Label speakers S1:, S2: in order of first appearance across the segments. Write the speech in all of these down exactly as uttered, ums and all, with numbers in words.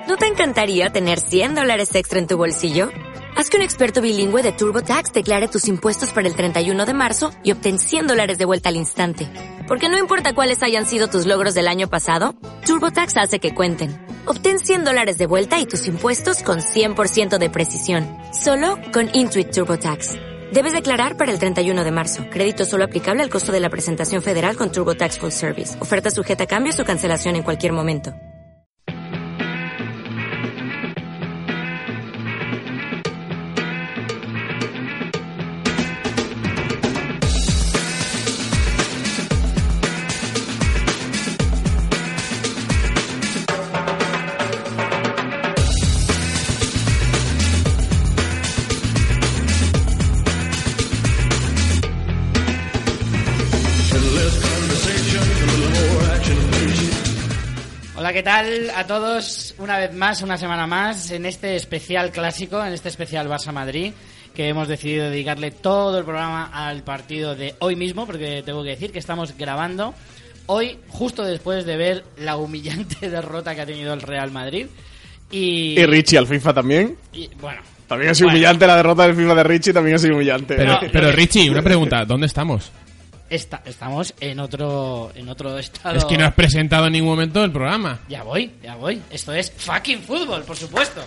S1: ¿No te encantaría tener cien dólares extra en tu bolsillo? Haz que un experto bilingüe de TurboTax declare tus impuestos para el treinta y uno de marzo y obtén cien dólares de vuelta al instante. Porque no importa cuáles hayan sido tus logros del año pasado, TurboTax hace que cuenten. Obtén cien dólares de vuelta y tus impuestos con cien por ciento de precisión. Solo con Intuit TurboTax. Debes declarar para el treinta y uno de marzo. Crédito solo aplicable al costo de la presentación federal con TurboTax Full Service. Oferta sujeta a cambios o cancelación en cualquier momento.
S2: Hola, ¿qué tal a todos? Una vez más, una semana más, en este especial clásico, en este especial Barça-Madrid, que hemos decidido dedicarle todo el programa al partido de hoy mismo, porque tengo que decir que estamos grabando hoy, justo después de ver la humillante derrota que ha tenido el Real Madrid. Y,
S3: ¿Y Richie al FIFA también?
S2: Y, bueno...
S3: También ha sido
S2: bueno.
S3: humillante la derrota del FIFA de Richie, también ha sido humillante.
S4: Pero,
S2: No,
S4: pero Richie, una pregunta, ¿dónde estamos?
S2: Está, estamos en otro en otro estado...
S4: Es que no has presentado en ningún momento el programa.
S2: Ya voy, ya voy. Esto es fucking fútbol, por supuesto.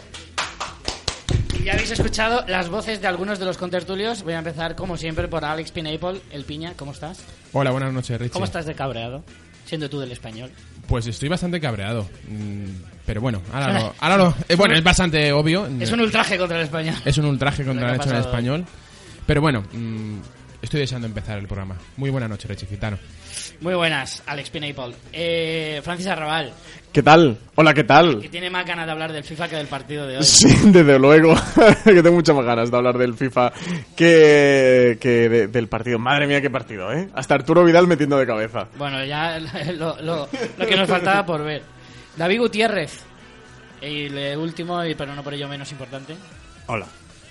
S2: Y ya habéis escuchado las voces de algunos de los contertulios. Voy a empezar, como siempre, por Alex Pineapple. El Piña, ¿cómo estás?
S4: Hola, buenas noches, Richie.
S2: ¿Cómo estás de cabreado? Siendo tú del Español.
S4: Pues estoy bastante cabreado. Mm, Pero bueno, ahora lo... Ahora lo eh, bueno, es bastante obvio.
S2: Es un ultraje contra el Español.
S4: Es un ultraje contra
S2: Lo
S4: el
S2: que ha
S4: hecho en
S2: pasado.
S4: español. Pero bueno, mm, estoy deseando empezar el programa. Muy buena noche, Richie Gitano.
S2: Muy buenas, Alex Pineapple. Eh, Francis Arrabal,
S3: ¿Qué tal? Hola, ¿qué
S2: que
S3: tal?
S2: tiene más ganas de hablar del FIFA que del partido de hoy.
S3: Sí, desde luego, que tengo muchas más ganas de hablar del FIFA que, que de- del partido. Madre mía, qué partido, ¿eh? Hasta Arturo Vidal metiendo de cabeza.
S2: Bueno, ya lo, lo, lo que nos faltaba por ver. David Gutiérrez. Y el último, y pero no por ello menos importante.
S3: Hola.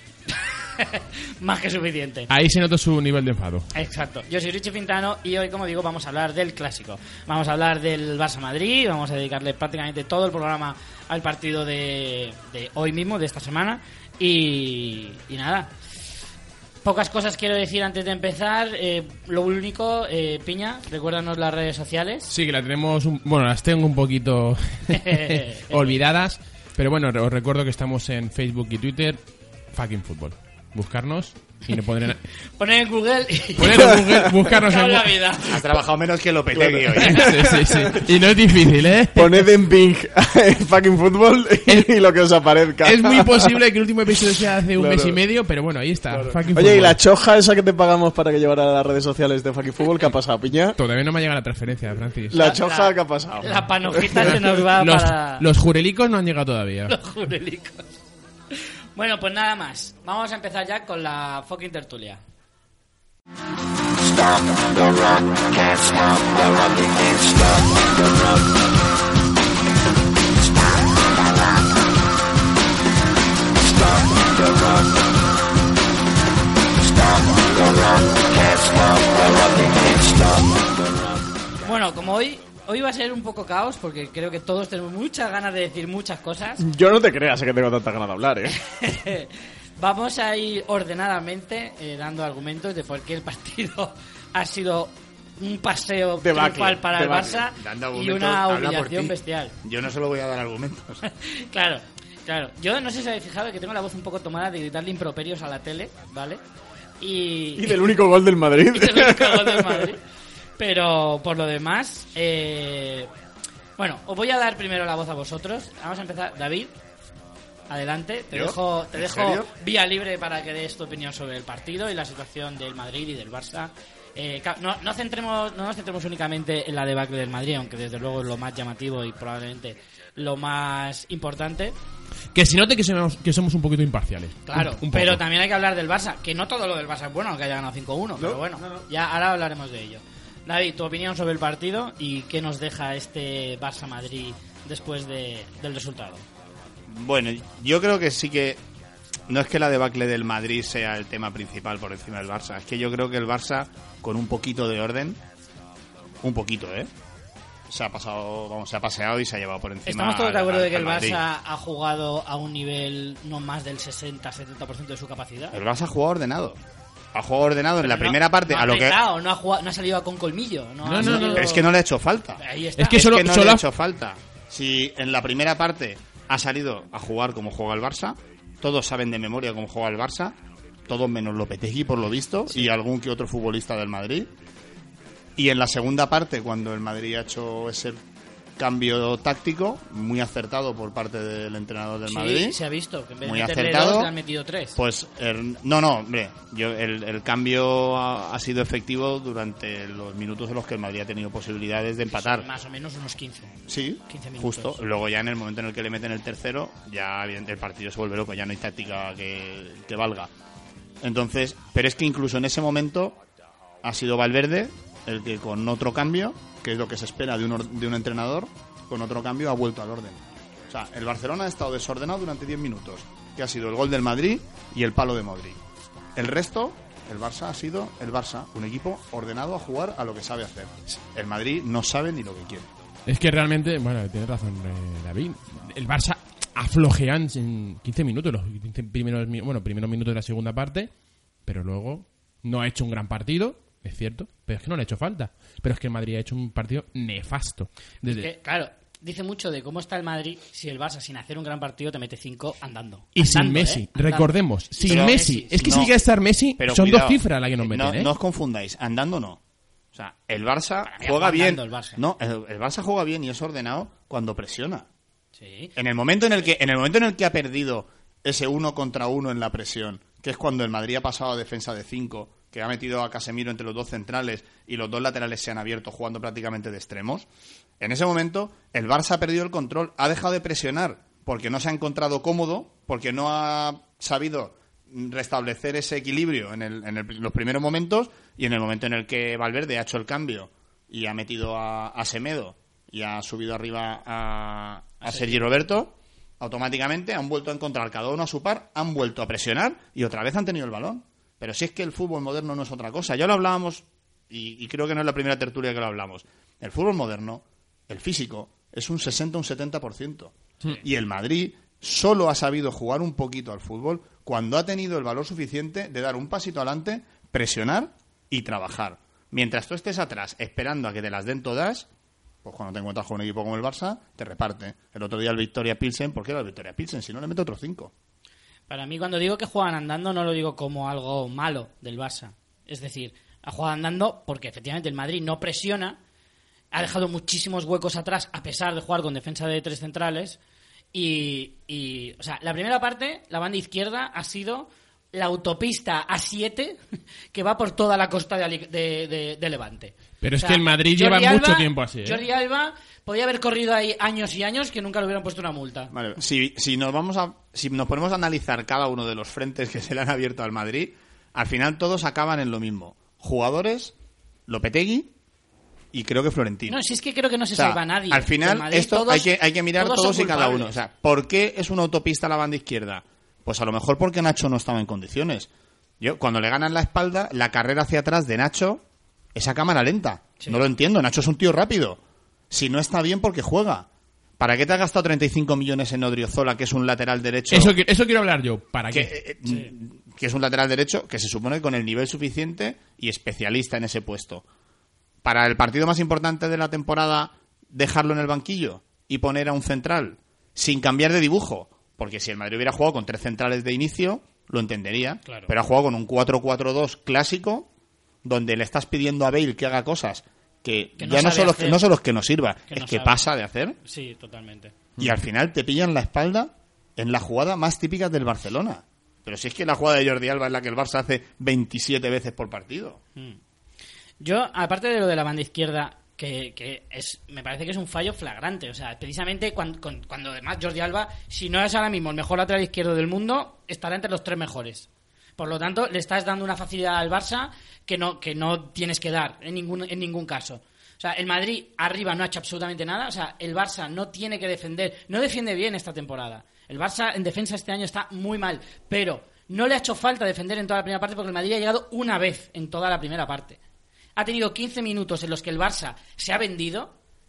S2: Más que suficiente.
S4: Ahí se nota su nivel de enfado.
S2: Exacto. Yo soy Richie Pintano y hoy, como digo, vamos a hablar del clásico. Vamos a hablar del Barça-Madrid, vamos a dedicarle prácticamente todo el programa al partido de, de hoy mismo, de esta semana. Y, y nada. Pocas cosas quiero decir antes de empezar. Eh, lo único, eh, Piña, recuérdanos las redes sociales.
S4: Sí, que la tenemos... Un, bueno, las tengo un poquito olvidadas. Pero bueno, os recuerdo que estamos en Facebook y Twitter. Fucking Fútbol. Buscarnos y no pondré...
S2: Poner en Google y...
S4: Poner en Google, buscarnos en
S2: la
S4: Google.
S2: vida.
S5: Has trabajado menos que Lopetegui hoy.
S4: Sí, sí, sí. Y no es difícil, ¿eh?
S3: Poned en Bing fucking fútbol y, y lo que os aparezca.
S4: Es muy posible que el último episodio sea hace un
S3: Claro.
S4: mes y medio, pero bueno, ahí está. Fucking
S3: Oye, ¿y
S4: Fútbol.
S3: la choja esa que te pagamos para que llevara a las redes sociales de fucking fútbol? ¿Qué ha pasado, Piña?
S4: Todavía no me ha llegado la transferencia, Francis.
S3: La
S2: La-
S3: choja,
S2: la-
S3: ¿qué ha pasado?
S2: La panojita se nos va
S4: Los,
S2: para...
S4: los jurelicos no han llegado todavía.
S2: Los jurelicos. Bueno, pues nada más. Vamos a empezar ya con la fucking tertulia. Bueno, como hoy hoy va a ser un poco caos porque creo que todos tenemos muchas ganas de decir muchas cosas.
S3: Yo no te creas, sé que tengo tanta ganas de hablar, ¿eh?
S2: Vamos a ir ordenadamente eh, dando argumentos de por qué el partido ha sido un paseo
S3: Debacle,
S2: triunfal para el
S3: debacle.
S2: Barça
S5: Dando
S2: y
S5: argumentos,
S2: una
S5: habla por
S2: humillación
S5: ti.
S2: bestial.
S5: Yo no se lo voy a dar argumentos.
S2: Claro, claro. Yo no sé si habéis fijado que tengo la voz un poco tomada de gritarle improperios a la tele, ¿vale? Y,
S3: Y del único gol del Madrid.
S2: y del único gol del Madrid. Pero por lo demás, eh, bueno, os voy a dar primero la voz a vosotros. Vamos a empezar. David, adelante. Te
S5: ¿Yo?
S2: dejo, te
S5: ¿En
S2: dejo
S5: serio?
S2: vía libre para que des tu opinión sobre el partido y la situación del Madrid y del Barça. Eh, ca- no, no, centremos, no nos centremos únicamente en la debacle del Madrid, aunque desde luego es lo más llamativo y probablemente lo más importante.
S4: Que se note que somos, que somos un poquito imparciales.
S2: Claro,
S4: Un- un
S2: pero
S4: poco.
S2: también hay que hablar del Barça, que no todo lo del Barça es bueno, aunque haya ganado cinco uno, pero bueno, ya ahora hablaremos de ello. David, tu opinión sobre el partido y qué nos deja este Barça-Madrid después de, del resultado.
S5: Bueno, yo creo que sí que... No es que la debacle del Madrid sea el tema principal por encima del Barça. Es que yo creo que el Barça, con un poquito de orden... Un poquito, ¿eh? se ha pasado, vamos, se ha paseado y se ha llevado por encima.
S2: Estamos todos de
S5: al-
S2: acuerdo
S5: al-
S2: de que el
S5: al Madrid.
S2: Barça ha jugado a un nivel no más del sesenta a setenta por ciento de su capacidad.
S5: El Barça ha jugado ordenado. Ha jugado ordenado en
S2: Pero
S5: la
S2: no-
S5: primera parte
S2: no ha
S5: a lo que...
S2: apretado, no ha jugado, no ha salido con colmillo. No,
S4: No,
S2: ha
S4: no, no.
S2: salido-
S5: Pero es que no le ha hecho falta.
S2: Ahí está.
S4: Es que
S5: Es
S4: solo,
S5: que no
S4: solo
S5: le ha
S4: ha-
S5: hecho falta. Si en la primera parte ha salido a jugar como juega el Barça, todos saben de memoria cómo juega el Barça, todos menos Lopetegui por lo visto, y algún que otro futbolista del Madrid. Y en la segunda parte, cuando el Madrid ha hecho ese cambio táctico, muy acertado por parte del entrenador del
S2: Sí,
S5: Madrid,
S2: se ha visto que en vez
S5: muy
S2: de meterle
S5: acertado,
S2: dos, le han metido tres.
S5: pues el- no, no, hombre, yo, el, el cambio ha, ha sido efectivo durante los minutos en los que el Madrid ha tenido posibilidades de empatar.
S2: Más o menos unos quince.
S5: Sí,
S2: quince minutos.
S5: justo. Luego ya en el momento en el que le meten el tercero, ya evidente, el partido se vuelve loco, ya no hay táctica que, que valga. Entonces, pero es que incluso en ese momento ha sido Valverde el que con otro cambio, que es lo que se espera de un, or- de un entrenador, con otro cambio ha vuelto al orden. O sea, el Barcelona ha estado desordenado durante diez minutos, que ha sido el gol del Madrid y el palo de Modric. El resto, el Barça ha sido el Barça, un equipo ordenado a jugar a lo que sabe hacer. El Madrid no sabe ni lo que quiere.
S4: Es que realmente, bueno, tienes razón, eh, David. El Barça aflojea en quince minutos, los quince primeros, mi- bueno, primeros minutos de la segunda parte, pero luego no ha hecho un gran partido, es cierto, pero es que no le ha hecho falta. Pero es que el Madrid ha hecho un partido nefasto. Desde-
S2: Que, claro, dice mucho de cómo está el Madrid si el Barça sin hacer un gran partido te mete cinco andando.
S4: Y sin
S2: Andando,
S4: Messi,
S2: ¿eh? Andando.
S4: recordemos, sin
S5: Pero-
S4: Messi. Es que
S5: no,
S4: si llega a estar Messi,
S5: pero
S4: son
S5: cuidado,
S4: dos cifras las que nos meten,
S5: no,
S4: ¿eh?
S5: no os confundáis, andando no. O sea, el Barça
S2: Para mí
S5: juega
S2: va
S5: bien.
S2: andando el Barça.
S5: No, el, el Barça juega bien y es ordenado cuando presiona.
S2: Sí.
S5: En el momento en el que en el momento en el que ha perdido ese uno contra uno en la presión, que es cuando el Madrid ha pasado a defensa de cinco, que ha metido a Casemiro entre los dos centrales y los dos laterales se han abierto jugando prácticamente de extremos, en ese momento el Barça ha perdido el control, ha dejado de presionar porque no se ha encontrado cómodo, porque no ha sabido restablecer ese equilibrio en, el, en el- los primeros momentos, y en el momento en el que Valverde ha hecho el cambio y ha metido a, a Semedo y ha subido arriba a, a Sergi Roberto, automáticamente han vuelto a encontrar cada uno a su par, han vuelto a presionar y otra vez han tenido el balón. Pero si es que el fútbol moderno no es otra cosa. Ya lo hablábamos, y, y creo que no es la primera tertulia que lo hablamos. El fútbol moderno, el físico, es un sesenta un setenta por ciento. Y el Madrid solo ha sabido jugar un poquito al fútbol cuando ha tenido el valor suficiente de dar un pasito adelante, presionar y trabajar. Mientras tú estés atrás esperando a que te las den todas, pues cuando te encuentras con un equipo como el Barça, te reparte. El otro día el Victoria Pilsen, ¿por qué era el Victoria Pilsen? Si no le mete otros cinco.
S2: Para mí, cuando digo que juegan andando, no lo digo como algo malo del Barça. Es decir, ha jugado andando porque efectivamente el Madrid no presiona, ha dejado muchísimos huecos atrás a pesar de jugar con defensa de tres centrales. Y, y o sea, la primera parte, la banda izquierda, ha sido la autopista A siete que va por toda la costa de, Ali- de, de- de Levante.
S4: Pero
S2: O
S4: es
S2: sea,
S4: que el Madrid
S2: Jordi
S4: lleva
S2: Alba-
S4: mucho tiempo así, ¿eh?
S2: Jordi Alba podía haber corrido ahí años y años que nunca le hubieran puesto una multa.
S5: Vale, si, si nos vamos a, si nos ponemos a analizar cada uno de los frentes que se le han abierto al Madrid, al final todos acaban en lo mismo. Jugadores, Lopetegui y creo que Florentino.
S2: No, si es que creo que no se
S5: O sea,
S2: salva a nadie.
S5: al
S2: Del
S5: final,
S2: Madrid,
S5: esto
S2: todos-
S5: hay que, hay que mirar
S2: todos
S5: todos,
S2: son
S5: y cada
S2: culpables.
S5: uno. O sea, ¿por qué es una autopista la banda izquierda? Pues a lo mejor porque Nacho no estaba en condiciones. Yo, cuando le ganan la espalda, la carrera hacia atrás de Nacho es a cámara lenta.
S2: Sí.
S5: No lo entiendo. Nacho es un tío rápido. Si no está bien, porque juega. ¿Para qué te has gastado treinta y cinco millones en Odriozola, que es un lateral derecho?
S4: Eso, qui- eso quiero hablar yo. ¿Para
S5: que,
S4: qué?
S5: eh, que es un lateral derecho que se supone con el nivel suficiente y especialista en ese puesto. Para el partido más importante de la temporada, dejarlo en el banquillo y poner a un central sin cambiar de dibujo. Porque si el Madrid hubiera jugado con tres centrales de inicio, lo entendería.
S2: Claro.
S5: Pero ha jugado con un cuatro cuatro dos clásico, donde le estás pidiendo a Bale que haga cosas que,
S2: Que no
S5: ya no
S2: sabe
S5: son, los que,
S2: hacer.
S5: no son los que nos sirva,
S2: Que
S5: es
S2: no
S5: que
S2: sabe.
S5: pasa de hacer.
S2: Sí, totalmente.
S5: Y al final te pillan la espalda en la jugada más típica del Barcelona. Pero si es que la jugada de Jordi Alba es la que el Barça hace veintisiete veces por partido.
S2: Yo, aparte de lo de la banda izquierda, que, que es me parece que es un fallo flagrante. O sea, precisamente cuando, con- cuando además Jordi Alba, si no es ahora mismo el mejor lateral izquierdo del mundo, estará entre los tres mejores. Por lo tanto, le estás dando una facilidad al Barça que no, que no tienes que dar en ningún, en ningún caso. O sea, el Madrid arriba no ha hecho absolutamente nada. O sea, el Barça no tiene que defender. No defiende bien esta temporada. El Barça en defensa este año está muy mal. Pero no le ha hecho falta defender en toda la primera parte porque el Madrid ha llegado una vez en toda la primera parte. Ha tenido quince minutos en los que el Barça se ha vendido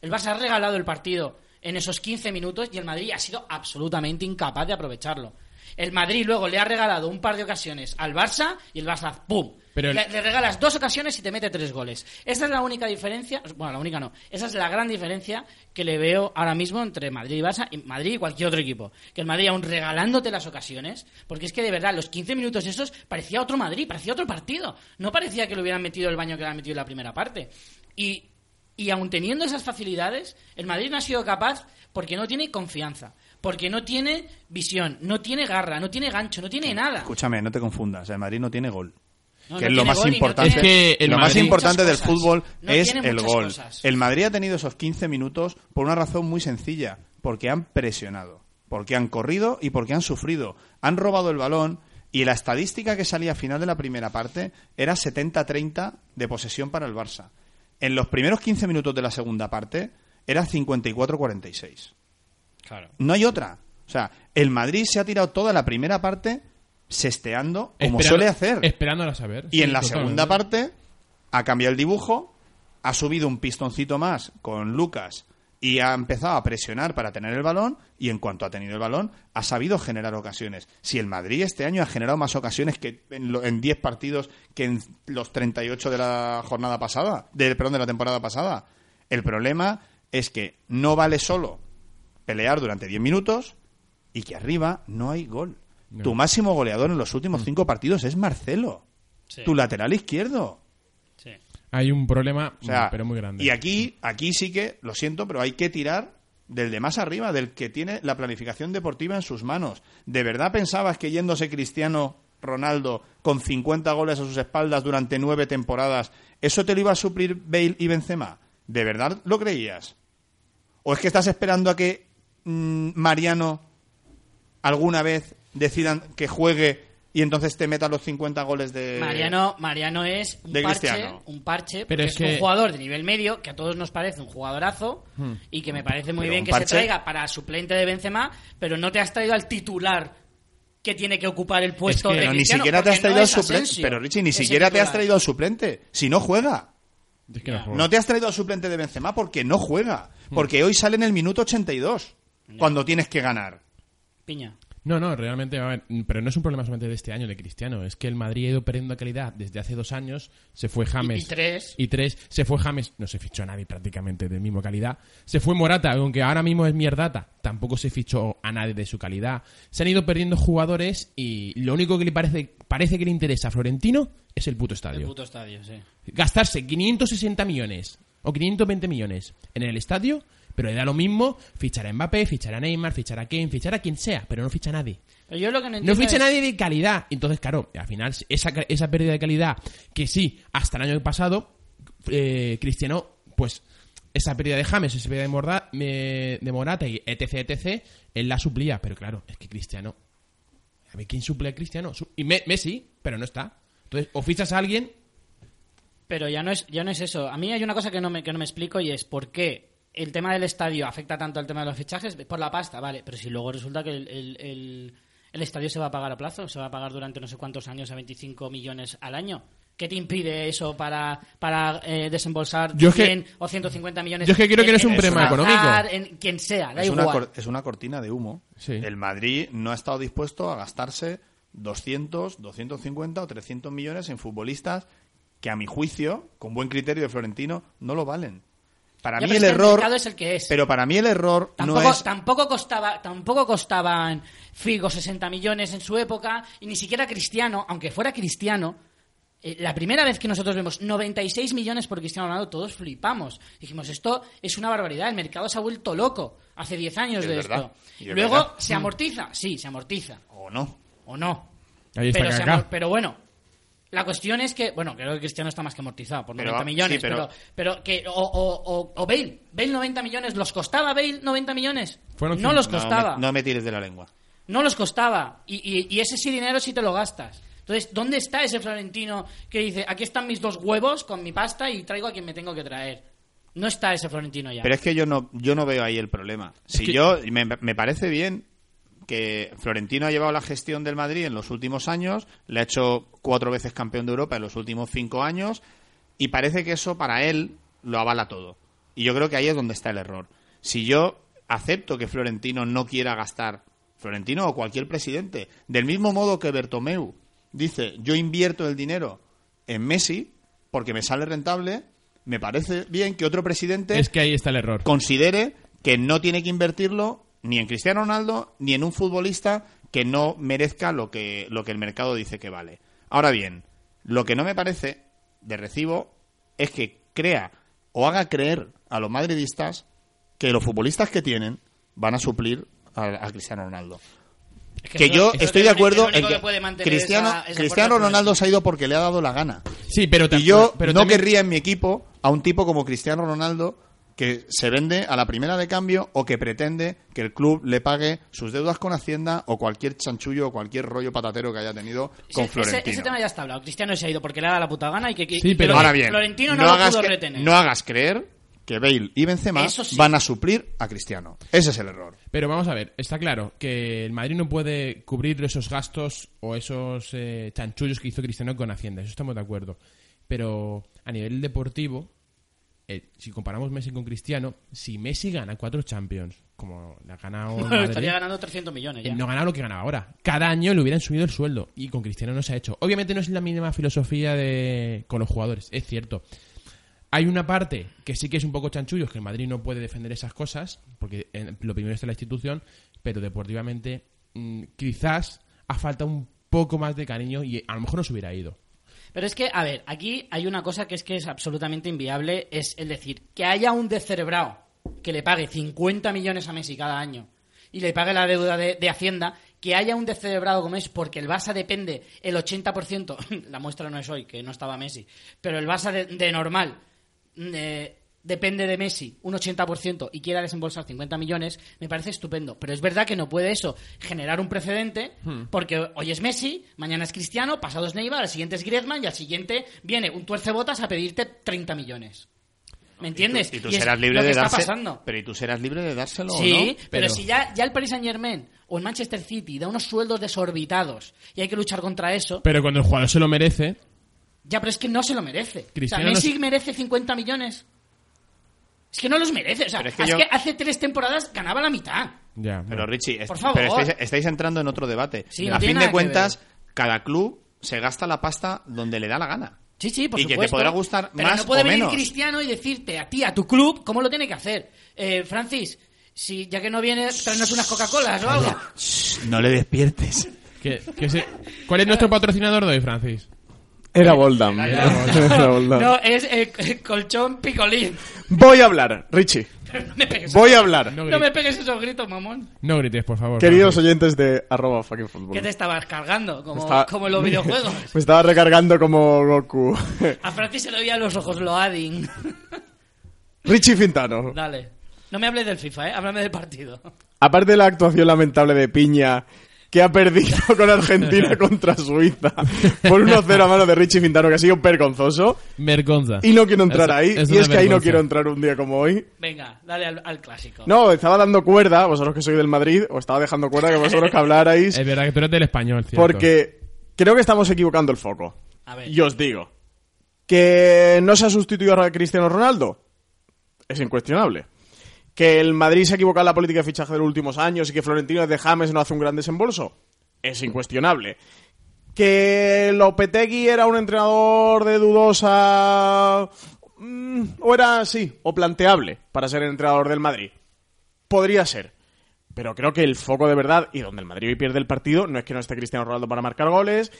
S2: El Barça ha regalado el partido en esos quince minutos y el Madrid ha sido absolutamente incapaz de aprovecharlo. El Madrid luego le ha regalado un par de ocasiones al Barça y el Barça, ¡pum!
S4: Pero el...
S2: le, le regalas dos ocasiones y te mete tres goles. Esa es la única diferencia, bueno, la única no, esa es la gran diferencia que le veo ahora mismo entre Madrid y Barça y Madrid y cualquier otro equipo. Que el Madrid aún regalándote las ocasiones, porque es que de verdad los quince minutos esos parecía otro Madrid, parecía otro partido. No parecía que le hubieran metido el baño que le han metido en la primera parte. Y, y aún teniendo esas facilidades, el Madrid no ha sido capaz porque no tiene confianza. Porque no tiene visión, no tiene garra, no tiene gancho, no tiene nada.
S5: Escúchame, no te confundas. El Madrid no tiene gol.
S2: No,
S5: que
S2: no
S5: es lo más
S2: gol
S5: importante.
S2: no tiene...
S4: Es que el
S5: lo
S4: Madrid...
S5: más importante del
S2: Muchas cosas.
S5: fútbol
S2: No
S5: es
S2: tiene
S5: el
S2: muchas
S5: gol.
S2: cosas.
S5: El Madrid ha tenido esos quince minutos por una razón muy sencilla. Porque han presionado. Porque han corrido y porque han sufrido. Han robado el balón y la estadística que salía a final de la primera parte era setenta treinta de posesión para el Barça. En los primeros quince minutos de la segunda parte era cincuenta y cuatro cuarenta y seis.
S2: Claro.
S5: No hay otra. O sea, el Madrid se ha tirado toda la primera parte sesteando, como
S4: Esperando-
S5: suele hacer.
S4: Esperándola a saber.
S5: Y
S4: Sí,
S5: en la
S4: totalmente.
S5: segunda parte ha cambiado el dibujo, ha subido un pistoncito más con Lucas y ha empezado a presionar para tener el balón, y en cuanto ha tenido el balón ha sabido generar ocasiones. Si el Madrid este año ha generado más ocasiones que en, lo- en diez partidos que en los treinta y ocho de la jornada pasada, de, perdón, de la temporada pasada. El problema es que no vale solo pelear durante diez minutos y que arriba no hay gol.
S4: No.
S5: Tu máximo goleador en los últimos cinco partidos es Marcelo,
S2: Sí.
S5: tu lateral izquierdo.
S2: Sí.
S4: Hay un problema,
S5: O sea,
S4: pero muy grande.
S5: y aquí, aquí sí que, lo siento, pero hay que tirar del de más arriba, del que tiene la planificación deportiva en sus manos. ¿De verdad pensabas que yéndose Cristiano Ronaldo con cincuenta goles a sus espaldas durante nueve temporadas, eso te lo iba a suplir Bale y Benzema? ¿De verdad lo creías? ¿O es que estás esperando a que mmm, Mariano alguna vez decidan que juegue y entonces te meta los cincuenta goles de...
S2: Mariano, Mariano es un
S5: de
S2: parche,
S5: Cristiano.
S2: un parche,
S4: Pero
S2: porque
S4: es
S2: es,
S4: que-
S2: un jugador de nivel medio que a todos nos parece un jugadorazo
S4: Hmm.
S2: y que me parece muy
S5: Pero
S2: bien
S5: un
S2: que
S5: parche-
S2: se traiga para suplente de Benzema, pero no te has traído al titular que tiene que ocupar el puesto
S4: que-
S2: de
S5: Pero ni
S2: Cristiano,
S5: siquiera te has
S2: porque
S5: traído
S2: no
S5: al
S2: es
S5: suplente.
S2: Asensio,
S5: Pero Richie, ni
S2: ese
S5: siquiera te has
S2: titular.
S5: traído al suplente. Si no juega.
S4: Es que no juega.
S5: No te has traído al suplente de Benzema porque no juega. Porque hoy sale en el minuto ochenta y dos. Cuando tienes que ganar.
S2: Piña.
S4: No, no, realmente, a ver, pero no es un problema solamente de este año de Cristiano, es que el Madrid ha ido perdiendo calidad desde hace dos años, se fue James.
S2: Y- y tres.
S4: Y tres, se fue James, no se fichó a nadie prácticamente de misma calidad. Se fue Morata, aunque ahora mismo es mierdata, tampoco se fichó a nadie de su calidad. Se han ido perdiendo jugadores y lo único que le parece, parece que le interesa a Florentino es el puto estadio.
S2: El puto estadio, sí.
S4: Gastarse quinientos sesenta millones o quinientos veinte millones en el estadio, pero le da lo mismo fichar a Mbappé, fichar a Neymar, fichar a Kane, fichar a quien sea, pero no ficha a nadie.
S2: Pero yo lo que no
S4: No
S2: entiendo
S4: ficha a
S2: es-
S4: nadie de calidad. Entonces, claro, al final, esa, esa pérdida de calidad, que sí, hasta el año pasado, eh, Cristiano, pues, esa pérdida de James, esa pérdida de, Morda, eh, de Morata y etc, etc, él la suplía. Pero claro, es que Cristiano... A ver, ¿quién suple a Cristiano? Su- Y Me- Messi, pero no está. Entonces, o fichas a alguien...
S2: Pero ya no es ya no es eso. A mí hay una cosa que no me que no me explico y es por qué el tema del estadio afecta tanto al tema de los fichajes por la pasta, vale, pero si luego resulta que el, el, el, el estadio se va a pagar a plazo, se va a pagar durante no sé cuántos años a veinticinco millones al año. ¿Qué te impide eso para, para eh, desembolsar
S4: Yo es que-
S2: cien o ciento cincuenta millones?
S4: yo es que creo que no es un
S2: en
S4: problema
S2: Hazard,
S4: económico.
S2: En quien sea, da
S5: Es una,
S2: igual.
S5: cor- es una cortina de humo.
S4: Sí.
S5: El Madrid no ha estado dispuesto a gastarse doscientos, doscientos cincuenta o trescientos millones en futbolistas que, a mi juicio, con buen criterio de Florentino, no lo valen. Para
S2: Ya,
S5: mí
S2: pero
S5: el
S2: es que el
S5: error...
S2: mercado es el que es.
S5: Pero para mí el error
S2: Tampoco,
S5: no es...
S2: tampoco costaba, tampoco costaban Figo sesenta millones en su época y ni siquiera Cristiano, aunque fuera Cristiano. Eh, la primera vez que nosotros vemos noventa y seis millones por Cristiano Ronaldo, todos flipamos. Dijimos, esto es una barbaridad, el mercado se ha vuelto loco hace diez años
S5: Es
S2: de
S5: verdad,
S2: esto.
S5: y es
S2: Luego,
S5: verdad.
S2: ¿se amortiza? Sí, se amortiza.
S5: O no.
S2: ¿O no?
S4: Ahí está
S2: Pero, se
S4: Kaká.
S2: amor- pero bueno, la cuestión es que, bueno, creo que Cristiano está más que amortizado por
S5: Pero,
S2: noventa millones,
S5: sí, pero-
S2: pero, pero que, o, o, o, o Bale, Bale noventa millones, ¿los costaba Bale noventa millones?
S4: Fueron
S2: no
S4: cinco.
S2: los
S5: No
S2: costaba.
S5: me, no me tires de la lengua.
S2: No los costaba. Y, y, y ese sí dinero sí te lo gastas. Entonces, ¿dónde está ese Florentino que dice, aquí están mis dos huevos con mi pasta y traigo a quien me tengo que traer? No está ese Florentino ya.
S5: Pero es que yo no, yo no veo ahí el problema. Si
S4: que-
S5: yo me, me parece bien que Florentino ha llevado la gestión del Madrid en los últimos años, le ha hecho cuatro veces campeón de Europa en los últimos cinco años, y parece que eso para él lo avala todo. Y yo creo que ahí es donde está el error. Si yo acepto que Florentino no quiera gastar, Florentino o cualquier presidente, del mismo modo que Bertomeu dice, yo invierto el dinero en Messi porque me sale rentable, me parece bien que otro presidente
S4: Es que ahí está el error.
S5: considere que no tiene que invertirlo ni en Cristiano Ronaldo ni en un futbolista que no merezca lo que, lo que el mercado dice que vale. Ahora bien, lo que no me parece de recibo es que crea o haga creer a los madridistas que los futbolistas que tienen van a suplir a, a Cristiano Ronaldo.
S2: Es
S5: Que
S2: eso-
S5: yo
S2: eso
S5: estoy
S2: es
S5: de
S2: lo único
S5: acuerdo
S2: que
S5: en que
S2: puede mantener
S5: Cristiano,
S2: esa- esa
S5: Cristiano
S2: fuerza
S5: Ronaldo
S2: con
S5: se ha ido porque le ha dado la gana.
S4: Sí, pero
S5: Y yo
S4: pero
S5: no
S4: también-
S5: querría en mi equipo a un tipo como Cristiano Ronaldo que se vende a la primera de cambio o que pretende que el club le pague sus deudas con Hacienda o cualquier chanchullo o cualquier rollo patatero que haya tenido con
S2: Ese-
S5: Florentino.
S2: Ese, ese tema ya está hablado. Cristiano se ha ido porque le da la puta gana y que, que-
S4: Sí,
S2: y
S4: pero-
S2: que
S5: Ahora bien,
S2: Florentino no,
S5: no,
S2: lo
S5: hagas
S2: pudo
S5: que-
S2: retener.
S5: no hagas creer que Bale y Benzema
S2: Eso sí.
S5: van a suplir a Cristiano. Ese es el error.
S4: Pero vamos a ver, está claro que el Madrid no puede cubrir esos gastos o esos eh, chanchullos que hizo Cristiano con Hacienda, eso estamos de acuerdo. Pero a nivel deportivo, eh, si comparamos Messi con Cristiano, si Messi gana cuatro Champions, como le ha ganado el Madrid,
S2: Estaría ganando trescientos millones ya.
S4: no ganaba lo que ganaba ahora. Cada año le hubieran subido el sueldo y con Cristiano no se ha hecho. Obviamente no es la mínima filosofía de con los jugadores, es cierto. Hay una parte que sí que es un poco chanchullo, es que el Madrid no puede defender esas cosas, porque eh, lo primero está la institución, pero deportivamente mmm, quizás ha faltado un poco más de cariño y a lo mejor no se hubiera ido.
S2: Pero es que, a ver, aquí hay una cosa que es que es absolutamente inviable, es el decir, que haya un descerebrado que le pague cincuenta millones a Messi cada año y le pague la deuda de, de Hacienda, que haya un descerebrado como es porque el Barça depende el ochenta por ciento, la muestra no es hoy, que no estaba Messi, pero el Barça de, de normal eh, depende de Messi un ochenta por ciento y quiera desembolsar cincuenta millones, me parece estupendo. Pero es verdad que no puede eso generar un precedente, porque hoy es Messi, mañana es Cristiano, pasado es Neymar, al siguiente es Griezmann y al siguiente viene un tuercebotas a pedirte treinta millones. ¿Me entiendes?
S5: Y tú, y tú
S2: Y es
S5: serás libre
S2: lo que
S5: de
S2: está
S5: darse,
S2: pasando.
S5: pero y tú serás libre de dárselo
S2: Sí,
S5: o no.
S2: pero,
S4: Pero-
S2: si ya, ya el Paris Saint-Germain o el Manchester City da unos sueldos desorbitados y hay que luchar contra eso,
S4: Pero cuando el jugador se lo merece,
S2: ya, pero es que no se lo merece.
S4: Cristiano
S2: o sea, Messi
S4: no
S2: merece cincuenta millones. Es que no los merece. O sea,
S5: Pero
S2: es
S5: es
S2: que,
S5: que yo-
S2: hace tres temporadas ganaba la mitad.
S4: ya.
S5: Pero
S4: bueno.
S5: Richie, est-
S2: Por favor.
S5: pero estáis, estáis entrando en otro debate.
S2: Sí, no
S5: a
S2: tiene
S5: fin
S2: nada
S5: de
S2: que
S5: cuentas,
S2: ver.
S5: cada club se gasta la pasta donde le da la gana.
S2: Sí, sí, por
S5: Y que te
S2: supuesto.
S5: podrá gustar
S2: pero
S5: más
S2: no puede
S5: o
S2: venir
S5: menos.
S2: Cristiano y decirte a ti, a tu club, cómo lo tiene que hacer. Eh, Francis, si ya que no viene, tráenos unas Coca-Colas o algo.
S5: No le despiertes.
S4: Que- que se- ¿Cuál es nuestro patrocinador de hoy, Francis?
S3: Era Boldam. Era Boldam.
S2: No, es eh, el colchón picolín.
S3: Voy a hablar, Richie.
S2: No me pegues,
S3: Voy a hablar.
S4: No
S2: no me
S4: grites,
S2: pegues esos gritos, mamón.
S4: no grites, por favor.
S3: Queridos
S4: Francis.
S3: oyentes de arroba fucking fútbol.
S2: ¿Qué te estabas cargando? Como,
S3: Estaba-
S2: como en los videojuegos.
S3: Me estaba recargando como Goku.
S2: A Francis se le veían los ojos Loading.
S3: Richie Fintano.
S2: Dale. No me hables del FIFA, ¿eh? Háblame del partido.
S3: Aparte de la actuación lamentable de Piña, que ha perdido con Argentina contra Suiza por uno cero a mano de Richie Fintano, que ha sido vergonzoso.
S4: Vergonza.
S3: Y no quiero entrar
S4: Es-
S3: ahí.
S4: es
S3: y
S4: una
S3: es que ahí no
S4: vergüenza.
S3: quiero entrar un día como hoy.
S2: Venga, dale al, al clásico.
S3: No, estaba dando cuerda, vosotros que sois del Madrid, os estaba dejando cuerda que vosotros que hablarais,
S4: Es verdad que tú eres del español, ¿cierto?
S3: porque creo que estamos equivocando el foco.
S2: A ver.
S3: Y os digo, que no se ha sustituido a Cristiano Ronaldo, es incuestionable. Que el Madrid se ha equivocado en la política de fichaje de los últimos años y que Florentino de James no hace un gran desembolso, es incuestionable. Que Lopetegui era un entrenador de dudosa... mm, o era así, o planteable para ser el entrenador del Madrid. Podría ser. Pero creo que el foco de verdad, y donde el Madrid hoy pierde el partido, no es que no esté Cristiano Ronaldo para marcar goles,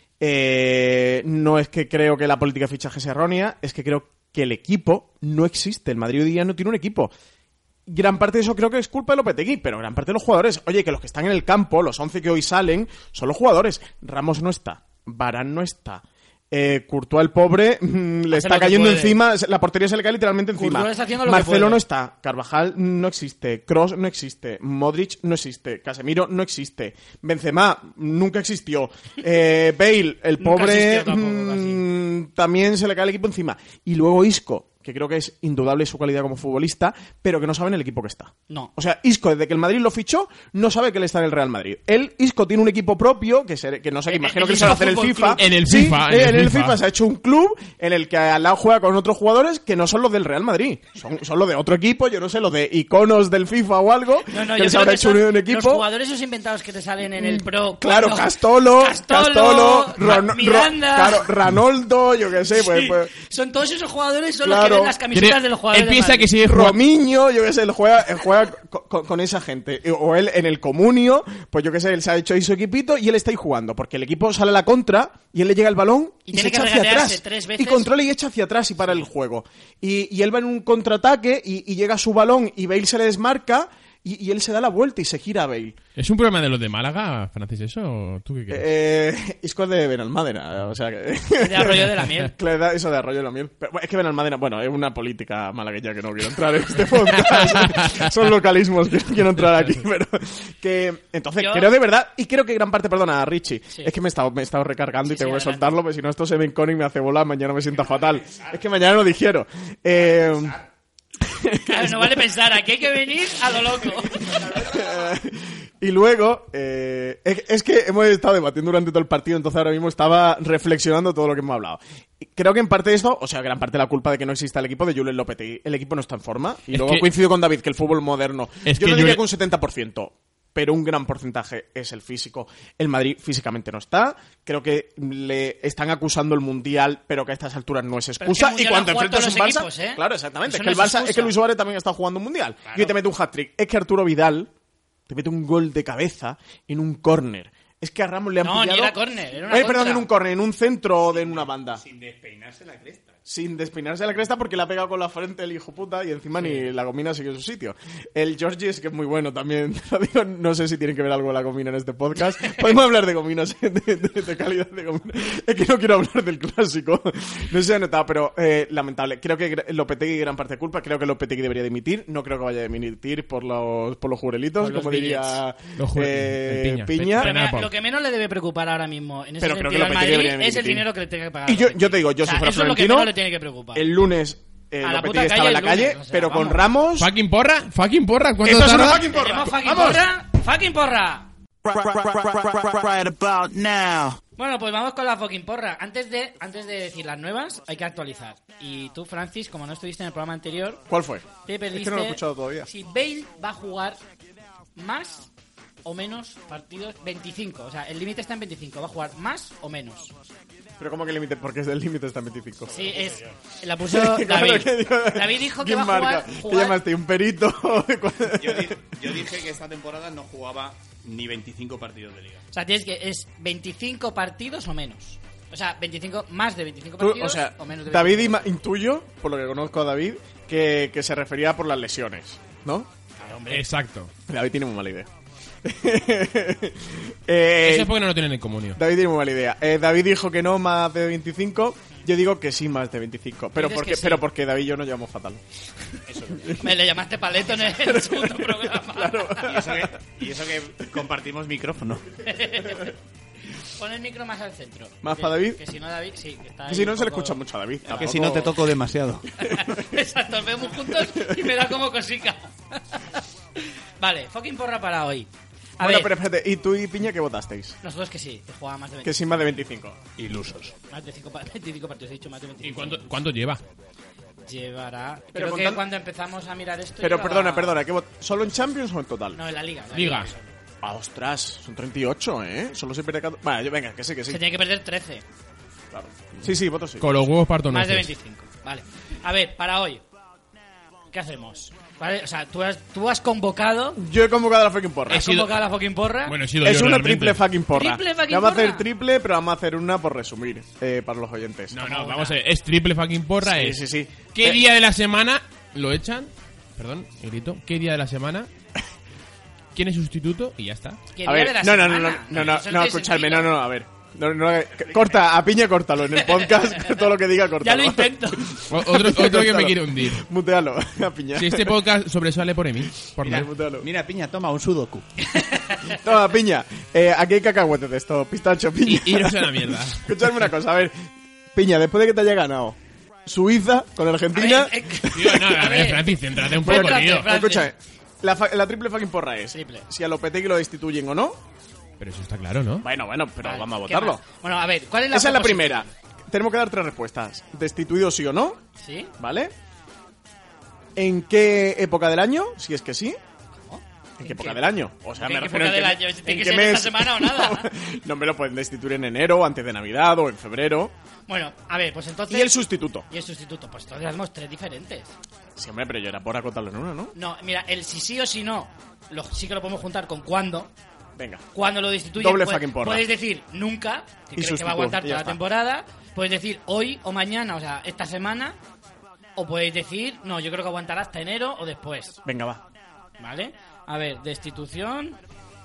S3: eh, no es que creo que la política de fichaje sea errónea, es que creo que el equipo no existe. El Madrid hoy día no tiene un equipo. Gran parte de eso creo que es culpa de Lopetegui, pero gran parte de los jugadores. Oye, que los que están en el campo, los once que hoy salen, son los jugadores. Ramos no está, Varane no está. Eh, Courtois, el pobre, mm, le
S2: Hace
S3: está
S2: lo que
S3: cayendo
S2: puede.
S3: encima, la portería se le cae literalmente encima.
S2: Courtois está haciendo lo que
S3: Marcelo
S2: puede.
S3: no está, Carvajal no existe, Kroos no existe, Modric no existe, Casemiro no existe, Benzema nunca existió, eh, Bale, el
S2: Nunca
S3: pobre,
S2: existió tampoco,
S3: mm, también se le cae el equipo encima. Y luego Isco, que creo que es indudable su calidad como futbolista, pero que no sabe en el equipo que está.
S2: No.
S3: O sea, Isco, desde que el Madrid lo fichó, no sabe que él está en el Real Madrid. Él, Isco, tiene un equipo propio, que, se, que no sé, que imagino
S2: el
S3: que se va a hacer el
S2: Isco
S3: FIFA.
S2: Fútbol Club.
S4: En el
S3: Sí,
S4: FIFA,
S3: eh,
S4: en el
S3: en el
S4: FIFA.
S3: FIFA se ha hecho un club en el que al lado juega con otros jugadores que no son los del Real Madrid. Son, son los de otro equipo, yo no sé, los de iconos del FIFA o algo,
S2: No, no,
S3: que
S2: yo
S3: les
S2: creo
S3: habrá
S2: que
S3: hecho
S2: son
S3: un equipo.
S2: los jugadores esos inventados que te salen en el Pro.
S3: Claro,
S2: cuando-
S3: Castolo,
S2: Castolo,
S3: Castolo, Ron- Ro-
S2: Miranda.
S3: claro, Ranoldo, yo qué sé, pues,
S2: Sí,
S3: pues
S2: son todos esos jugadores, son los
S3: Claro.
S2: que ven las camisetas
S4: Quiere-
S2: de los jugadores
S4: Él
S2: del
S4: piensa
S2: Madrid.
S4: que sigue jugando.
S3: Romiño, yo qué sé, él juega, él juega co- co- con, esa gente. O él en el Comunio, pues yo qué sé, él se ha hecho ahí su equipito y él está ahí jugando. Porque el equipo sale a la contra y él le llega el balón
S2: Y
S3: y,
S2: tiene
S3: se
S2: que
S3: echa hacia
S2: regatearse
S3: atrás.
S2: tres veces.
S3: Y controla y echa hacia atrás y para el juego. Y, y él va en un contraataque y, y llega a su balón y Bale se le desmarca y, y él se da la vuelta y se gira a Bale.
S4: ¿Es un problema de los de Málaga, Francis, eso? ¿O tú qué crees?
S3: Eh, Isco es de Benalmádena, o sea que...
S2: De Arroyo de la Miel.
S3: Que le da eso de Arroyo de la Miel. Pero, bueno, es que Benalmádena, bueno, es una política malagueña que no quiero entrar en este podcast. Son localismos que no quiero entrar aquí, pero que... Entonces,
S2: Yo-
S3: creo de verdad, y creo que gran parte, perdona, Richie,
S2: Sí.
S3: es que me he estado, me he estado recargando y
S2: Sí,
S3: tengo
S2: sí,
S3: que
S2: adelante.
S3: soltarlo, porque si no esto se me encona y me hace volar, mañana me sienta fatal. Es que mañana lo digiero. Eh...
S2: Claro, no vale pensar, aquí hay que venir a lo loco.
S3: Y luego, eh, es, es que hemos estado debatiendo durante todo el partido, entonces ahora mismo estaba reflexionando todo lo que hemos hablado. Y creo que en parte de esto, o sea, gran parte de la culpa de que no exista el equipo de Julen Lopetegui. El equipo no está en forma. Y
S4: Es
S3: luego
S4: que-
S3: coincido con David que el fútbol moderno,
S4: Es
S3: yo
S4: que
S3: no diría
S4: Julen-
S3: que un setenta por ciento, pero un gran porcentaje es el físico. El Madrid físicamente no está. Creo que le están acusando el Mundial, pero que a estas alturas no es
S2: Pero es que
S3: excusa.
S2: el Mundial
S3: y cuando
S2: han jugado
S3: enfrentas un
S2: todos
S3: Barça...
S2: los equipos, ¿eh?
S3: Claro, exactamente.
S2: Eso
S3: Es
S2: no
S3: que el
S2: es
S3: Barça, es
S2: excusa.
S3: que Luis Suárez también está jugando un Mundial. Y hoy te mete un hat-trick. Es que Arturo Vidal te mete un gol de cabeza en un córner. Es que a Ramos le han
S2: No, ni
S3: pillado...
S2: era córner, era una
S3: Eh, perdón,
S2: contra.
S3: en un córner, en un centro o de en una banda.
S5: Sin despeinarse la cresta.
S3: Sin despeinarse la cresta porque le ha pegado con la frente el hijo puta y encima ni la gomina sigue en su sitio. El Georgie es que es muy bueno también. Lo digo, no sé si tiene que ver algo la gomina en este podcast. Podemos hablar de gominas, de, de- de calidad de gomina. Es que no quiero hablar del clásico. No se ha notado, pero eh, lamentable. Creo que Lopetegui gran parte de culpa. Creo que Lopetegui debería dimitir. No creo que vaya a dimitir por los, por los jurelitos,
S2: Por los
S3: como diría
S4: Los jure-
S3: eh,
S4: Piña.
S3: Piña.
S2: Pero mira,
S4: Penal.
S2: lo que menos le debe preocupar ahora mismo en ese
S3: Pero creo que
S2: sentido al
S3: Lopetegui
S2: Madrid
S3: debería
S2: es el
S3: dimitir.
S2: dinero que le tiene que pagar.
S3: Y yo,
S2: Lopetegui.
S3: yo te digo, yo
S2: O sea,
S3: si fuera
S2: eso es lo que
S3: Florentino,
S2: menos le tiene que preocupar.
S3: el lunes eh,
S2: A la
S3: Lopetegui
S2: puta
S3: estaba en la
S2: calle el
S3: calle,
S2: lunes, o sea,
S3: pero con
S2: vamos.
S3: Ramos...
S4: ¿Fucking porra? ¿Fucking porra? ¿Cuánto
S3: ¡Esto es una
S4: tarda?
S3: fucking porra!
S2: ¿Tenemos fucking
S3: ¡Vamos!
S2: porra? ¡Fucking porra!
S6: Right about now.
S2: Bueno, pues vamos con la fucking porra. Antes de, antes de decir las nuevas, hay que actualizar. Y tú, Francis, como no estuviste en el programa anterior,
S3: ¿Cuál fue?
S2: te perdiste
S3: Es que no lo he escuchado todavía.
S2: si Bale va a jugar más o menos partidos. Veinticinco, o sea, el límite está en veinticinco. ¿Va a jugar más o menos?
S3: Pero ¿cómo que límite? Porque es del límite está en veinticinco.
S2: Sí, es. La puso
S3: Claro
S2: David.
S3: que digo,
S2: David dijo que
S3: ¿quién
S2: va a
S3: marca?
S2: jugar.
S3: ¿Qué
S2: jugar-
S3: llamaste? ¿Un perito?
S5: Yo dije, yo dije que esta temporada no jugaba ni veinticinco partidos de liga.
S2: O sea, tienes que. Es veinticinco partidos o menos. O sea, veinticinco, más de veinticinco
S3: Tú,
S2: partidos
S3: o sea,
S2: o menos de
S3: David
S2: veinticinco.
S3: ima- intuyo, por lo que conozco a David, que, que se refería por las lesiones, ¿no?
S2: Claro, hombre.
S4: Exacto.
S3: David tiene muy mala idea. Eh,
S4: Eso es porque no lo tienen en comunio.
S3: David tiene muy mala idea. Eh, David dijo que no más de veinticinco. Yo digo que sí más de veinticinco. Pero
S2: Dices
S3: porque,
S2: que sí.
S3: pero porque David y yo nos llevamos fatal.
S2: Me le llamaste paleto en el segundo programa.
S5: Y eso que, y eso que compartimos micrófono.
S2: Pon el micro más al centro.
S3: ¿Más
S2: Que-
S3: para David?
S2: Que si no, David, sí. Que está
S3: Que
S2: ahí
S3: si no
S2: un
S3: se le
S2: poco-
S3: escucha mucho a David.
S5: Que si no te toco demasiado.
S2: Exacto, nos vemos juntos y me da como cosica. Vale, fucking porra para hoy. A
S3: Bueno,
S2: ver,
S3: pero espérate, ¿y tú y Piña qué votasteis?
S2: nosotros que sí, que jugaba más de
S3: Que
S2: veinticinco.
S3: sí más de veinticinco.
S5: Ilusos.
S2: Más de cinco pa- veinticinco partidos, he dicho más de veinticinco.
S4: ¿Y cuánto, cuánto lleva?
S2: Llevará.
S3: Pero
S2: Creo que
S3: contan-
S2: cuando empezamos a mirar esto.
S3: Pero
S2: llevaba-
S3: perdona, perdona, ¿qué vot- ¿solo en Champions o en total?
S2: No, en la liga. en la
S4: Liga.
S2: liga solo.
S3: Ah, ostras, son treinta y ocho, ¿eh? Solo se pierde cada... Vale, yo, venga, que sí, que sí.
S2: Se tiene que perder trece.
S3: Claro. Sí, sí, voto sí.
S4: Con los huevos parto
S2: Más de
S4: nueces.
S2: veinticinco. Vale. A ver, para hoy. ¿Qué hacemos? ¿Vale? O sea, tú has, tú has convocado.
S3: Yo he convocado a la fucking porra.
S2: ¿Has
S4: sido-
S2: convocado a la fucking porra?
S4: Bueno, he sido
S3: Es
S4: yo
S3: una
S4: realmente.
S3: triple fucking porra.
S2: ¿Triple fucking
S3: vamos a
S2: porra?
S3: hacer triple, pero vamos a hacer una por resumir, eh, para los oyentes.
S4: No, no, vamos a ver. Es triple fucking porra.
S3: Sí,
S4: es
S3: sí, sí.
S4: ¿Qué
S3: Eh,
S4: día de la semana lo echan? Perdón, el grito. ¿Qué día de la semana? ¿Quién es sustituto? Y ya está.
S2: ¿Qué
S3: A
S2: día
S3: ver,
S2: de la
S3: no, no, no,
S2: semana?
S3: no, no, no,
S2: Eso
S3: no,
S2: tiene
S3: escuchadme,
S2: sentido.
S3: no, no, a ver. No, no, eh, corta, a Piña córtalo en el podcast, todo lo que diga
S2: Ya
S3: córtalo.
S2: lo intento.
S4: O- otro, otro que me
S3: Córtalo.
S4: quiere hundir.
S3: Mutealo, a Piña.
S4: Si este podcast sobresale por mí. Por
S3: Mira,
S4: mí.
S3: mutealo.
S5: Mira, Piña, toma un sudoku.
S3: Toma, Piña, eh, aquí hay cacahuetes de esto, pistacho, Piña.
S4: Y, y no sea la mierda.
S3: Escuchadme una cosa, a ver. Piña, después de que te haya ganado Suiza con Argentina.
S2: A ver, eh,
S4: Tío, no, a
S2: A
S4: ver,
S2: ver.
S4: Francis, céntrate un
S3: Bueno,
S4: poco,
S2: céntrate,
S4: tío.
S2: Francis.
S3: Escúchame, la, fa- la triple fucking porra es
S2: Triple.
S3: si a Lopetegui lo destituyen o no.
S4: Pero eso está claro, ¿no?
S3: Bueno, bueno, pero
S2: vale,
S3: vamos a
S2: ¿qué
S3: votarlo.
S2: más? Bueno, a ver, ¿cuál es la
S3: Esa es la
S2: proposición?
S3: primera. Tenemos que dar tres respuestas. Destituido sí o no,
S2: ¿Sí?
S3: ¿vale? ¿En qué época del año? Si es que sí. ¿En qué época
S2: qué?
S3: del año? O sea,
S2: ¿En
S3: me
S2: qué
S3: refiero
S2: época
S3: en
S2: del
S3: qué-
S2: año? ¿Tiene
S3: ¿en
S2: que
S3: qué
S2: ser
S3: mes?
S2: esta semana o nada?
S3: No me lo pueden destituir en enero, antes de Navidad o en febrero.
S2: Bueno, a ver, pues entonces...
S3: Y el sustituto.
S2: Y el sustituto, pues entonces hacemos tres diferentes.
S3: Sí, hombre, pero yo era por acotarlo en una, ¿no?
S2: No, mira, el si sí o si no, lo, sí que lo podemos juntar con cuándo.
S3: Venga.
S2: Cuando lo destituyen,
S3: Doble
S2: puede-
S3: fucking porra.
S2: puedes decir nunca, que
S3: Y
S2: crees que va
S3: sustituto,
S2: a aguantar
S3: y ya
S2: toda la
S3: está.
S2: temporada. Puedes decir hoy o mañana, o sea, esta semana. O puedes decir, no, yo creo que aguantará hasta enero o después.
S3: Venga, va.
S2: ¿Vale? A ver, destitución.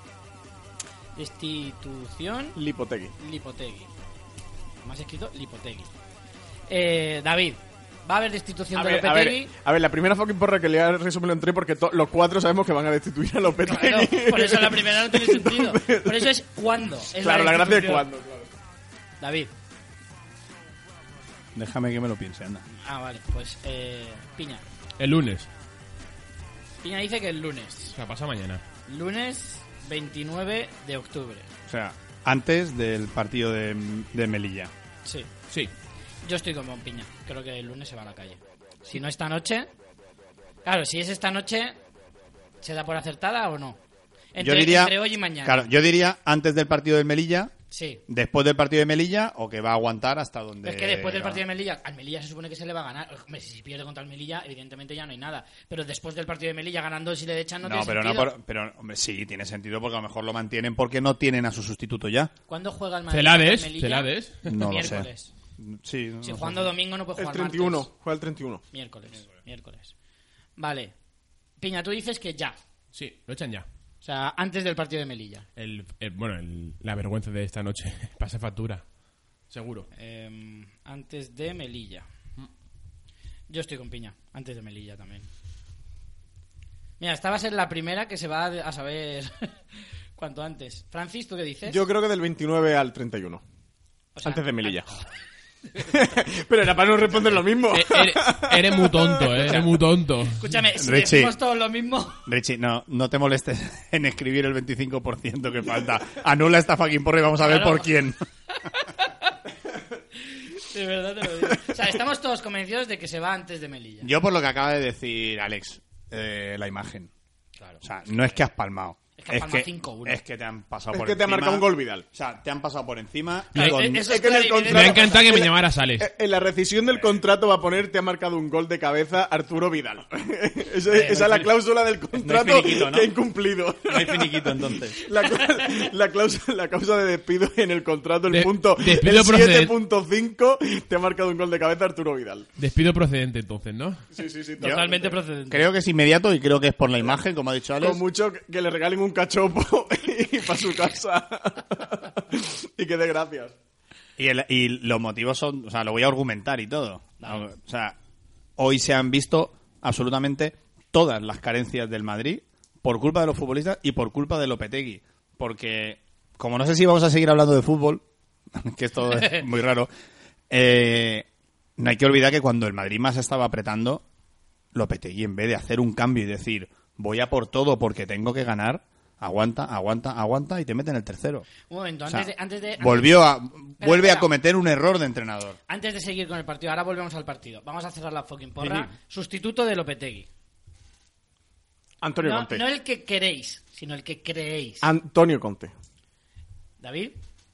S2: Destitución.
S3: Lipotegui.
S2: Lipotegui. ¿Me has escrito? Lipotegui. Eh, David, ¿va a haber destitución
S3: A
S2: de
S3: ver, a
S2: Lopetegui?
S3: ver, a ver, la primera fucking porra que le ha resumido en tres porque to- los cuatro sabemos que van a destituir a Lopetegui.
S2: Claro, por eso la primera no tiene sentido. Por eso es cuándo. Es
S3: Claro, la gracia es
S2: destitución.
S3: cuándo, claro.
S2: David.
S5: Déjame que me lo piense, anda.
S2: Ah, vale, pues eh, Piña.
S4: El lunes.
S2: Piña dice que el lunes.
S4: O sea, pasa mañana.
S2: Lunes veintinueve de octubre.
S5: O sea, antes del partido de, de Melilla.
S2: Sí.
S4: Sí.
S2: Yo estoy con Piña. Creo que el lunes se va a la calle. Si no esta noche... Claro, si es esta noche, ¿se da por acertada o no? Entre,
S5: yo diría,
S2: entre hoy y mañana.
S5: Claro, yo diría antes del partido de Melilla,
S2: Sí.
S5: después del partido de Melilla, o que va a aguantar hasta donde...
S2: Es que después del partido de Melilla, al Melilla se supone que se le va a ganar. Hombre, si pierde contra el Melilla, evidentemente ya no hay nada. Pero después del partido de Melilla ganando, si le echan, no,
S5: No,
S2: tiene
S5: pero no
S2: sentido.
S5: por- pero hombre, sí, tiene sentido porque a lo mejor lo mantienen porque no tienen a su sustituto ya.
S2: ¿Cuándo juega el Madrid?
S4: Celades,
S2: contra el Melilla?
S4: Celades.
S5: No lo sé.
S2: Miércoles.
S5: Sí, no
S2: Si
S5: sé.
S2: jugando domingo no puede
S3: El
S2: jugar
S3: treinta y uno,
S2: martes.
S3: juega el treinta y uno.
S2: Miércoles. Miércoles. Vale. Piña, tú dices que ya.
S4: Sí, lo echan ya.
S2: O sea, antes del partido de Melilla.
S4: El, el- bueno, el- la vergüenza de esta noche. Pasa factura. Seguro.
S2: Eh, antes de Melilla. Yo estoy con Piña. Antes de Melilla también. Mira, esta va a ser la primera que se va a saber cuanto antes. Francis, ¿tú qué dices?
S3: Yo creo que del veintinueve al treinta y uno.
S2: O sea,
S3: Antes de Melilla. Pero era para no responder lo mismo.
S4: Eh, eres, eres muy tonto, eh, eres muy tonto.
S2: Escúchame, si
S5: Richie.
S2: decimos todos lo mismo...
S5: Richie, no, no te molestes en escribir el veinticinco por ciento que falta. Anula esta fucking porra y vamos a ver
S2: Claro.
S5: por quién.
S2: De verdad te lo digo. O sea, estamos todos convencidos de que se va antes de Melilla.
S5: Yo por lo que acaba de decir Alex, eh, la imagen.
S2: Claro.
S5: O sea, no es que has palmado.
S2: Es que has palmado cinco uno.
S5: es que te han pasado
S3: Es
S5: por
S3: que te ha
S5: encima.
S3: marcado un gol Vidal.
S5: O sea, te han pasado por encima.
S2: Claro,
S5: con-
S2: eso
S3: es que en el
S2: claro,
S3: contrato-
S4: Me ha encantado que me
S3: En la-
S4: llamaras Alex.
S3: Eh, En la rescisión del contrato va a poner te ha marcado un gol de cabeza Arturo Vidal. esa esa es la cláusula del contrato
S5: finiquito, ¿no?
S3: que ha incumplido.
S5: No hay finiquito entonces.
S3: La, cla- la cláusula, la causa de despido en el contrato, el
S4: De-
S3: punto
S4: despido
S3: el
S4: procedente.
S3: siete punto cinco, te ha marcado un gol de cabeza Arturo Vidal.
S4: Despido procedente entonces, ¿no?
S3: Sí, sí, sí.
S2: Totalmente procedente.
S5: Creo que es inmediato y creo que es por la imagen, como ha dicho Alex.
S3: Con mucho que que le regalen un cachopo y para su casa. y que dé gracias.
S5: Y, el- y los motivos son, o sea, lo voy a argumentar y todo. O sea, hoy se han visto absolutamente todas las carencias del Madrid por culpa de los futbolistas y por culpa de Lopetegui. Porque, como no sé si vamos a seguir hablando de fútbol, que esto es muy raro, eh, no hay que olvidar que cuando el Madrid más estaba apretando, Lopetegui, en vez de hacer un cambio y decir, voy a por todo porque tengo que ganar, aguanta, aguanta, aguanta y te meten el tercero.
S2: Un momento,
S5: O sea,
S2: antes de... Antes de antes-
S5: volvió a, vuelve
S2: espera.
S5: a cometer un error de entrenador.
S2: Antes de seguir con el partido, ahora volvemos al partido. Vamos a cerrar la fucking porra. Sustituto de Lopetegui.
S3: Antonio
S2: No,
S3: Conte.
S2: no el que queréis, sino el que creéis.
S3: Antonio Conte.
S2: David,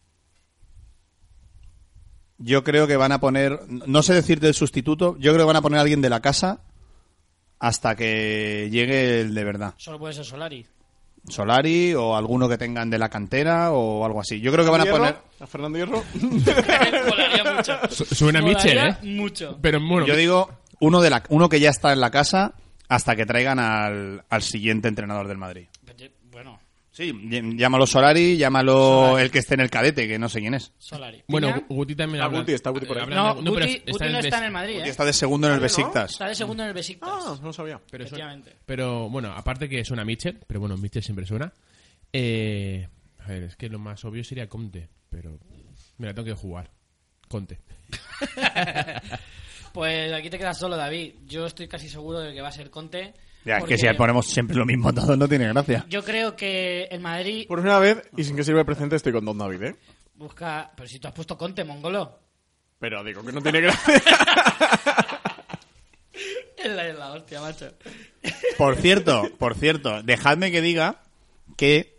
S5: Yo creo que van a poner, no sé decirte el sustituto, yo creo que van a poner a alguien de la casa hasta que llegue el de verdad.
S2: solo puede ser Solari.
S5: Solari o alguno que tengan de la cantera o algo así. Yo creo que van a
S3: Hierro,
S5: poner...
S3: a Fernando Hierro.
S2: Molaría mucho.
S4: Su- Suena Mitchell,
S2: Molaría
S4: ¿eh?
S2: mucho.
S4: Pero bueno,
S5: Yo digo uno, de la, uno que ya está en la casa hasta que traigan al, al siguiente entrenador del Madrid.
S2: Bueno,
S5: Sí, ll- llámalo Solari, llámalo el que esté en el cadete, que no sé quién es.
S2: Solari.
S4: bueno,
S2: Piña,
S4: Guti también
S3: Ah,
S4: habla.
S3: Guti, está Guti por ahí.
S4: habla-
S2: no,
S4: pero
S2: Guti,
S4: está
S2: Guti
S4: en
S2: no
S4: el
S2: está en
S4: Bes-
S2: el Madrid,
S5: Y
S2: ¿eh?
S5: está de segundo en el
S3: ¿no?
S5: Besiktas.
S2: Está de segundo en el Besiktas.
S3: Ah, no lo sabía.
S4: Pero, eso-
S2: Efectivamente.
S4: pero bueno, aparte que suena Mitchell, pero bueno, Mitchell siempre suena. Eh, a ver, es que lo más obvio sería Conte, pero me la tengo que jugar. Conte.
S2: Pues aquí te quedas solo, David. Yo estoy casi seguro de que va a ser Conte.
S5: Ya, es
S2: porque
S5: que si ponemos siempre lo mismo todos no tiene gracia.
S2: Yo creo que el Madrid
S3: Por una vez, y sin que sirva el presente, estoy con Don David, ¿eh?
S2: busca... Pero si tú has puesto Conte, mongolo.
S3: Pero digo que no tiene gracia.
S2: Es la, es la hostia, macho.
S5: Por cierto, por cierto, dejadme que diga que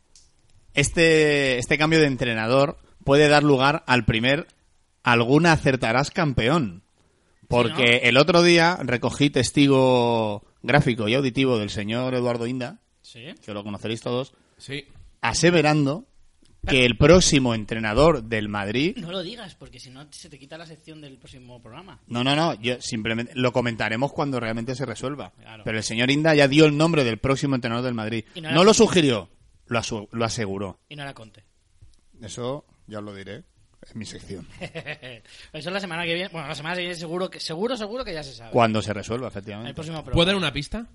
S5: este, este cambio de entrenador puede dar lugar al primer alguna acertarás campeón. Porque
S2: Sí, ¿no?
S5: el otro día recogí testigo gráfico y auditivo del señor Eduardo Inda,
S2: Sí.
S5: que lo conoceréis todos,
S4: Sí.
S5: aseverando que el próximo entrenador del Madrid...
S2: No lo digas, porque si no se te quita la sección del próximo programa.
S5: No, no, no, yo simplemente lo comentaremos cuando realmente se resuelva.
S2: Claro.
S5: Pero el señor Inda ya dio el nombre del próximo entrenador del Madrid.
S2: Y
S5: No,
S2: no era-
S5: lo sugirió, lo, asu- lo aseguró.
S2: Y no era Conte.
S5: Eso ya os lo diré en mi sección.
S2: Eso es la semana que viene. Bueno, la semana que viene seguro, que, seguro, seguro que ya se sabe.
S5: Cuando se resuelva,
S2: El
S5: efectivamente.
S2: próximo programa.
S4: ¿Puedo dar una pista?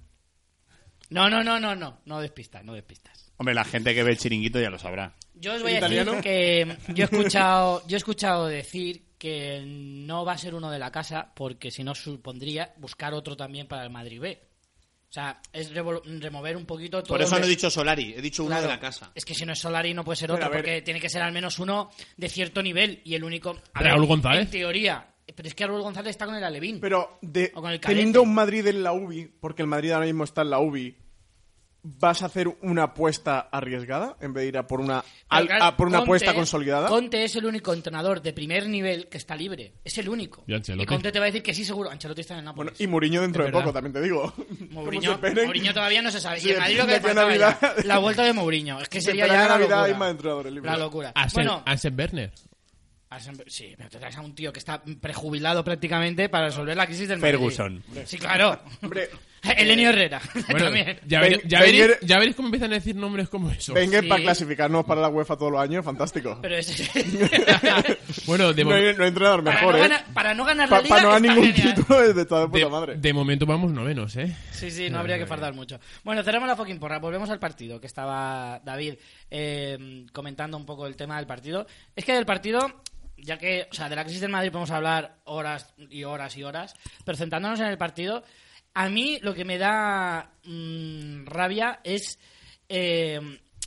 S2: No, no, no, no, no. No despistas, no despistas.
S5: Hombre, la gente que ve el chiringuito ya lo sabrá.
S2: Yo os voy a
S3: ¿Italiano?
S2: decir que yo he escuchado, yo he escuchado decir que no va a ser uno de la casa porque si no supondría buscar otro también para el Madrid B. O sea, es revol- remover un poquito todo.
S5: Por eso
S2: el-
S5: no he dicho Solari, he dicho uno
S2: Claro,
S5: de la casa.
S2: Es que si no es Solari no puede ser
S3: Pero,
S2: otro
S3: a ver.
S2: porque tiene que ser al menos uno de cierto nivel y el único... a
S4: Raúl
S2: ver,
S4: González.
S2: En teoría. Pero es que Raúl González está con el Alevín.
S3: Pero de,
S2: O con el
S3: teniendo
S2: Calete.
S3: un Madrid en la U B I, porque el Madrid ahora mismo está en la U B I, ¿vas a hacer una apuesta arriesgada en vez de ir a por una,
S2: Pero
S3: al-
S2: claro,
S3: a por una
S2: Conte-
S3: apuesta consolidada?
S2: Conte es el único entrenador de primer nivel que está libre. Es el único.
S4: Y Ancelotti.
S2: Conte te va a decir que sí, seguro. Ancelotti está en el
S3: Bueno,
S2: Nápoles.
S3: y Mourinho dentro
S4: Es
S3: de
S4: verdad.
S3: poco, también te digo. ¿Cómo
S2: Mourinho,
S3: se esperen?
S2: Mourinho todavía no se sabe.
S3: Sí,
S2: y el Madrid lo
S3: de
S2: que
S3: aquí a
S2: faltaba ya,
S3: Navidad.
S2: la vuelta de Mourinho. Es que
S3: Se
S2: sería
S3: esperan
S2: ya
S3: a
S2: la
S3: Navidad
S2: locura.
S3: hay más entrenadores libres.
S2: La locura.
S4: Arsen,
S2: Bueno,
S4: Arsen Werner.
S2: Arsen- sí, pero te traes a un tío que está prejubilado prácticamente para resolver la crisis del Madrid.
S5: Ferguson.
S2: Sí, claro.
S3: Hombre,
S2: Elenio Herrera.
S4: Bueno,
S2: también.
S4: ya, vere- ya,
S3: Wenger-
S4: veréis, ya veréis cómo empiezan a decir nombres como eso.
S3: Wenger
S2: Sí.
S3: para clasificarnos para la UEFA todos los años, fantástico.
S2: Pero es...
S4: Bueno, de,
S3: No
S4: mo-
S3: hay, no hay entrenador
S2: para,
S3: mejor,
S2: no
S3: ¿eh?
S2: ganar, para no ganar
S3: Pa-
S2: la
S3: Para
S2: liga
S3: no ganar
S2: está
S3: ningún
S2: genial.
S3: título es de toda de puta
S4: de,
S3: madre.
S4: de momento vamos novenos, ¿eh?
S2: Sí, sí, no habría que fardar mucho. Bueno, cerramos la fucking porra. Volvemos al partido, que estaba David eh, comentando un poco el tema del partido. Es que del partido, ya que, o sea, de la crisis del Madrid podemos hablar horas y horas y horas, pero centrándonos en el partido, a mí lo que me da mm, rabia es... eh,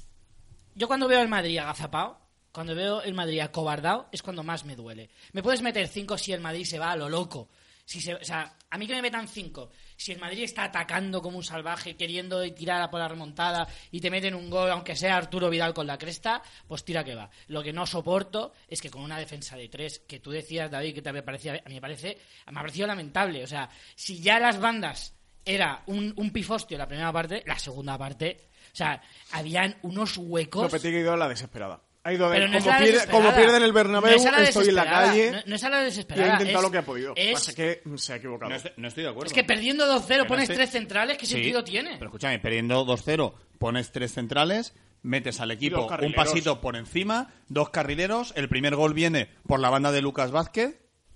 S2: yo cuando veo el Madrid agazapado, cuando veo el Madrid acobardado, es cuando más me duele. Me puedes meter cinco si el Madrid se va a lo loco. Si se, o sea, a mí que me metan cinco. Si el Madrid está atacando como un salvaje, queriendo tirar a por la remontada y te meten un gol, aunque sea Arturo Vidal con la cresta, pues tira que va. Lo que no soporto es que con una defensa de tres, que tú decías, David, que te parecía, a mí me parece, me ha parecido lamentable. O sea, si ya las bandas era un, un pifostio la primera parte, la segunda parte, o sea, habían unos huecos.
S3: Lopetegui ha ido a la desesperada. Ha ido de,
S2: Pero no es
S3: como,
S2: la
S3: pierde,
S2: desesperada.
S3: como pierden el Bernabéu,
S2: No es a la
S3: estoy en la
S2: desesperada.
S3: calle
S2: No, no es a la
S3: y
S2: desesperada.
S3: ha intentado
S2: es-
S3: lo que ha podido.
S2: es-
S3: Pasa que se ha equivocado.
S5: No estoy, no estoy de acuerdo.
S2: Es que perdiendo dos cero
S5: Que no
S2: pones
S5: estoy-
S2: tres centrales, ¿qué
S5: Sí,
S2: sentido tiene?
S5: Pero escúchame, perdiendo dos cero, pones tres centrales, metes al
S3: Y
S5: equipo
S3: dos
S5: un
S3: carrileros.
S5: pasito por encima, dos carrileros, el primer gol viene por la banda de Lucas Vázquez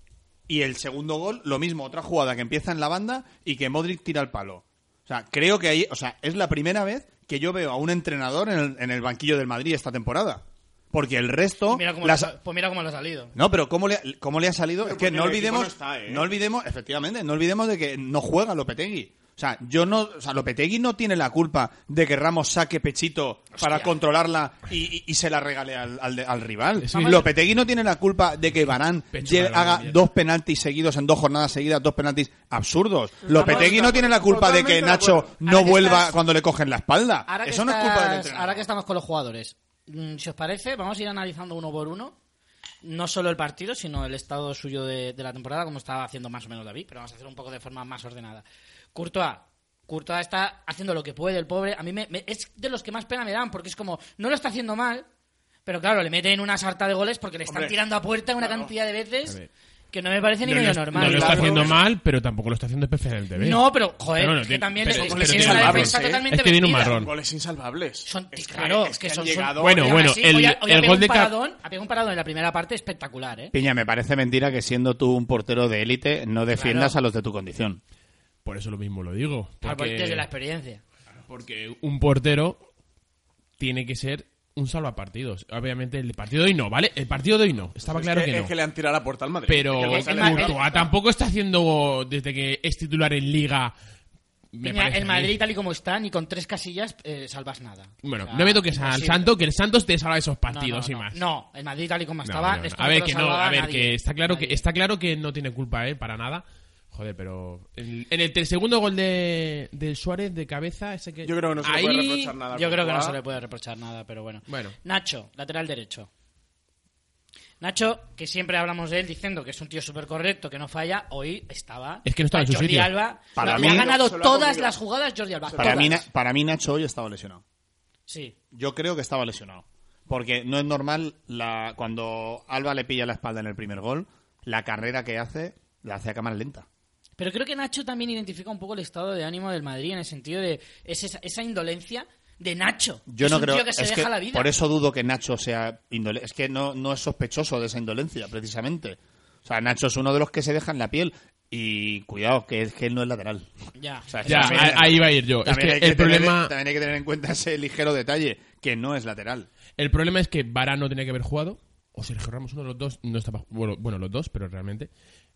S5: y el segundo gol, lo mismo, otra jugada que empieza en la banda y que Modric tira el palo. O sea, creo que ahí, o sea, es la primera vez que yo veo a un entrenador en el, en el banquillo del Madrid esta temporada. Porque el resto...
S2: Y mira cómo
S5: las-
S2: le ha- pues mira cómo le ha salido.
S5: No, pero ¿cómo le, cómo le ha salido?
S3: Pero
S5: Es que
S3: porque
S5: no
S3: el equipo
S5: olvidemos,
S3: no está, ¿eh?
S5: no olvidemos, efectivamente, no olvidemos de que no juega Lopetegui. O sea, yo no, o sea, Lopetegui no tiene la culpa de que Ramos saque pechito para controlarla y, y- y se la regale al, al de- al rival.
S4: Sí.
S5: Lopetegui no tiene la culpa de que Varane
S4: Pecho
S5: lleve-
S4: para
S5: haga
S4: la
S5: dos penaltis seguidos en dos jornadas seguidas, dos penaltis absurdos. Lopetegui
S3: Vamos,
S5: no tiene la culpa de que
S3: totalmente de
S5: Nacho
S3: acuerdo.
S5: no
S2: Ahora que
S5: vuelva
S2: estás-
S5: cuando le cogen la espalda.
S2: Ahora que
S5: Eso no es
S2: estás-
S5: culpa del entrenador.
S2: Ahora que estamos con los jugadores, mm, si os parece, vamos a ir analizando uno por uno. No solo el partido, sino el estado suyo de, de la temporada, como estaba haciendo más o menos David, pero vamos a hacer un poco de forma más ordenada. Courtois. Courtois está haciendo lo que puede, el pobre. A mí me, me- es de los que más pena me dan, porque es como, no lo está haciendo mal, pero claro, le meten una sarta de goles porque le están
S3: Hombre,
S2: tirando a puerta una
S3: claro.
S2: cantidad de veces
S4: A ver.
S2: que no me parece ni
S4: No,
S2: medio
S4: lo,
S2: normal.
S4: no lo está
S3: Claro,
S4: haciendo
S3: eso.
S4: mal, pero tampoco lo está haciendo especialmente bien.
S2: No, pero, joder,
S4: Pero bueno,
S2: es que
S4: tiene-
S2: también
S4: pero-
S2: es,
S3: pero
S2: es que
S3: tiene
S2: es una
S3: salvables,
S2: defensa
S3: ¿eh?
S2: totalmente
S4: Es que tiene un
S2: vendida.
S4: marrón.
S3: Goles insalvables.
S2: Son,
S3: Es que-
S2: claro,
S3: es
S2: es que
S3: que
S2: son,
S3: han
S2: son-
S3: llegado-
S4: Bueno,
S2: y aún
S4: bueno,
S2: así,
S4: el-
S2: hoy ha- hoy ha
S4: el
S2: pegado
S4: gol
S2: un
S4: de Cap-
S2: paradón, ha pegado un paradón en la primera parte espectacular, ¿eh?
S5: Piña, me parece mentira que siendo tú un portero de élite no defiendas
S2: Claro.
S5: a los de tu condición.
S4: Por eso lo mismo lo digo.
S2: Claro,
S4: Porque,
S2: Desde la experiencia.
S4: porque un portero tiene que ser un salvapartidos. Obviamente el partido de hoy no, ¿vale? El partido de hoy no. Estaba
S3: Es
S4: claro
S3: que,
S4: que,
S3: es
S4: no.
S3: que le han tirado la puerta al Madrid.
S4: Pero
S2: Es que el Madrid-
S4: Courtois tampoco está haciendo, desde que es titular en Liga... me
S2: Piña,
S4: parece
S2: el
S4: a mí.
S2: Madrid, tal y como está, ni con tres casillas eh, salvas nada.
S4: Bueno,
S2: O sea,
S4: no me toques al
S2: imposible.
S4: Santo, que el Santos te salva esos
S2: No,
S4: partidos
S2: no,
S4: y
S2: no.
S4: más.
S2: No, el Madrid, tal y como
S4: No,
S2: estaba,
S4: no, no.
S2: esto
S4: A
S2: no
S4: ver,
S2: te
S4: que
S2: lo
S4: no,
S2: salvaba
S4: a ver,
S2: nadie.
S4: que está claro que
S2: Nadie.
S4: está claro que no tiene culpa, eh, para nada. Joder, pero en, en el ter- segundo gol de, de Suárez de cabeza, ese que
S3: Yo creo que no se le
S4: ahí...
S3: puede reprochar nada. a
S2: Yo creo que no
S3: Courtois.
S2: se le puede reprochar nada, pero bueno.
S4: Bueno.
S2: Nacho, lateral derecho. Nacho, que siempre hablamos de él diciendo que es un tío súper correcto, que no falla, hoy estaba...
S4: Es que no estaba en su
S2: Jordi
S4: sitio.
S2: Alba,
S5: Para
S2: le
S5: mí-
S2: ha ganado
S3: se lo ha
S2: todas
S3: comido.
S2: las jugadas Jordi Alba.
S5: Para
S2: todas.
S5: mí, Na- para mí Nacho hoy estaba lesionado.
S2: Sí.
S5: Yo creo que estaba lesionado. Porque no es normal la cuando Alba le pilla la espalda en el primer gol, la carrera que hace la hace a cámara lenta.
S2: Pero creo que Nacho también identifica un poco el estado de ánimo del Madrid en el sentido de es esa, esa indolencia de Nacho.
S5: Yo
S2: es
S5: no
S2: un
S5: creo
S2: tío que se
S5: es
S2: deja
S5: que
S2: la vida.
S5: por eso dudo que Nacho sea indolente. Es que no, no es sospechoso de esa indolencia, precisamente. O sea, Nacho es uno de los que se dejan la piel. Y cuidado, que es que él no es lateral.
S2: Ya.
S5: O sea,
S4: Ya,
S5: también-
S4: a- ahí iba a ir yo. Es
S5: También,
S4: que
S5: hay que
S4: el
S5: tener,
S4: problema...
S5: también hay que tener en cuenta ese ligero detalle, que no es lateral.
S4: El problema es que Varane no tenía que haber jugado, o Sergio Ramos, uno de los dos, no estaba, bueno, bueno los dos, pero realmente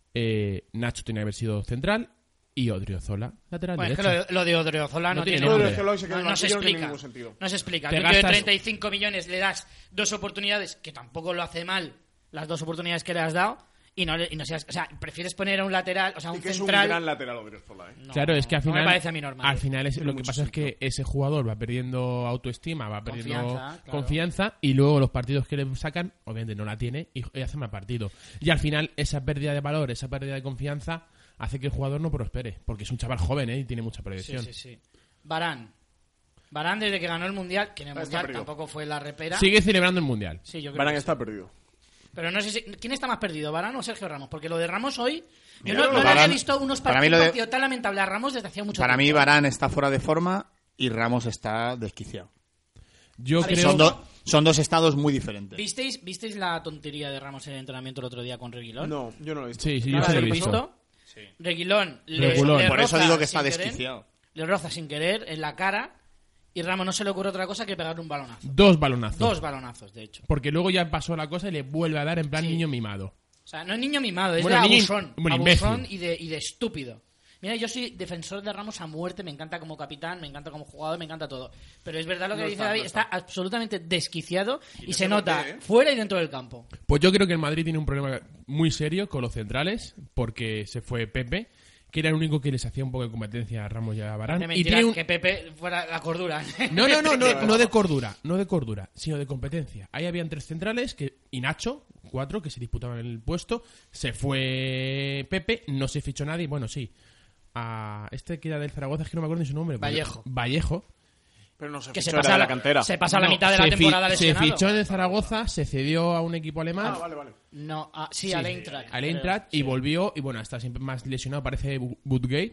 S4: eh, Nacho tenía que haber sido central y Odriozola lateral
S2: Bueno, es que
S4: derecho.
S2: lo, de- lo de Odriozola no,
S4: No
S2: tiene
S4: tiene
S2: nombre.
S4: nombre.
S3: Odriozola hoy se queda
S2: No,
S3: en el
S2: no se
S3: banquillo, no tiene
S2: explica.
S3: ningún sentido.
S2: No se explica.
S4: Te
S2: Que un tío de
S4: gastas-
S2: treinta y cinco millones le das dos oportunidades, que tampoco lo hace mal, las dos oportunidades que le has dado, y no, le- y no seas, o sea, prefieres poner a un lateral, o sea, a
S3: Y
S2: un
S3: que es un
S2: central.
S3: gran lateral Odriozola, ¿eh?
S2: No,
S4: Claro, es que al
S2: no
S4: final,
S2: me parece a mí normal.
S4: al final es, lo que
S3: mucho
S4: pasa es que ese jugador va perdiendo autoestima, va perdiendo
S2: Confianza, claro.
S4: confianza y luego los partidos que le sacan, obviamente no la tiene y, y hace mal partido. Y al final esa pérdida de valor, esa pérdida de confianza hace que el jugador no prospere, porque es un chaval joven, ¿eh? Y tiene mucha
S2: Sí,
S4: proyección.
S2: sí, sí. Varane. Varane desde que ganó el Mundial, que en el
S3: Está
S2: Mundial
S3: perdido.
S2: tampoco fue la repera.
S4: Sigue celebrando el Mundial.
S2: Sí, yo creo
S3: Varane
S2: que
S3: está
S2: sí.
S3: perdido.
S2: Pero no sé si... ¿Quién está más perdido, Varane o Sergio Ramos? Porque lo de Ramos hoy...
S5: Mira,
S2: yo no,
S5: lo
S2: no
S5: de
S2: le había
S5: Varane-
S2: visto unos
S5: para
S2: partidos
S5: mí lo de-
S2: partido tan lamentable a Ramos desde hacía mucho
S5: Para mí
S2: tiempo.
S5: Varane está fuera de forma y Ramos está desquiciado.
S4: Yo
S2: A ver,
S4: creo...
S5: Son, do- son dos estados muy diferentes.
S2: ¿Visteis, ¿Visteis la tontería de Ramos en el entrenamiento el otro día con Reguilón?
S3: No, yo no lo he visto.
S4: Sí, sí,
S2: ¿No
S4: yo
S2: la
S4: se lo he
S2: habéis
S4: visto.
S2: Reguilón le,
S4: Regulón.
S2: le
S5: Por eso
S2: roza
S5: digo que está
S2: sin querer,
S5: desquiciado.
S2: le roza sin querer en la cara y Ramos no se le ocurre otra cosa que pegarle un balonazo.
S4: Dos balonazos.
S2: Dos balonazos, de hecho.
S4: Porque luego ya pasó la cosa y le vuelve a dar en plan
S2: Sí.
S4: niño mimado.
S2: O sea, no es niño mimado, es
S4: Bueno,
S2: de
S4: niño-
S2: abusón.
S4: bueno,
S2: abusón
S4: imbécil.
S2: y de, y de estúpido. Mira, yo soy defensor de Ramos a muerte, me encanta como capitán, me encanta como jugador, me encanta todo. Pero es verdad lo que
S3: No
S2: dice
S3: está,
S2: David,
S3: no
S2: está.
S3: está.
S2: absolutamente desquiciado y,
S3: no
S2: se
S3: sé por
S2: nota
S3: qué, ¿eh?
S2: fuera y dentro del campo.
S4: Pues yo creo que el Madrid tiene un problema muy serio con los centrales, porque se fue Pepe, que era el único que les hacía un poco de competencia a Ramos y a
S2: De
S4: Varane. Y
S2: mentira
S4: tiene un...
S2: que Pepe fuera la cordura.
S4: No, no, no, no, no de cordura, no de cordura, sino de competencia. Ahí habían tres centrales que, y Nacho, cuatro, que se disputaban el puesto. Se fue Pepe, no se fichó nadie, bueno, sí. A este que era del Zaragoza, es que no me acuerdo ni su nombre.
S2: Vallejo.
S4: Vallejo.
S3: Pero no se
S2: que se
S3: fichó, era
S2: pasa,
S3: de
S2: la,
S3: la cantera.
S2: se pasa la
S4: No,
S2: mitad de la
S4: se fi-
S2: temporada
S4: Se
S2: lesionado.
S4: fichó en el Zaragoza, se cedió a un equipo alemán.
S3: Ah, vale, vale.
S2: No, ah, sí,
S4: Sí,
S2: al Eintracht.
S4: al
S2: creo,
S4: Eintracht, y
S2: sí.
S4: volvió y bueno, está siempre más lesionado, parece Bu- Woodgate,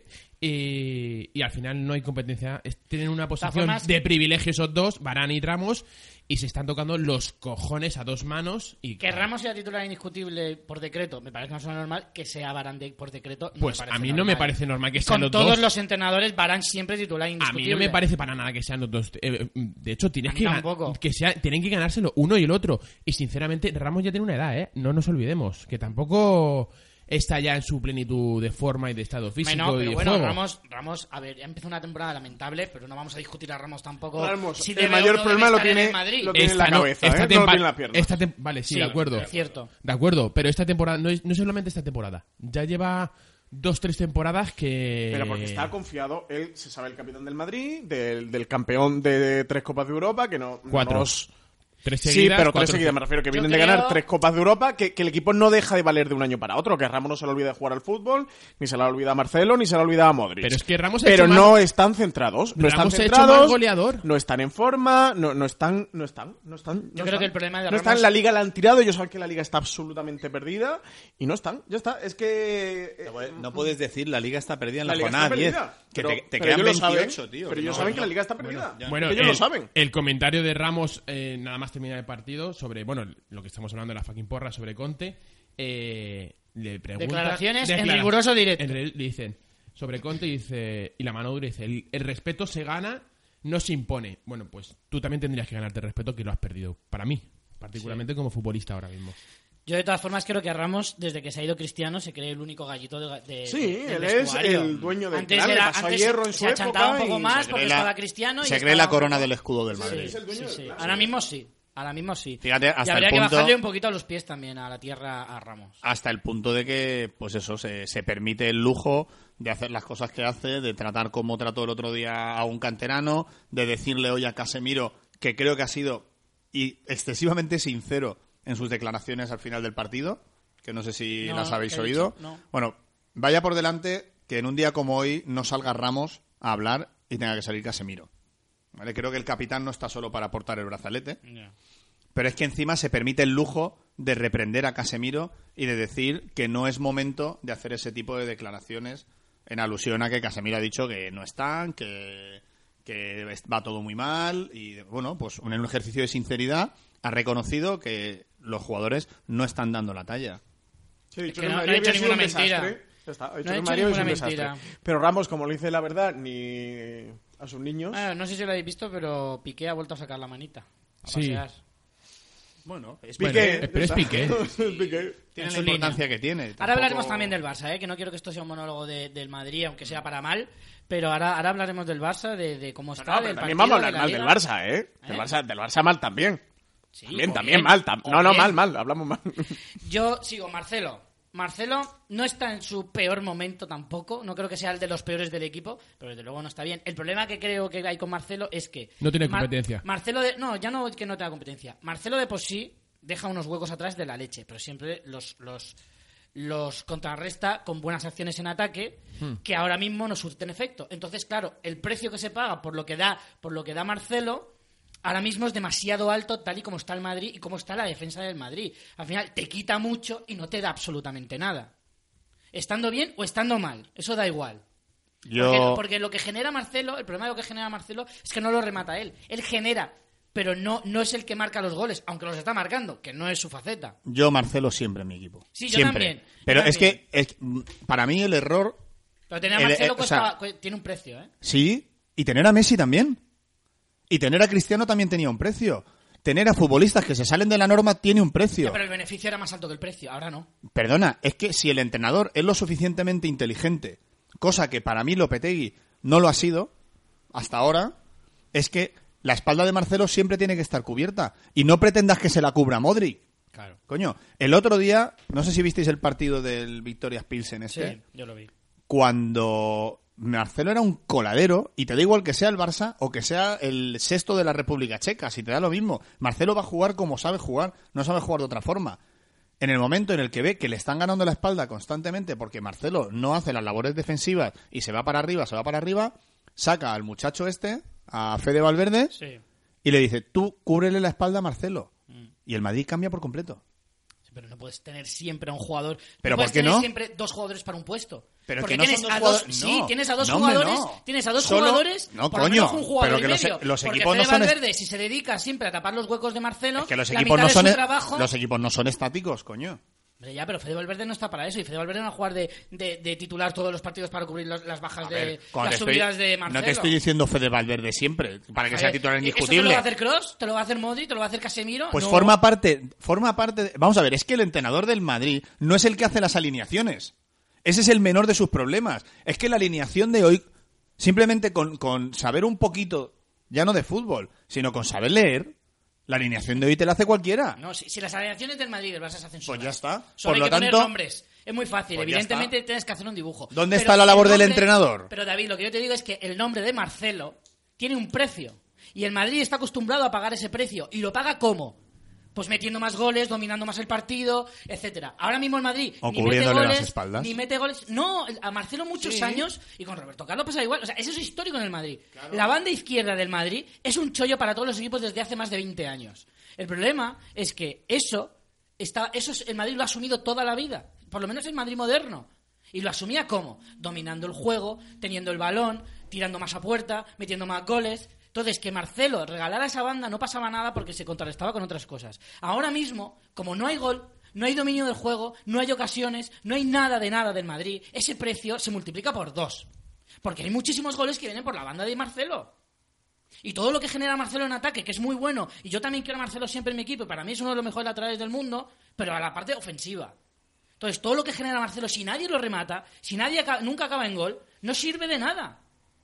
S4: y, y al final no hay competencia. Es- tienen una posición
S2: formas-
S4: de privilegio esos dos, Varane y Ramos, y se están tocando los cojones a dos manos y
S2: Que Ramos sea titular indiscutible por decreto, me parece más o menos normal. Que sea Varane de- por decreto, no
S4: pues
S2: me parece
S4: a mí
S2: normal.
S4: no me parece normal que
S2: Y
S4: sean
S2: con
S4: los
S2: todos
S4: dos.
S2: los entrenadores, Varane siempre titular
S4: A
S2: indiscutible.
S4: mí no me parece para nada que sean los dos. Eh, de hecho, tienes
S2: A mí
S4: que, gan-
S2: tampoco.
S4: que sea, tienen que ganárselo uno y el otro. Y sinceramente, Ramos ya tiene una edad, ¿eh? No nos olvidemos. Que tampoco está ya en su plenitud de forma y de estado físico
S2: Bueno,
S4: y
S2: pero
S4: de
S2: bueno,
S4: juego.
S2: Ramos, Ramos, a ver, ya empezó una temporada lamentable, pero no vamos a discutir a Ramos tampoco.
S3: Ramos,
S2: si
S3: el
S2: debe o
S3: mayor
S2: no
S3: problema
S2: debe
S3: lo
S2: estar en
S3: tiene-
S2: el Madrid.
S3: lo tiene en la
S4: Esta no-
S3: cabeza,
S4: esta
S3: ¿eh? No lo tiene en
S4: tempa-
S3: la pierna.
S4: esta tem- vale, sí,
S2: Sí,
S4: de acuerdo.
S2: es cierto.
S4: De acuerdo, pero esta temporada, no es, no es solamente esta temporada. Ya lleva dos, tres temporadas que...
S3: Pero porque está confiado, él se sabe el capitán del Madrid, del, del campeón de tres Copas de Europa, que no... no
S4: Cuatro.
S3: nos-
S4: Tres
S3: Sí,
S4: seguidas,
S3: pero tres
S4: cuatro-
S3: seguidas, me refiero, que
S2: Yo
S3: vienen de
S2: creo-
S3: ganar tres Copas de Europa, que, que el equipo no deja de valer de un año para otro, que a Ramos no se le olvida jugar al fútbol, ni se le olvida a Marcelo, ni se le olvida a Modric.
S4: Pero es que Ramos ha
S3: Pero
S4: hecho
S3: no
S4: más-
S3: están centrados, no
S4: Ramos
S3: están
S4: ha hecho
S3: centrados,
S4: más goleador.
S3: no están en forma, no, no están, no están, no están. no
S2: Yo creo
S3: están.
S2: que el problema de
S3: No
S2: Ramos-
S3: están, la liga la han tirado, ellos saben que la liga está absolutamente perdida, y no están, ya está, es que... eh,
S5: No puedes, no puedes decir la liga está perdida en la,
S3: liga
S5: jornada
S3: está
S5: diez.
S3: perdida,
S5: Que
S3: pero-
S5: te, te
S3: pero
S5: quedan
S3: ellos lo saben,
S5: veintiocho, tío.
S3: Pero ellos
S5: No,
S3: saben que
S5: no.
S3: la liga está perdida.
S5: ya.
S4: Bueno,
S3: ellos
S4: el,
S3: lo saben.
S4: el comentario de Ramos, eh, nada más terminar el partido, sobre, bueno, lo que estamos hablando de la fucking porra sobre Conte, eh, le pregunta...
S2: Declaraciones en
S4: Declara-
S2: riguroso directo.
S4: en re- le dicen, sobre Conte, dice, y la mano dura dice, el, el respeto se gana no se impone. Bueno, pues tú también tendrías que ganarte el respeto que lo has perdido. Para mí, particularmente sí. como futbolista ahora mismo.
S2: Yo, de todas formas, creo que Ramos, desde que se ha ido Cristiano, se cree el único gallito de, de
S3: Sí,
S2: de,
S3: él
S2: del
S3: es el dueño del
S2: antes
S3: clan,
S2: era,
S3: le pasó
S2: antes
S3: a Hierro en su
S2: se achantaba un poco
S3: y
S2: más
S5: se
S2: porque
S5: cree la-
S2: estaba Cristiano. y
S5: Se cree
S2: estaba
S5: la corona
S2: un poco-
S5: del escudo del
S2: Sí,
S5: Madrid.
S3: el dueño
S2: sí,
S3: del
S2: sí.
S3: clan.
S2: Ahora mismo sí. Ahora mismo sí.
S5: Fíjate, hasta
S2: y habría
S5: el
S2: que
S5: punto-
S2: bajarle un poquito a los pies también a la tierra a Ramos.
S5: Hasta el punto de que, pues eso, se, se permite el lujo de hacer las cosas que hace, de tratar como trató el otro día a un canterano, de decirle hoy a Casemiro, que creo que ha sido y excesivamente sincero en sus declaraciones al final del partido, que no sé si
S2: No,
S5: las habéis
S2: ¿qué ha
S5: oído.
S2: dicho? No.
S5: Bueno, vaya por delante que en un día como hoy no salga Ramos a hablar y tenga que salir Casemiro. ¿Vale? Creo que el capitán no está solo para aportar el brazalete,
S2: Ya.
S5: pero es que encima se permite el lujo de reprender a Casemiro y de decir que no es momento de hacer ese tipo de declaraciones en alusión a que Casemiro ha dicho que no están, que, que va todo muy mal y, bueno, pues en un ejercicio de sinceridad ha reconocido que los jugadores no están dando la talla.
S3: Sí, ha dicho
S2: que
S3: que
S2: no-
S3: el
S2: no ha
S3: Madrid
S2: dicho
S3: había sido un
S2: ninguna mentira.
S3: desastre. Ya está, ha dicho
S2: No ha
S3: que el
S2: dicho
S3: Madrid había sido un
S2: ninguna
S3: desastre.
S2: mentira.
S3: Pero Ramos, como le dice la verdad, ni a sus niños...
S2: Bueno, no sé si lo habéis visto, pero Piqué ha vuelto a sacar la manita. A
S4: Sí.
S2: pasear.
S5: Bueno, es
S4: Bueno,
S3: Piqué,
S4: eh, pero es
S3: ya
S4: Piqué.
S3: está. Es Piqué.
S5: tiene
S2: en
S5: la
S2: su
S5: importancia
S2: línea.
S5: que tiene.
S2: Ahora
S5: Tampoco-
S2: hablaremos también del Barça, ¿eh? Que no quiero que esto sea un monólogo de- del Madrid, aunque sea para mal, pero ahora, ahora hablaremos del Barça, de, de cómo
S3: No,
S2: está,
S3: no, pero
S2: del
S3: también
S2: partido,
S3: vamos a
S2: de
S3: hablar
S2: la
S3: mal
S2: Liga.
S3: del Barça, ¿eh? Del
S2: ¿Eh?
S3: Barça, del Barça mal también.
S2: Sí,
S3: También,
S2: o
S3: también
S2: bien,
S3: mal. tam-
S2: o
S3: No, no,
S2: bien.
S3: mal, mal. Hablamos mal.
S2: Yo sigo, Marcelo. Marcelo no está en su peor momento tampoco. No creo que sea el de los peores del equipo, pero desde luego no está bien. El problema que creo que hay con Marcelo es que...
S4: No tiene
S2: Mar-
S4: competencia.
S2: Marcelo de... No, ya no que no tenga competencia. Marcelo de por sí deja unos huecos atrás de la leche, pero siempre los... los los contrarresta con buenas acciones en ataque que ahora mismo no surten efecto. Entonces, claro, el precio que se paga por lo que da, por lo que da Marcelo ahora mismo es demasiado alto tal y como está el Madrid y como está la defensa del Madrid. Al final te quita mucho y no te da absolutamente nada. Estando bien o estando mal, eso da igual.
S5: Yo...
S2: Porque, porque lo que genera Marcelo, el problema de lo que genera Marcelo es que no lo remata él. Él genera, pero no, no es el que marca los goles, aunque los está marcando, que no es su faceta.
S5: Yo, Marcelo, siempre en mi equipo.
S2: Sí, yo
S5: siempre.
S2: también, yo
S5: Pero
S2: también.
S5: es que es- para mí el error...
S2: Pero tener a
S5: El-
S2: Marcelo
S5: eh, o
S2: cuesta-
S5: sea-
S2: cu- tiene un precio, ¿eh?
S5: Sí, y tener a Messi también. Y tener a Cristiano también tenía un precio. Tener a futbolistas que se salen de la norma tiene un precio.
S2: Ya, pero el beneficio era más alto que el precio, ahora no.
S5: Perdona, es que si el entrenador es lo suficientemente inteligente, cosa que para mí Lopetegui no lo ha sido hasta ahora, es que la espalda de Marcelo siempre tiene que estar cubierta. Y no pretendas que se la cubra Modric.
S2: Claro.
S5: Coño, el otro día, no sé si visteis el partido del Victoria Pilsen este,
S2: Sí, yo lo vi.
S5: cuando Marcelo era un coladero, y te da igual que sea el Barça o que sea el sexto de la República Checa, si te da lo mismo. Marcelo va a jugar como sabe jugar, no sabe jugar de otra forma. En el momento en el que ve que le están ganando la espalda constantemente porque Marcelo no hace las labores defensivas y se va para arriba, se va para arriba, saca al muchacho este, a Fede Valverde,
S2: Sí.
S5: y le dice, tú cúbrele la espalda a Marcelo. Y el Madrid cambia por completo.
S2: Sí, pero no puedes tener siempre a un jugador.
S5: ¿Pero
S2: puedes
S5: por qué
S2: tener
S5: no?
S2: siempre dos jugadores para un puesto.
S5: Pero es
S2: Porque
S5: que no
S2: tienes
S5: son dos
S2: a dos,
S5: jugadores-
S2: sí,
S5: no.
S2: tienes a dos
S5: No, hombre,
S2: jugadores,
S5: no.
S2: tienes a dos
S5: Solo-
S2: jugadores,
S5: no,
S2: por lo
S5: coño,
S2: menos un jugador
S5: pero
S2: y
S5: que los-
S2: medio.
S5: los
S2: Porque
S5: equipos
S2: Fede
S5: no son-
S2: Valverde, si se dedica siempre a tapar los huecos de Marcelo,
S5: Es que los
S2: la
S5: equipos,
S2: mitad
S5: no
S2: de
S5: son,
S2: su trabajo...
S5: los equipos no son estáticos, coño.
S2: Hombre, ya, pero Fede Valverde no está para eso. Y Fede Valverde no va a jugar de, de, de titular todos los partidos para cubrir los- las bajas
S5: A
S2: de
S5: ver, cuando
S2: las
S5: te estoy-
S2: subidas de Marcelo.
S5: No te estoy diciendo Fede Valverde siempre, para que sea titular
S2: ¿Eso te lo
S5: indiscutible.
S2: va a hacer Kroos? ¿Te lo va a hacer Modric? ¿Te lo va a hacer Casemiro?
S5: Pues
S2: No.
S5: forma parte, forma parte. de- Vamos a ver, es que el entrenador del Madrid no es el que hace las alineaciones. Ese es el menor de sus problemas. Es que la alineación de hoy, simplemente con, con saber un poquito, ya no de fútbol, sino con saber leer, la alineación de hoy te la hace cualquiera.
S2: No, si, si las alineaciones del Madrid y del Barça se hacen solas.
S5: Pues ya está.
S2: Solo
S5: Por
S2: hay
S5: lo
S2: que poner
S5: tanto-
S2: nombres. Es muy fácil.
S5: Pues ya
S2: Evidentemente
S5: está.
S2: tienes que hacer un dibujo.
S5: ¿Dónde
S2: Pero
S5: está la
S2: el
S5: labor del
S2: nombre-
S5: entrenador?
S2: Pero David, lo que yo te digo es que el nombre de Marcelo tiene un precio. Y el Madrid está acostumbrado a pagar ese precio. ¿Y lo paga cómo? Pues metiendo más goles, dominando más el partido, etcétera. Ahora mismo el Madrid
S5: O
S2: ni mete
S5: cubriéndole las
S2: goles,
S5: espaldas.
S2: ni mete goles. No, a Marcelo muchos
S5: Sí.
S2: años y con Roberto Carlos pasa igual. O sea, eso es histórico en el Madrid. La banda izquierda del Madrid es un chollo para todos los equipos desde hace más de veinte años. El problema es que eso está, eso es- el Madrid lo ha asumido toda la vida. Por lo menos el Madrid moderno. ¿Y lo asumía cómo? Dominando el juego, teniendo el balón, tirando más a puerta, metiendo más goles. Entonces, que Marcelo regalara esa banda no pasaba nada porque se contrarrestaba con otras cosas. Ahora mismo, como no hay gol, no hay dominio del juego, no hay ocasiones, no hay nada de nada del Madrid, ese precio se multiplica por dos. Porque hay muchísimos goles que vienen por la banda de Marcelo. Y todo lo que genera Marcelo en ataque, que es muy bueno, y yo también quiero a Marcelo siempre en mi equipo, y para mí es uno de los mejores laterales del mundo, pero a la parte ofensiva. Entonces, todo lo que genera Marcelo, si nadie lo remata, si nadie acaba, nunca acaba en gol, no sirve de nada.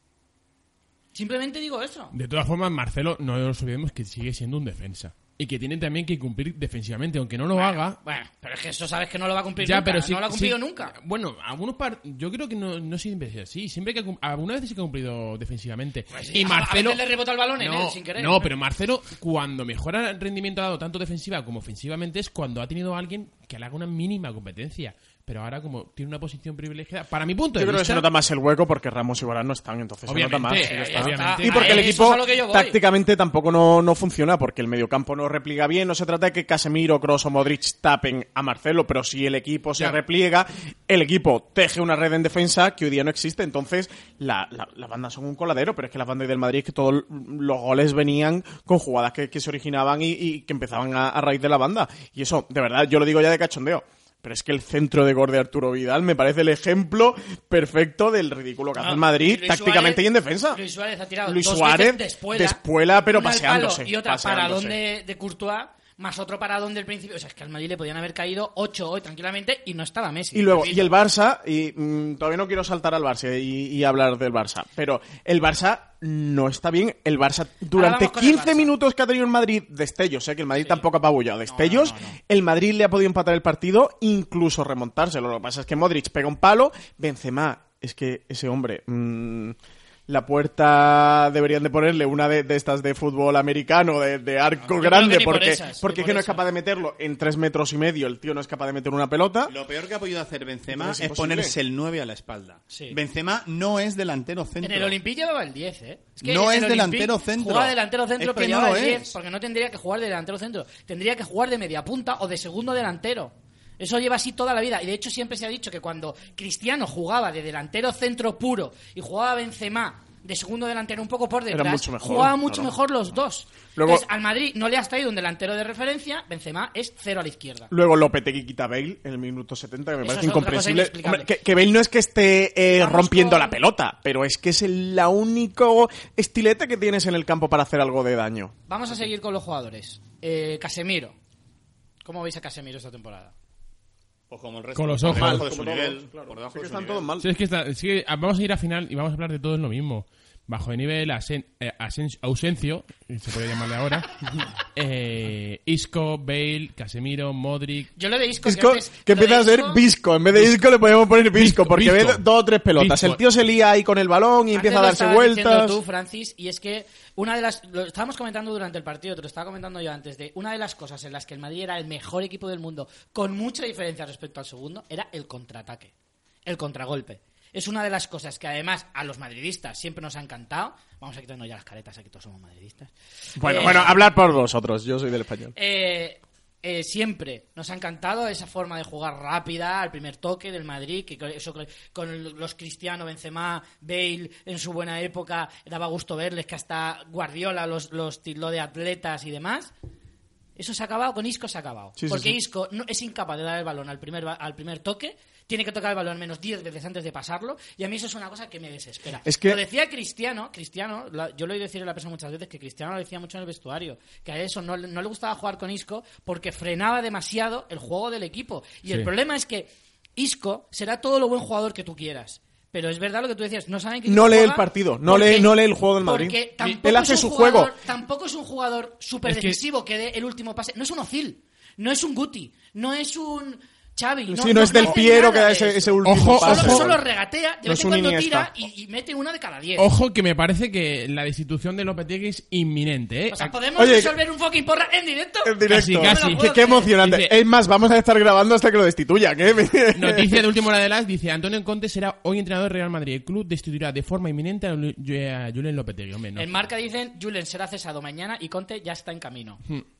S2: Simplemente digo eso.
S4: De todas formas, Marcelo, no nos olvidemos que sigue siendo un defensa. Y que tiene también que cumplir defensivamente, aunque no lo
S2: bueno,
S4: haga.
S2: Bueno, pero es que eso sabes que no lo va a cumplir
S4: Ya,
S2: nunca.
S4: pero sí,
S2: no lo ha cumplido
S4: sí,
S2: nunca.
S4: Bueno, algunos par... yo creo que no, no siempre es así. Siempre que algunas veces sí que ha cumplido defensivamente.
S2: Pues sí,
S4: y
S2: a-
S4: Marcelo
S2: a veces le rebota el balón en
S4: no,
S2: él, sin querer.
S4: No, pero Marcelo, cuando mejora el rendimiento ha dado tanto defensiva como ofensivamente, es cuando ha tenido a alguien que le haga una mínima competencia. Pero ahora, como tiene una posición privilegiada, para mi punto de
S3: Yo creo que
S4: vista...
S3: se nota más el hueco porque Ramos y Varane no están, entonces
S4: Obviamente,
S3: se nota más.
S4: eh,
S3: Sí, ya está.
S4: obviamente.
S3: Y porque el
S2: Eso
S3: equipo
S2: es a lo que yo voy.
S3: tácticamente tampoco no, no funciona, porque el mediocampo no repliega bien. No se trata de que Casemiro, Kroos o Modric tapen a Marcelo, pero si el equipo se
S4: Ya.
S3: repliega, el equipo teje una red en defensa que hoy día no existe. Entonces, la, la, las bandas son un coladero, pero es que las bandas del Madrid es que todos los goles venían con jugadas que, que se originaban y, y que empezaban a, a raíz de la banda. Y eso, de verdad, yo lo digo ya de cachondeo. Pero es que el centro de gol de Arturo Vidal me parece el ejemplo perfecto del ridículo que hace el Madrid
S2: Luis
S3: tácticamente
S2: Suárez-
S3: y en defensa.
S2: Luis Suárez ha tirado
S3: Luis
S2: dos
S3: Suárez
S2: veces de espuela,
S3: de espuela, pero
S2: una al
S3: paseándose,
S2: palo y otra
S3: paseándose.
S2: paradón de, de Courtois, más otro paradón del principio. O sea, es que al Madrid le podían haber caído ocho hoy tranquilamente y no estaba Messi.
S3: Y luego,
S2: Repito.
S3: y el Barça, y mm, todavía no quiero saltar al Barça y, y hablar del Barça, pero el Barça no está bien. El Barça, durante
S2: vamos con el
S3: quince
S2: Barça.
S3: minutos que ha tenido el Madrid, destellos, ¿eh? Que el Madrid tampoco ha apabullado, destellos,
S2: no, no, no.
S3: el Madrid le ha podido empatar el partido, incluso remontárselo. Lo que pasa es que Modric pega un palo, Benzema, es que ese hombre... mm, la puerta deberían de ponerle una de, de estas de fútbol americano, de, de arco
S2: yo creo
S3: grande,
S2: que ni por
S3: porque,
S2: esas,
S3: porque
S2: ni
S3: es que
S2: por
S3: no es
S2: esas.
S3: capaz de meterlo en tres metros y medio, el tío no es capaz de meter una pelota.
S5: Lo peor que ha podido hacer Benzema
S3: Es
S5: es,
S3: imposible.
S5: ponerse el nueve a la espalda.
S2: Sí.
S5: Benzema no es delantero centro.
S2: En el Olympique llevaba el diez, ¿eh? que
S5: No
S2: en
S5: es
S2: el
S5: delantero
S2: Olympique
S5: centro.
S2: Jugaba delantero centro,
S5: Es
S2: pero
S5: que no
S2: llevaba
S5: lo
S2: el diez,
S5: es.
S2: porque no tendría que jugar de delantero centro. Tendría que jugar de media punta o de segundo delantero. Eso lleva así toda la vida. Y de hecho siempre se ha dicho que cuando Cristiano jugaba de delantero centro puro y jugaba Benzema de segundo delantero un poco por detrás,
S3: mucho mejor,
S2: jugaban mucho
S3: claro.
S2: mejor los dos.
S3: Luego-
S2: Entonces, al Madrid no le has traído un delantero de referencia, Benzema es cero a la izquierda.
S3: Luego Lopetegui quita a Bale en el minuto setenta, que me
S2: Eso
S3: parece
S2: es otra cosa
S3: incomprensible.
S2: inexplicable.
S3: Hombre, que, que Bale no es que esté eh,
S2: Vamos
S3: rompiendo
S2: con-
S3: la pelota, pero es que es el la único estilete que tienes en el campo para hacer algo de daño.
S2: Vamos a seguir con los jugadores. Eh, Casemiro. ¿Cómo veis a Casemiro esta temporada?
S5: Pues como el resto.
S4: Con los
S5: Por
S4: ojos.
S5: debajo de su
S3: Como todos,
S5: nivel.
S3: claro.
S5: Por debajo
S3: Sí que
S5: de su
S3: están
S5: nivel.
S3: todos mal.
S4: Sí, es que está, es que vamos a ir a final y vamos a hablar de todo lo mismo. Bajo de nivel, asen, eh, asen- ausencio, se puede llamarle ahora. eh, Isco, Bale, Casemiro, Modric.
S2: Yo lo de Isco...
S3: Isco,
S2: antes-
S3: que
S2: lo de
S3: empieza a ser
S2: Isco-
S3: Visco. En vez de Isco le podemos poner Visco,
S4: Visco,
S3: porque
S4: Visco.
S3: ve dos o tres pelotas.
S4: Visco.
S3: El tío se lía ahí con el balón y
S2: Antes
S3: empieza a
S2: lo
S3: darse
S2: estabas diciendo
S3: vueltas.
S2: tú, Francis, y es que una de las... Lo estábamos comentando durante el partido, te lo estaba comentando yo antes, de una de las cosas en las que el Madrid era el mejor equipo del mundo, con mucha diferencia respecto al segundo, era el contraataque, el contragolpe. Es una de las cosas que además a los madridistas siempre nos ha encantado. Vamos a quitarnos ya las caretas, aquí todos somos madridistas.
S3: Bueno,
S2: Eh,
S3: bueno, hablar por vosotros, yo soy del español.
S2: Eh, eh, siempre nos ha encantado esa forma de jugar rápida al primer toque del Madrid, que con eso con- con los Cristiano, Benzema, Bale en su buena época daba gusto verles, que hasta Guardiola los, los tildó de atletas y demás. Eso se ha acabado, con Isco se ha acabado.
S3: Sí, sí,
S2: porque
S3: sí.
S2: Isco no, es incapaz de dar el balón al primer, ba- al primer toque, tiene que tocar el balón al menos diez veces antes de pasarlo, y a mí eso es una cosa que me desespera.
S3: Es que-
S2: Lo decía Cristiano, Cristiano, la- yo lo he oído decir a la persona muchas veces, que Cristiano lo decía mucho en el vestuario, que a eso no, le- no le gustaba jugar con Isco porque frenaba demasiado el juego del equipo. Y
S4: Sí.
S2: el problema es que Isco será todo lo buen jugador que tú quieras. Pero es verdad lo que tú decías, no saben que
S3: No lee
S2: juega
S3: el partido, no
S2: porque-
S3: lee- no lee el juego del Madrid.
S2: porque tampoco
S3: Él hace
S2: es un
S3: su
S2: jugador-
S3: juego.
S2: Tampoco es un jugador súper
S4: Es que-
S2: decisivo que dé el último pase. No es un Ozil, no es un Guti, no es un Xavi. No,
S3: Sí, no es Del
S2: hace
S3: Piero
S2: nada
S3: que da
S2: de
S3: ese,
S2: eso.
S3: ese último
S4: Ojo,
S3: pase.
S2: Solo,
S4: ojo.
S2: solo regatea, de
S3: No
S2: vez
S3: es
S2: en
S3: un
S2: cuando
S3: Iniesta.
S2: tira y, y mete una de cada diez.
S4: Ojo, que me parece que la destitución de Lopetegui es inminente, ¿eh?
S2: O sea, podemos
S3: Oye,
S2: resolver un fucking porra en directo.
S3: En directo.
S4: Casi, casi.
S3: Qué, qué emocionante.
S4: Dice-
S3: Es más, vamos a estar grabando hasta que lo destituyan, ¿eh?
S4: Noticia de última hora de las, dice Antonio Conte será hoy entrenador del Real Madrid. El club destituirá de forma inminente a Lu- a Julen Lopetegui. Hombre, no.
S2: En marca dicen, Julen será cesado mañana y Conte ya está en camino.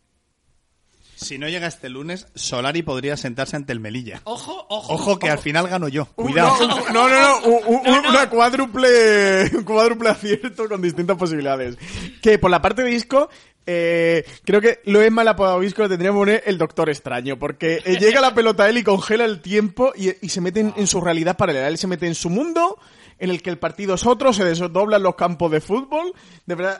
S5: Si no llega este lunes, Solari podría sentarse ante el Melilla.
S2: Ojo, ojo.
S5: Ojo que al final gano yo.
S3: Uh,
S5: Cuidado.
S3: No, no, no, no, un- un-
S2: No, no.
S3: una cuádruple, un cuádruple acierto con distintas posibilidades. Que por la parte de Isco, eh, creo que lo es mal apodado Isco, le tendría que poner el Doctor Extraño, porque eh, llega la pelota a él y congela el tiempo y, y se mete en, en su realidad paralela. Él se mete en su mundo, en el que el partido es otro, se desdoblan los campos de fútbol. De verdad, eh,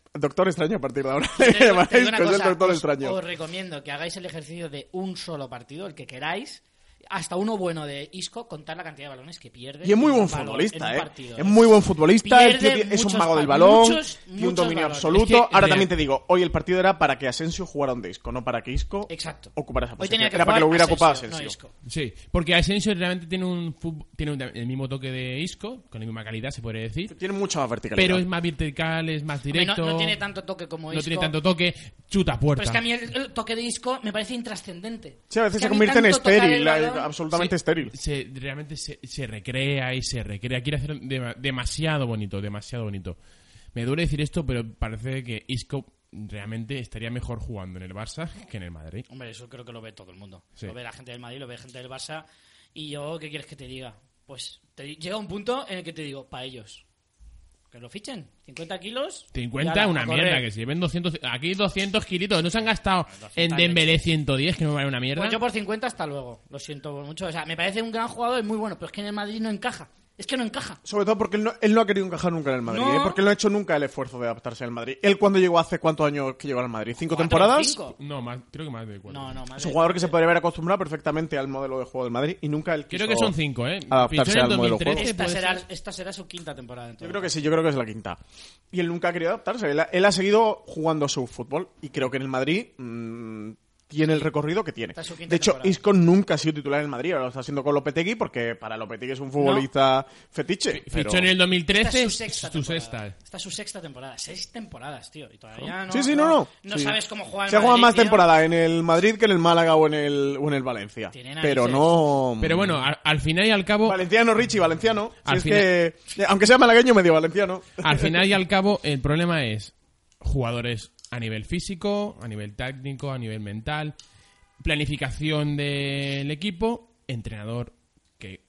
S3: Doctor Extraño a partir de ahora.
S2: Te digo- te digo una
S3: Soy el
S2: cosa,
S3: Doctor
S2: os,
S3: Extraño.
S2: os recomiendo que hagáis el ejercicio de un solo partido, el que queráis, hasta uno bueno de Isco, contar la cantidad de balones que pierde.
S3: Y es muy
S2: en
S3: buen
S2: un balón,
S3: futbolista,
S2: en un
S3: ¿eh?
S2: partido.
S3: Es muy buen futbolista, el tío
S2: Pierde
S3: tiene- es un
S2: muchos
S3: mago del
S2: ba-
S3: balón,
S2: muchos,
S3: tiene un
S2: muchos
S3: dominio
S2: balones.
S3: absoluto.
S4: Es que,
S3: Ahora
S4: real-
S3: también te digo, hoy el partido era para que Asensio jugara donde Isco, no para que Isco
S2: Exacto.
S3: ocupara esa
S2: Hoy
S3: posición.
S2: tenía que
S3: Era para que lo
S2: jugar
S3: hubiera ocupado
S2: Asensio, no
S3: Asensio.
S2: Isco.
S4: Sí, porque Asensio realmente tiene un fut- tiene un- el mismo toque de Isco, con la misma calidad, se podría decir.
S3: Tiene mucha más verticalidad.
S4: Pero es más vertical, es más
S2: Hombre,
S4: directo.
S2: No, no tiene tanto toque como
S4: no
S2: Isco.
S4: tiene tanto toque, chuta a puerta.
S2: Pero es que a mí el, el toque de Isco me parece intrascendente.
S3: Sí, a veces
S2: Es que
S3: se
S2: mí
S3: convierte en
S2: tanto tocar
S3: estéril,
S2: el
S3: la-
S2: balón-
S3: absolutamente
S4: Sí,
S3: estéril.
S4: se, realmente se, se recrea y se recrea. Quiere hacer dema- demasiado bonito, demasiado bonito. Me duele decir esto, pero parece que Isco realmente estaría mejor jugando en el Barça que en el Madrid.
S2: Hombre, eso creo que lo ve todo el mundo.
S4: Sí.
S2: Lo ve la gente del Madrid, lo ve gente del Barça. Y yo, ¿qué quieres que te diga? Pues te, llega un punto en el que te digo, para ellos. Que lo fichen. cincuenta kilos.
S4: cincuenta,
S2: y ala,
S4: una
S2: a correr.
S4: mierda, que si lleven doscientos... Aquí doscientos kilitos, no se han gastado
S2: doscientos
S4: en Dembélé ciento diez, que no me vale una mierda.
S2: Pues yo por cincuenta hasta luego. Lo siento mucho. O sea, me parece un gran jugador, es muy bueno, pero es que en el Madrid no encaja. Es que no encaja.
S3: Sobre todo porque él no, él no ha querido encajar nunca en el Madrid,
S2: No.
S3: ¿eh? Porque él no ha hecho nunca el esfuerzo de adaptarse al Madrid. Él cuando llegó hace cuántos años que llegó al Madrid, ¿cinco
S2: ¿Cuatro,
S3: temporadas?
S2: cinco?
S4: No, más, creo que más de cuatro.
S2: No, no, más
S3: Es un
S2: de-
S3: jugador que se podría haber acostumbrado perfectamente al modelo de juego del Madrid y nunca él quiso
S4: Creo que son cinco, ¿eh?
S3: adaptarse
S4: Fichó en el
S3: al modelo
S4: dos mil trece,
S3: juego.
S2: Esta
S4: puede
S2: será,
S4: ser.
S2: esta será su quinta temporada.
S3: Yo creo que sí, yo creo que es la quinta. Y él nunca ha querido adaptarse. Él ha, él ha seguido jugando su fútbol y creo que en el Madrid mmm, tiene el recorrido que tiene.
S2: Esta es su quinta
S3: De hecho,
S2: temporada.
S3: Isco nunca ha sido titular en el Madrid, ahora lo está haciendo con Lopetegui porque para Lopetegui es un futbolista fetiche. pero-
S4: Fichó en el dos mil
S2: Esta
S4: trece,
S2: es su sexta
S4: su
S2: temporada.
S4: sexta.
S2: Esta es su sexta temporada. Seis temporadas, tío. Y todavía no.
S3: Sí, sí, no, no.
S2: No
S3: Sí.
S2: sabes cómo jugar en
S3: Se ha jugado
S2: Madrid,
S3: más
S2: tío.
S3: temporada en el Madrid que en el Málaga o en el, o en el Valencia.
S2: Tiene narices.
S3: Pero no...
S4: Pero bueno, al, al final y al cabo...
S3: Valenciano, Richie, valenciano. Si
S4: Al
S3: es
S4: final-
S3: que, eh, aunque sea malagueño, medio valenciano.
S4: Al final y al cabo, el problema es jugadores a nivel físico, a nivel técnico, a nivel mental, planificación del equipo, entrenador que...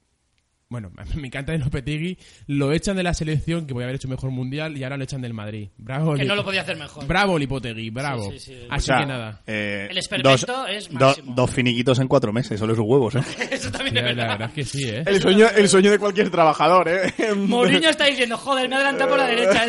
S4: Bueno, me encanta de Lopetegui, lo echan de la selección, que podía haber hecho mejor mundial, y ahora lo echan del Madrid. Bravo,
S2: Que
S4: Li-
S2: no lo podía hacer mejor.
S4: Bravo Lopetegui, bravo.
S2: Sí, sí, sí.
S4: Así
S5: O sea,
S4: que nada.
S5: eh,
S2: El experimento
S5: dos,
S2: es
S5: do-
S2: máximo.
S5: dos finiquitos en cuatro meses, solo sus huevos, ¿eh?
S2: Eso también
S4: La,
S2: es
S4: la
S2: verdad.
S4: verdad es que sí, ¿eh?
S3: El sueño, el sueño de cualquier trabajador, ¿eh?
S2: Mourinho está diciendo, joder, me ha adelantado por la derecha.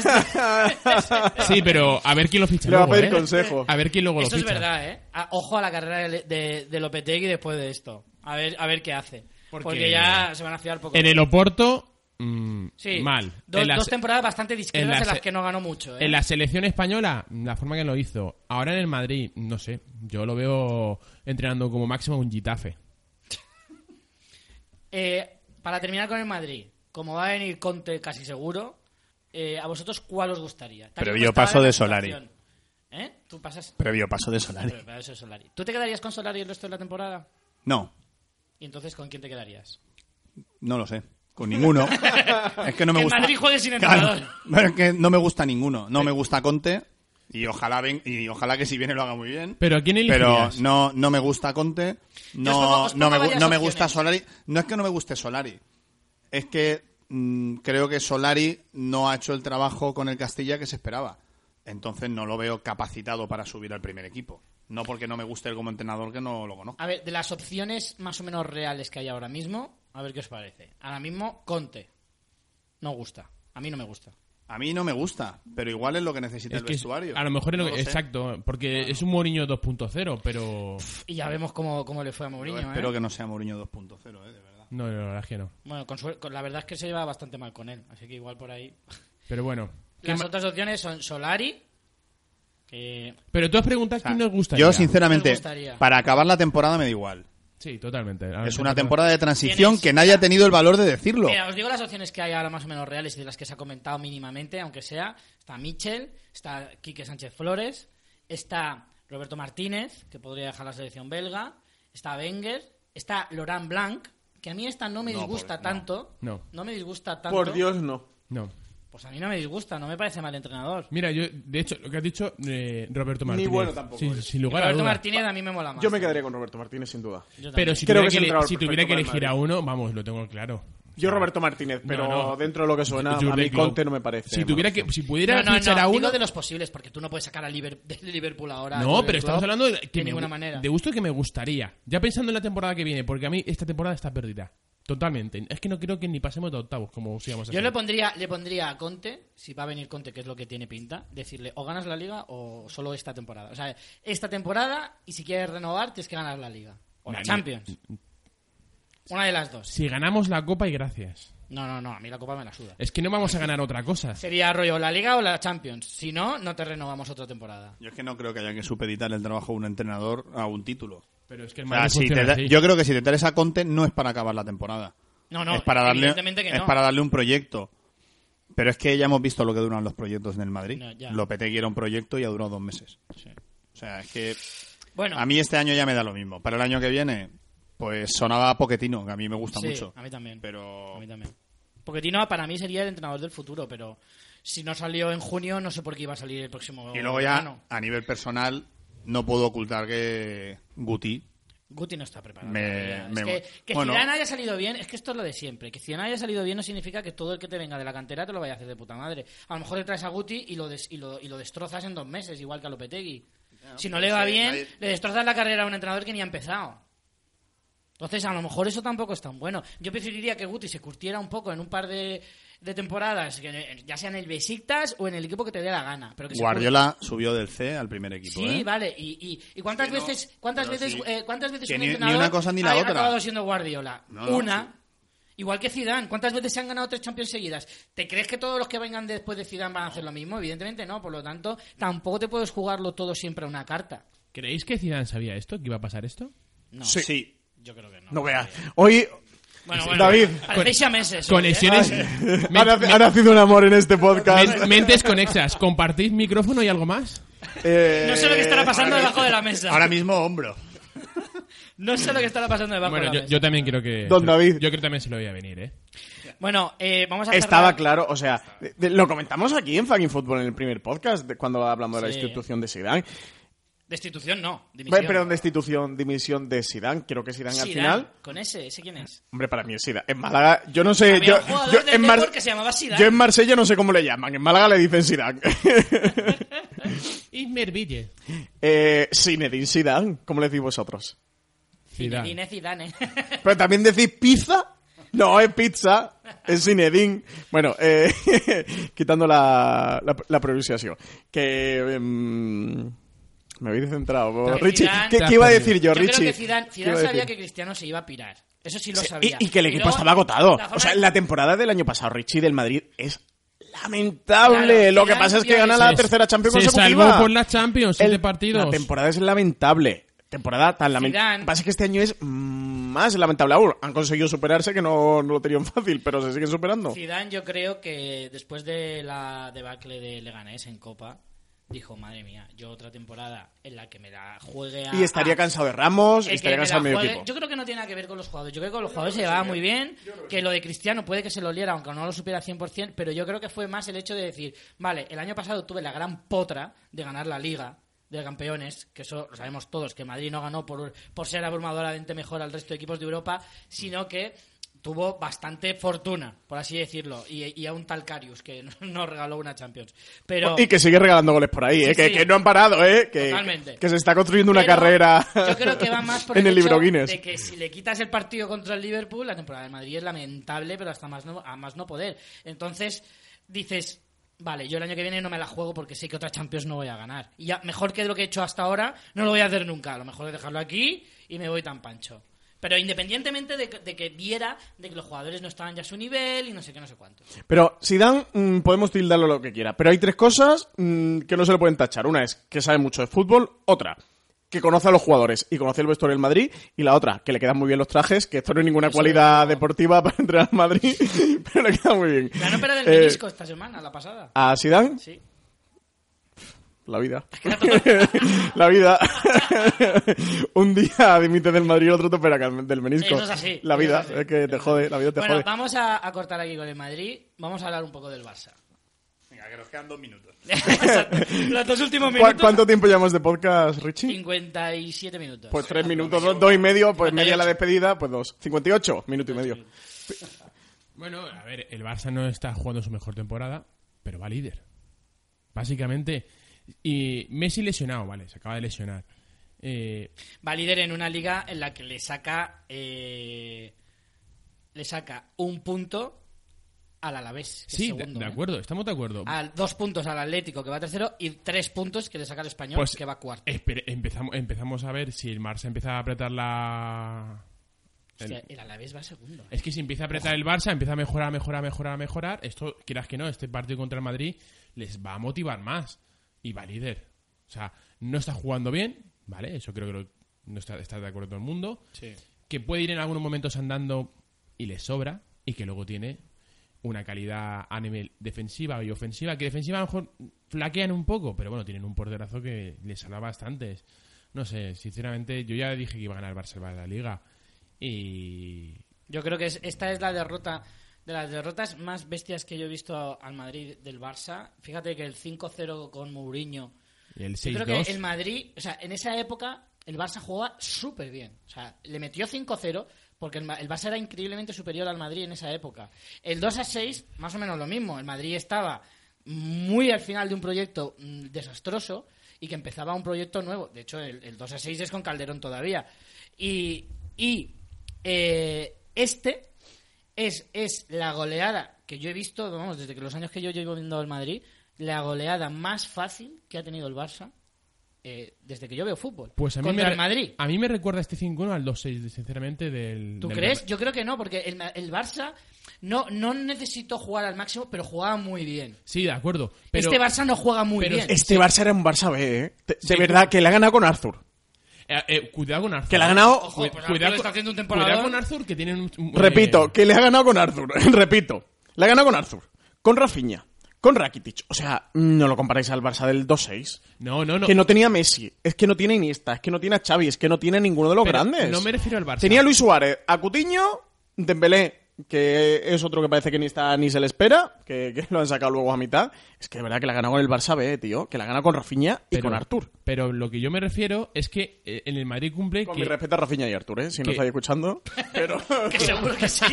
S2: Este.
S4: Sí, pero a ver quién lo ficha
S3: Le va a
S4: luego,
S3: pedir
S4: ¿eh?
S3: consejo.
S4: A ver quién luego
S2: Eso
S4: lo
S2: es
S4: ficha.
S2: verdad, ¿eh? Ah, ojo a la carrera de, de, de Lopetegui después de esto. A ver, a ver qué hace.
S4: Porque-
S2: Porque, ya se van a fiar poco.
S4: En el Oporto, mm,
S2: Sí,
S4: mal.
S2: Dos,
S4: En la
S2: dos
S4: se-
S2: temporadas bastante discretas
S4: en
S2: en,
S4: la
S2: las
S4: se-
S2: que no ganó mucho, ¿eh?
S4: En la selección española, la forma que lo hizo. Ahora en el Madrid, no sé. Yo lo veo entrenando como máximo un Getafe.
S2: Eh, para terminar con el Madrid, como va a venir Conte casi seguro, eh, ¿a vosotros cuál os gustaría? Tal y
S5: Previo
S2: como está
S5: paso
S2: ahora
S5: de
S2: la
S5: Solari.
S2: situación. ¿Eh? ¿Tú pasas?
S5: Previo paso de Solari.
S2: Pero para eso es Solari. ¿Tú te quedarías con Solari el resto de la temporada?
S5: No,
S2: ¿Y entonces con quién te quedarías?
S5: no lo sé. Con ninguno. Es que no me
S2: Que el
S5: gusta.
S2: Madrid juegue sin
S5: Claro,
S2: entrenador.
S5: pero es que no me gusta ninguno. No me gusta Conte y ojalá ven, y ojalá que si viene lo haga muy bien.
S4: Pero ¿a quién
S5: Pero
S4: elegirías?
S5: no, no me gusta Conte.
S2: Yo os pongo-
S5: No,
S2: os
S5: no,
S2: pongo
S5: me, gu-
S2: varias
S5: no me
S2: opciones.
S5: gusta Solari. No es que no me guste Solari. Es que mm, creo que Solari no ha hecho el trabajo con el Castilla que se esperaba. Entonces no lo veo capacitado para subir al primer equipo. No porque no me guste él como entrenador, que no lo conozco.
S2: A ver, de las opciones más o menos reales que hay ahora mismo, a ver qué os parece. Ahora mismo, Conte. No gusta. A mí no me gusta.
S5: A mí no me gusta, pero igual es lo que necesita
S4: Es
S5: el
S4: que es-
S5: vestuario.
S4: a lo mejor es lo
S5: No
S4: que...
S5: sé.
S4: Exacto, porque es un Mourinho dos punto cero, pero...
S2: Y ya vemos cómo, cómo le fue a
S5: Yo
S2: Mourinho,
S5: espero
S2: ¿eh?
S5: que no sea Mourinho dos punto cero, eh, de verdad.
S4: No, no, la verdad es que no.
S2: Bueno, con suer- con- la verdad es que se lleva bastante mal con él. Así que igual por ahí...
S4: Pero bueno. ¿Qué
S2: Las
S4: ma-
S2: otras opciones son Solari, que...
S4: Pero tú has preguntado
S5: O sea,
S4: quién nos gustaría.
S5: yo, sinceramente,
S2: Me gustaría.
S5: para acabar la temporada me da igual.
S4: Sí, totalmente. Ahora
S5: Es
S4: esta
S5: una temporada de transición
S2: Tienes-
S5: que nadie ha tenido el valor de decirlo.
S2: Mira, os digo las opciones que hay ahora más o menos reales y de las que se ha comentado mínimamente, aunque sea. Está Michel, está Quique Sánchez Flores, está Roberto Martínez, que podría dejar la selección belga, está Wenger, está Laurent Blanc, que a mí esta no me
S5: No,
S2: disgusta
S5: por- no.
S2: tanto.
S4: No.
S2: No me disgusta tanto.
S3: Por Dios, no.
S4: No.
S2: Pues a mí no me disgusta, no me parece mal entrenador.
S4: Mira, yo, de hecho, lo que has dicho, eh, Roberto Martínez.
S3: bueno tampoco
S4: Sí,
S3: es.
S4: sin lugar a
S2: Roberto
S4: dudas.
S2: Martínez a mí me mola más.
S3: Yo me quedaría con Roberto Martínez, sin duda.
S2: Yo también.
S4: Pero si
S3: Creo
S4: tuviera
S3: que es
S4: que,
S3: el
S4: ele-
S3: entrenador
S4: si tuviera
S3: perfecto
S4: que
S3: para el
S4: elegir a
S3: Madrid.
S4: uno, vamos, lo tengo claro.
S3: Yo Roberto Martínez, pero
S4: No, no.
S3: dentro de lo que suena, a
S4: Jurgen
S3: mí
S4: Klopp.
S3: Conte no me parece.
S4: Si tuviera que, si pudiera
S2: No, no,
S4: fichar
S2: no,
S4: a
S2: digo
S4: uno.
S2: de los posibles, porque tú no puedes sacar a Liber- de Liverpool ahora. a
S4: No,
S2: Jürgen
S4: pero estamos
S2: Klopp
S4: hablando de, que
S2: de
S4: me
S2: ninguna
S4: gu-
S2: manera.
S4: de gusto que me gustaría. Ya pensando en la temporada que viene, porque a mí esta temporada está perdida. Totalmente. Es que no creo que ni pasemos de octavos, como si íbamos a
S2: Yo
S4: hacer.
S2: le pondría, le pondría a Conte, si va a venir Conte, que es lo que tiene pinta, decirle o ganas la Liga o solo esta temporada. O sea, esta temporada y si quieres renovar tienes que ganar la Liga. O la
S4: Nah,
S2: Champions. Una de las dos.
S4: Si ganamos la Copa y gracias.
S2: No, no, no, a mí la Copa me la suda.
S4: Es que no vamos a ganar otra cosa.
S2: Sería rollo la Liga o la Champions. Si no, no te renovamos otra temporada.
S5: Yo es que no creo que haya que supeditar el trabajo de un entrenador a un título.
S4: Pero es que el
S5: O sea,
S4: Madrid
S5: si
S4: funciona
S5: te da-
S4: así.
S5: yo creo que si te interesa Conte no es para acabar la temporada.
S2: No, no,
S5: es para darle,
S2: evidentemente que
S5: es
S2: no.
S5: para darle un proyecto. Pero es que ya hemos visto lo que duran los proyectos en el Madrid.
S2: No, ya.
S5: Lopetegui era un proyecto y ha durado dos meses.
S2: Sí.
S5: O sea, es que
S2: Bueno,
S5: a mí este año ya me da lo mismo. Para el año que viene, pues sonaba Pochettino, que a mí me gusta
S2: sí,
S5: mucho.
S2: a mí también.
S5: Pero
S2: A mí también. Pochettino para mí sería el entrenador del futuro, pero si no salió en junio, no sé por qué iba a salir el próximo
S5: y luego ya,
S2: verano.
S5: a nivel personal, no puedo ocultar que Guti
S2: Guti no está preparado.
S5: Me-
S2: todavía.
S5: me-
S2: es que, que
S5: bueno.
S2: Zidane haya salido bien, es que esto es lo de siempre. Que Zidane haya salido bien no significa que todo el que te venga de la cantera te lo vaya a hacer de puta madre. A lo mejor te traes a Guti y lo, des- y lo, y lo destrozas en dos meses, igual que a Lopetegui. Si no le va
S5: sí,
S2: bien,
S5: nadie-
S2: le destrozas la carrera a un entrenador que ni ha empezado. Entonces, a lo mejor eso tampoco es tan bueno. Yo preferiría que Guti se curtiera un poco en un par de, de temporadas, que ya sea en el Besiktas o en el equipo que te dé la gana. Pero que se
S5: Guardiola subió del C al primer equipo.
S2: Sí,
S5: ¿eh?
S2: vale. ¿Y, y, y cuántas
S5: Que no,
S2: veces, cuántas
S5: pero
S2: veces,
S5: sí.
S2: eh, cuántas veces
S5: Que
S2: un
S5: ni- ni
S2: entrenador
S5: una cosa ni la
S2: ha
S5: otra.
S2: acabado siendo Guardiola?
S5: No, no,
S2: una.
S5: sí.
S2: Igual que Zidane. ¿Cuántas veces se han ganado tres Champions seguidas? ¿Te crees que todos los que vengan después de Zidane van a hacer lo mismo? Evidentemente no. Por lo tanto, tampoco te puedes jugarlo todo siempre a una carta.
S4: ¿Creéis que Zidane sabía esto? ¿Que iba a pasar esto?
S2: No.
S3: Sí.
S5: Sí.
S2: Yo creo que no.
S3: No veas. Hoy
S2: Bueno, bueno.
S3: David.
S2: Parecéis a meses.
S4: Conexiones.
S3: ha, nac- ha nacido un amor en este podcast.
S4: Men- mentes conexas. ¿Compartís micrófono y algo más?
S3: Eh,
S2: No sé lo que estará pasando debajo de la mesa.
S5: Ahora mismo hombro.
S2: No sé lo que estará pasando debajo
S4: Bueno,
S2: de la
S4: yo,
S2: mesa.
S4: yo también creo que...
S3: Don David.
S4: Yo creo que también se lo voy a venir, ¿eh?
S2: Bueno, eh, vamos a
S3: Estaba
S2: cerrar-
S3: claro, o sea, de- de- lo comentamos aquí en Fucking Football en el primer podcast, de- cuando hablamos de la
S2: Sí.
S3: institución de Zidane.
S2: Destitución no,
S3: Bueno,
S2: dimisión.
S3: Perdón, destitución, dimisión de Zidane. Creo que Zidane, al
S2: Zidane,
S3: final...
S2: Con ese, ¿ese quién es?
S3: Hombre, para mí es Zidane. En Málaga, yo no sé...
S2: Había
S3: Yo,
S2: un jugador
S3: yo
S2: del
S3: en Mar-
S2: Depor que se llamaba Zidane.
S3: yo en Marsella no sé cómo le llaman. En Málaga le dicen Zidane.
S4: Ismer Ville.
S3: eh, Zinedine Zidane, ¿cómo le decís vosotros?
S4: Zidane.
S2: Zinedine Zidane.
S3: Pero también decís pizza. No, es pizza. Es Zinedine. Bueno, eh, quitando la, la, la pronunciación. Que... em, me habéis centrado.
S2: Pero
S3: Richie,
S2: Zidane-
S3: ¿qué, qué iba a decir yo,
S2: Yo
S3: Richie?
S2: creo que Zidane,
S3: ¿Qué
S2: Zidane
S3: iba a
S2: sabía
S3: decir?
S2: que Cristiano se iba a pirar. Eso sí lo
S3: Sí,
S2: sabía.
S3: Y, y que el equipo
S2: luego,
S3: estaba agotado.
S2: la forma
S3: O sea,
S2: de-
S3: la temporada del año pasado, Richie, del Madrid, es lamentable.
S2: Claro,
S3: Lo que
S2: Zidane
S3: pasa es que
S2: sabía
S3: gana
S2: que
S3: la
S2: se-
S3: tercera Champions
S4: Se
S3: consecutiva.
S4: salvó por las Champions, siete
S3: El-
S4: partidos.
S3: La temporada es lamentable. Temporada tan lamentable.
S2: Zidane-
S3: Pasa que este año es mm, más lamentable aún. Han conseguido superarse, que no, no lo tenían fácil, pero se siguen superando.
S2: Zidane, yo creo que después de la debacle de Leganés en Copa, dijo, madre mía, yo otra temporada en la que me la juegue a...
S3: Y estaría
S2: a-
S3: cansado de Ramos, y
S2: el que
S3: estaría
S2: me
S3: cansado
S2: la
S3: del medio
S2: juegue-
S3: equipo.
S2: Yo creo que no tiene nada que ver con los jugadores. Yo creo que con los jugadores se llevaba muy bien, que lo de Cristiano puede que se lo oliera, aunque no lo supiera cien por ciento, pero yo creo que fue más el hecho de decir, vale, el año pasado tuve la gran potra de ganar la Liga de Campeones, que eso lo sabemos todos, que Madrid no ganó por, por ser abrumadoramente mejor al resto de equipos de Europa, sino que tuvo bastante fortuna, por así decirlo, y, y a un tal Karius que nos regaló una Champions. Pero
S3: Y que sigue regalando goles por ahí,
S2: Sí,
S3: ¿eh? Que,
S2: sí.
S3: que no han parado, ¿eh? Que,
S2: Totalmente.
S3: que se está construyendo una
S2: Pero
S3: carrera
S2: yo creo que va más por
S3: en el
S2: hecho
S3: libro Guinness.
S2: de que si le quitas el partido contra el Liverpool, la temporada del Madrid es lamentable, pero hasta más no, a más no poder. Entonces dices, vale, yo el año que viene no me la juego porque sé que otra Champions no voy a ganar. Y ya mejor que lo que he hecho hasta ahora, no lo voy a hacer nunca. A lo mejor es dejarlo aquí y me voy tan pancho. Pero independientemente de que, de que viera de que los jugadores no estaban ya a su nivel y no sé qué, no sé cuánto.
S3: Pero Zidane, mm, podemos tildarlo lo que quiera, pero hay tres cosas mm, que no se le pueden tachar. Una es que sabe mucho de fútbol, otra que conoce a los jugadores y conoce el vestuario del Madrid, y la otra, que le quedan muy bien los trajes, que esto no es ninguna
S2: Eso
S3: cualidad
S2: no.
S3: deportiva para entrenar al Madrid, pero le queda muy bien.
S2: La no del
S3: Eh,
S2: menisco esta semana, la pasada.
S3: ¿A Zidane?
S2: Sí.
S3: La vida. La vida. Un día dimite del Madrid y otro te opera del menisco.
S2: Eso es así,
S3: La
S2: eso
S3: vida,
S2: es así.
S3: es que te jode, la vida te
S2: Bueno,
S3: jode.
S2: vamos a, a cortar aquí con el Madrid. Vamos a hablar un poco del Barça.
S5: Venga, que nos quedan dos minutos.
S2: Exacto. Los dos últimos
S3: ¿Cu-
S2: minutos.
S3: ¿Cuánto tiempo llevamos de podcast, Richie?
S2: cincuenta y siete minutos.
S3: Pues tres minutos, dos, dos y medio, pues
S2: cincuenta y
S3: media la
S2: ocho.
S3: despedida, pues dos. cincuenta y ocho, minuto y medio.
S4: Bueno, a ver, el Barça no está jugando su mejor temporada, pero va líder. Básicamente. Y Messi lesionado, vale, se acaba de lesionar. Eh,
S2: Va líder en una liga en la que le saca... eh, le saca un punto al Alavés. Que
S4: Sí,
S2: es segundo,
S4: de, de
S2: ¿eh?
S4: acuerdo, estamos de acuerdo.
S2: A dos puntos al Atlético, que va tercero, y tres puntos que le saca al Español,
S4: Pues
S2: que va cuarto.
S4: espere- empezamos, empezamos a ver si el Barça empieza a apretar la... el-
S2: Hostia, el Alavés va segundo. ¿eh?
S4: Es que si empieza a apretar el Barça, empieza a mejorar, mejorar, mejorar, mejorar, esto, quieras que no, este partido contra el Madrid les va a motivar más. Y va líder. O sea, no está jugando bien, ¿vale? Eso creo que lo- no está, está de acuerdo todo el mundo.
S2: Sí.
S4: Que puede ir en algunos momentos andando y le sobra, y que luego tiene una calidad a nivel defensiva y ofensiva, que defensiva a lo mejor flaquean un poco, pero bueno, tienen un porterazo que les salva bastantes. No sé, sinceramente, yo ya dije que iba a ganar el Barça la Liga. Y...
S2: Yo creo que es- esta es la derrota de las derrotas más bestias que yo he visto al Madrid del Barça. Fíjate que el cinco cero con Mourinho.
S4: y el
S2: Yo
S4: seis
S2: creo
S4: dos...
S2: que el Madrid, o sea, en esa época el Barça jugaba súper bien. O sea, le metió cinco cero porque el, Ma- el Barça era increíblemente superior al Madrid en esa época. El dos a seis, más o menos lo mismo. El Madrid estaba muy al final de un proyecto mm, desastroso y que empezaba un proyecto nuevo. De hecho, el, el dos a seis es con Calderón todavía. Y, y eh, este es, es la goleada que yo he visto, vamos, desde que los años que yo llevo viendo el Madrid, la goleada más fácil que ha tenido el Barça eh, desde que yo veo fútbol.
S4: Pues a mí,
S2: contra
S4: me,
S2: el Madrid.
S4: a mí me recuerda este cinco uno al dos seis, sinceramente, del...
S2: ¿Tú
S4: del
S2: crees?
S4: Real-
S2: Yo creo que no, porque el, Ma- el Barça no, no necesitó jugar al máximo, pero jugaba muy bien.
S4: Sí, de acuerdo. Pero,
S2: este Barça no juega muy
S4: pero
S2: bien.
S3: Este Barça era un Barça B, ¿eh? De, de
S4: Sí,
S3: verdad, que le ha ganado con Arthur.
S4: eh, eh, cuidado con Arthur.
S3: Que le ha ganado...
S2: Ojo,
S4: Cu-
S2: pues
S4: cuidado,
S2: Arthur está
S4: con-
S2: haciendo un temporadón.
S4: cuidado con Arthur, que tienen un... un-
S3: Repito,
S4: eh,
S3: que le ha ganado con Arthur. Repito, le ha ganado con Arthur. Con Rafinha. Con Rakitic. O sea, no lo comparáis al Barça del dos seis.
S4: No, no, no.
S3: Que no tenía a Messi, es que no tiene a Iniesta, es que no tiene a Xavi, es que no tiene a ninguno de los
S4: Pero
S3: grandes.
S4: no me refiero al Barça.
S3: Tenía a Luis Suárez, a Coutinho, Dembélé, que es otro que parece que ni está ni se le espera, que, que lo han sacado luego a mitad. Es que de verdad que la ha ganado con el Barça B, tío, que la gana con Rafinha y
S4: pero,
S3: con Artur.
S4: Pero lo que yo me refiero es que eh, en el Madrid cumple
S3: Con
S4: que...
S3: mi respeto a Rafinha y Artur, ¿eh? Si no
S4: que-
S3: estáis escuchando. Pero...
S2: Que seguro que sí.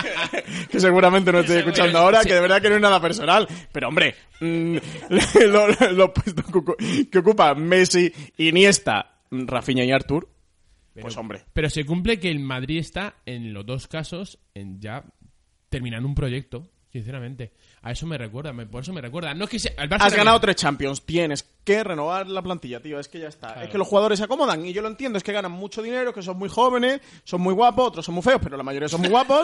S3: que seguramente no estoy
S2: Seguro.
S3: escuchando ahora,
S4: Sí.
S3: que de verdad que no es nada personal. Pero hombre, mm, lo- lo- los puestos que ocu- que ocupa Messi, Iniesta, Rafinha y Artur,
S4: Pero-
S3: pues hombre.
S4: Pero se cumple que el Madrid está, en los dos casos, en ya terminando un proyecto, sinceramente. A eso me recuerda, me- por eso me recuerda. No es que sea, el Barça
S3: Has
S4: también-
S3: ganado tres Champions, tienes que renovar la plantilla, tío, es que ya está. Es que los jugadores se acomodan y yo lo entiendo, es que ganan mucho dinero, que son muy jóvenes, son muy guapos, otros son muy feos, pero la mayoría son muy guapos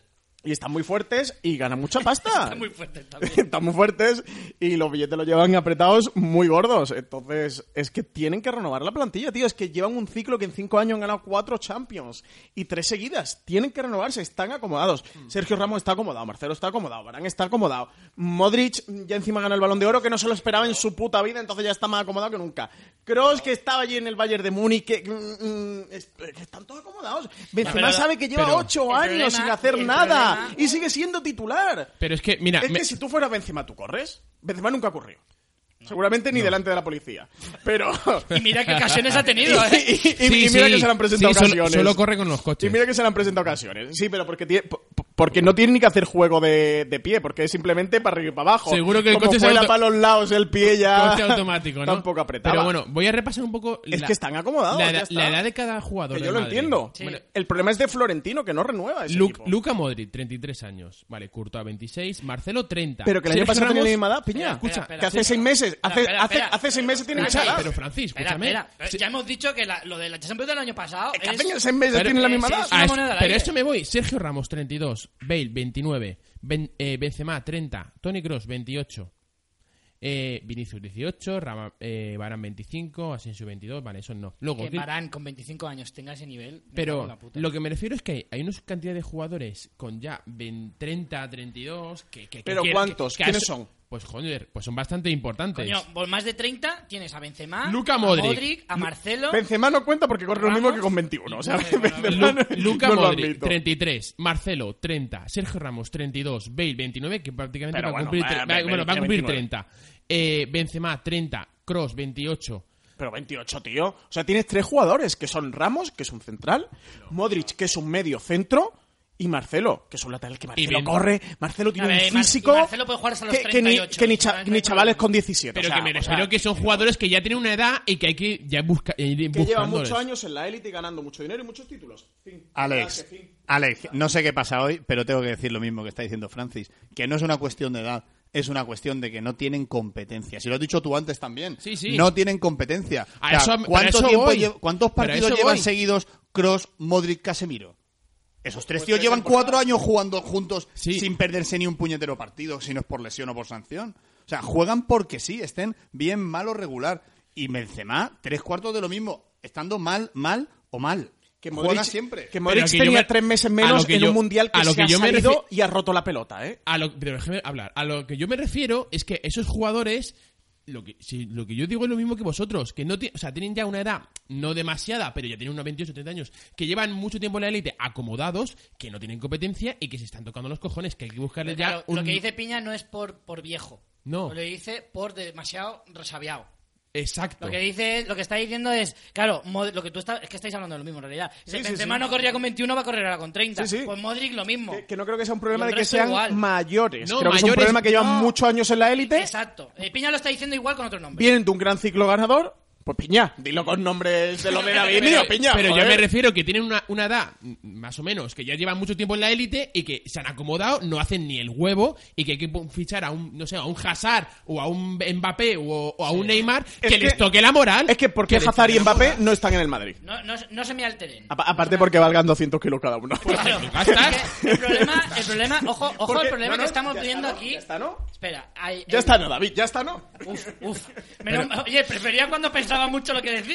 S3: y están muy fuertes y ganan mucha pasta.
S2: Está muy fuerte también.
S3: Están muy fuertes y los billetes los llevan apretados muy gordos. Entonces, es que tienen que renovar la plantilla, tío. Es que llevan un ciclo que en cinco años han ganado cuatro Champions y tres seguidas. Tienen que renovarse, están acomodados. Sergio Ramos está acomodado, Marcelo está acomodado, Varane está acomodado. Modric ya encima gana el Balón de Oro, que no se lo esperaba en su puta vida, entonces ya está más acomodado que nunca. Kroos, que estaba allí en el Bayern de Múnich, que, mm, mm, es- que están todos acomodados. Benzema
S2: pero-
S3: sabe que lleva
S4: pero-
S3: ocho
S2: el
S3: años
S2: problema-
S3: sin hacer
S2: el
S3: nada
S2: problema-
S3: y sigue siendo titular.
S4: Pero es que, mira...
S3: Es
S4: me-
S3: que si tú fueras Benzema, ¿tú corres? Benzema nunca corrió. Seguramente ni delante de la policía. Pero...
S2: Y mira qué ocasiones ha tenido,
S3: y,
S2: ¿eh?
S3: y- y-
S4: Sí,
S3: y mira
S4: sí.
S3: que se le han presentado
S4: Sí, solo-
S3: ocasiones.
S4: solo corre con los coches.
S3: Y mira que se le han presentado ocasiones. Sí, pero porque tiene, po- po- porque no tiene ni que hacer juego de, de pie, porque es simplemente para arriba y para abajo.
S4: Seguro que el
S3: Como
S4: coche es
S3: fuera
S4: auto-
S3: para los lados el pie ya...
S4: Coche automático, ¿no?
S3: Tampoco apretaba.
S4: Pero bueno, voy a repasar un poco...
S3: Es
S4: la-
S3: que están acomodados,
S4: La,
S3: ya
S4: edad-
S3: está.
S4: la edad de cada jugador
S3: Que
S4: del
S3: yo lo
S4: Madrid.
S3: entiendo.
S2: Sí.
S4: Bueno,
S3: El problema es de Florentino, que no renueva ese
S4: Lu-
S3: equipo.
S4: Luka Modric, treinta y tres años. Vale, Courtois, veintiséis. Marcelo, treinta.
S3: Pero que el año
S4: Sergio
S3: pasado tenía la
S4: Ramos-
S3: misma edad, Piña.
S2: Espera,
S3: Escucha,
S2: espera,
S3: que hace
S2: espera.
S3: seis meses... Hace,
S2: Espera,
S3: hace,
S2: espera.
S3: hace seis meses tiene
S2: Espera,
S3: mucha edad.
S4: Pero Francis,
S2: Espera,
S4: escúchame.
S2: espera.
S4: Sí.
S2: Ya hemos dicho que la- lo de la Champions del año pasado
S3: Es que
S2: es...
S3: hace seis meses
S4: Pero-
S3: tiene la
S2: eh,
S3: misma
S2: sí,
S3: edad.
S2: sí. una
S4: Ah, es-
S2: moneda al
S4: pero
S2: aire.
S4: esto me voy. Sergio Ramos, treinta y dos. Bale, veintinueve. Ben- eh, Benzema, treinta. Toni Kroos, veintiocho. Eh, Vinicius, dieciocho. Rama, eh, Varane, veinticinco. Asensio, veintidós. Vale, eso no. Luego,
S2: Que
S4: Gil-
S2: Varane con veinticinco años tenga ese nivel. me cago en
S4: pero
S2: la puta.
S4: lo que me refiero es que hay una cantidad de jugadores con ya veinte, treinta, treinta y dos que, que, que
S3: ¿Pero
S4: que-
S3: cuántos?
S4: que- que
S3: ¿Quiénes
S4: has-
S3: son?
S4: Pues joder, pues son bastante importantes.
S2: Coño, por más de treinta tienes a Benzema,
S4: Luka
S2: a
S4: Modric.
S2: Modric, a Marcelo...
S3: Benzema no cuenta porque corre lo
S2: Ramos.
S3: mismo que con veintiuno. O sea,
S2: Bueno, bueno,
S3: Benzema no-
S4: Lu- Luka
S3: no lo
S4: Modric,
S3: admito.
S4: treinta y tres. Marcelo, treinta. Sergio Ramos, treinta y dos. Bale, veintinueve, que prácticamente
S3: Pero
S4: va, a
S3: bueno,
S4: cumplir,
S3: va-
S4: tre-
S3: va-
S4: va- bueno, va a cumplir
S3: veintinueve.
S4: treinta. Eh, Benzema, treinta. Kroos, veintiocho.
S3: Pero veintiocho, tío. O sea, tienes tres jugadores, que son Ramos, que es un central, Modric, que es un medio centro, y Marcelo, que es un lateral que Marcelo
S4: bien.
S3: corre, Marcelo tiene
S2: A ver,
S3: un
S2: Mar-
S3: físico
S2: y Marcelo puede jugar hasta los
S3: que, que ni,
S2: treinta y ocho,
S3: que ni,
S2: o sea,
S3: cha-
S2: no hay
S3: ni chavales
S2: problema.
S3: con diecisiete.
S4: Pero
S3: o sea,
S4: que me
S3: o
S4: refiero
S3: sea,
S4: que son jugadores que ya tienen una edad y que hay que ya busca, ir
S3: que llevan
S4: buscándoles.
S3: muchos años en la élite y ganando mucho dinero y muchos títulos. Fin.
S5: Alex,
S3: Fin.
S5: Alex, no sé qué pasa hoy, pero tengo que decir lo mismo que está diciendo Francis, que no es una cuestión de edad, es una cuestión de que no tienen competencia. Si lo has dicho tú antes también,
S4: Sí, sí.
S5: no tienen competencia.
S4: A
S5: O sea,
S4: eso- pero
S5: ¿cuánto
S4: a eso
S5: tiempo
S4: voy.
S5: lle- ¿Cuántos
S4: Pero a
S5: partidos
S4: eso
S5: llevan
S4: voy.
S5: seguidos Kroos, Modric, Casemiro? Esos tres
S3: Pues
S5: tíos
S3: tres
S5: llevan
S3: temporadas.
S5: cuatro años jugando juntos
S4: Sí.
S5: sin perderse ni un puñetero partido, si no es por lesión o por sanción. O sea, juegan porque sí, estén bien, mal o regular. Y Benzema, tres cuartos de lo mismo, estando mal, mal o mal.
S3: Que
S5: Juega
S3: Modric,
S5: siempre.
S3: que Modric
S4: que yo
S3: tenía
S4: me-
S3: tres meses
S4: a
S3: menos
S4: lo que
S3: en
S4: yo-
S3: un mundial que,
S4: a lo
S3: se
S4: que
S3: ha
S4: yo me
S3: salido
S4: refi-
S3: y ha roto la pelota, ¿eh?
S4: A lo, pero déjame hablar. A lo que yo me refiero es que esos jugadores, lo que, si, lo que yo digo es lo mismo que vosotros, que no ti- o sea, tienen ya una edad no demasiada, pero ya tienen unos veintiocho o treinta años, que llevan mucho tiempo en la élite acomodados, que no tienen competencia y que se están tocando los cojones, que hay que buscarles ya
S2: Claro,
S4: un...
S2: Lo que dice Piña no es por, por viejo.
S4: No.
S2: Lo dice por demasiado resabiado.
S4: Exacto.
S2: Lo que dice, lo que está diciendo es, claro, Mod- lo que tú estás, es que estáis hablando de lo mismo en realidad. Si
S3: Sí, sí,
S2: Benzema
S3: sí.
S2: no corría con veintiuno, va a correr ahora con treinta.
S3: Sí, sí.
S2: Pues Modric lo mismo.
S3: Que, que no creo que sea un problema
S2: Y el
S3: de que
S2: resto
S3: sean
S2: igual.
S3: mayores.
S4: No,
S3: creo que es un
S4: mayores,
S3: problema que llevan
S2: no.
S3: muchos años en la élite,
S2: Exacto. Eh, Piña lo está diciendo igual con otro nombre.
S3: vienen de un gran ciclo ganador. Pues Piña, dilo con nombres de lo de David mío, Piña.
S4: Pero yo
S3: joder.
S4: me refiero que tienen una, una edad, mm, más o menos, que ya llevan mucho tiempo en la élite y que se han acomodado, no hacen ni el huevo y que hay que fichar a un, no sé, a un Hazard o a un Mbappé o, o a un Neymar que,
S3: Es que-
S4: les toque la moral.
S3: Es que ¿por qué
S4: les
S3: Hazard
S4: toque
S3: y
S4: la
S3: Mbappé
S4: moral.
S3: no están en el Madrid?
S2: No, no, no se me alteren.
S3: Apa- aparte porque valgan doscientos kilos cada uno.
S2: Claro.
S4: ¿Basta?
S2: Es que el problema, el problema, ojo, ojo
S3: Porque-
S2: el problema
S3: no, no,
S2: que estamos
S3: ya
S2: viendo
S3: está, ¿no?
S2: aquí.
S3: Ya está, ¿no?
S2: Espera, hay,
S3: Ya
S2: el-
S3: está, no, David, ya está, ¿no?
S2: Uf, uf. Menos- Oye, prefería cuando pensaba mucho lo que decía.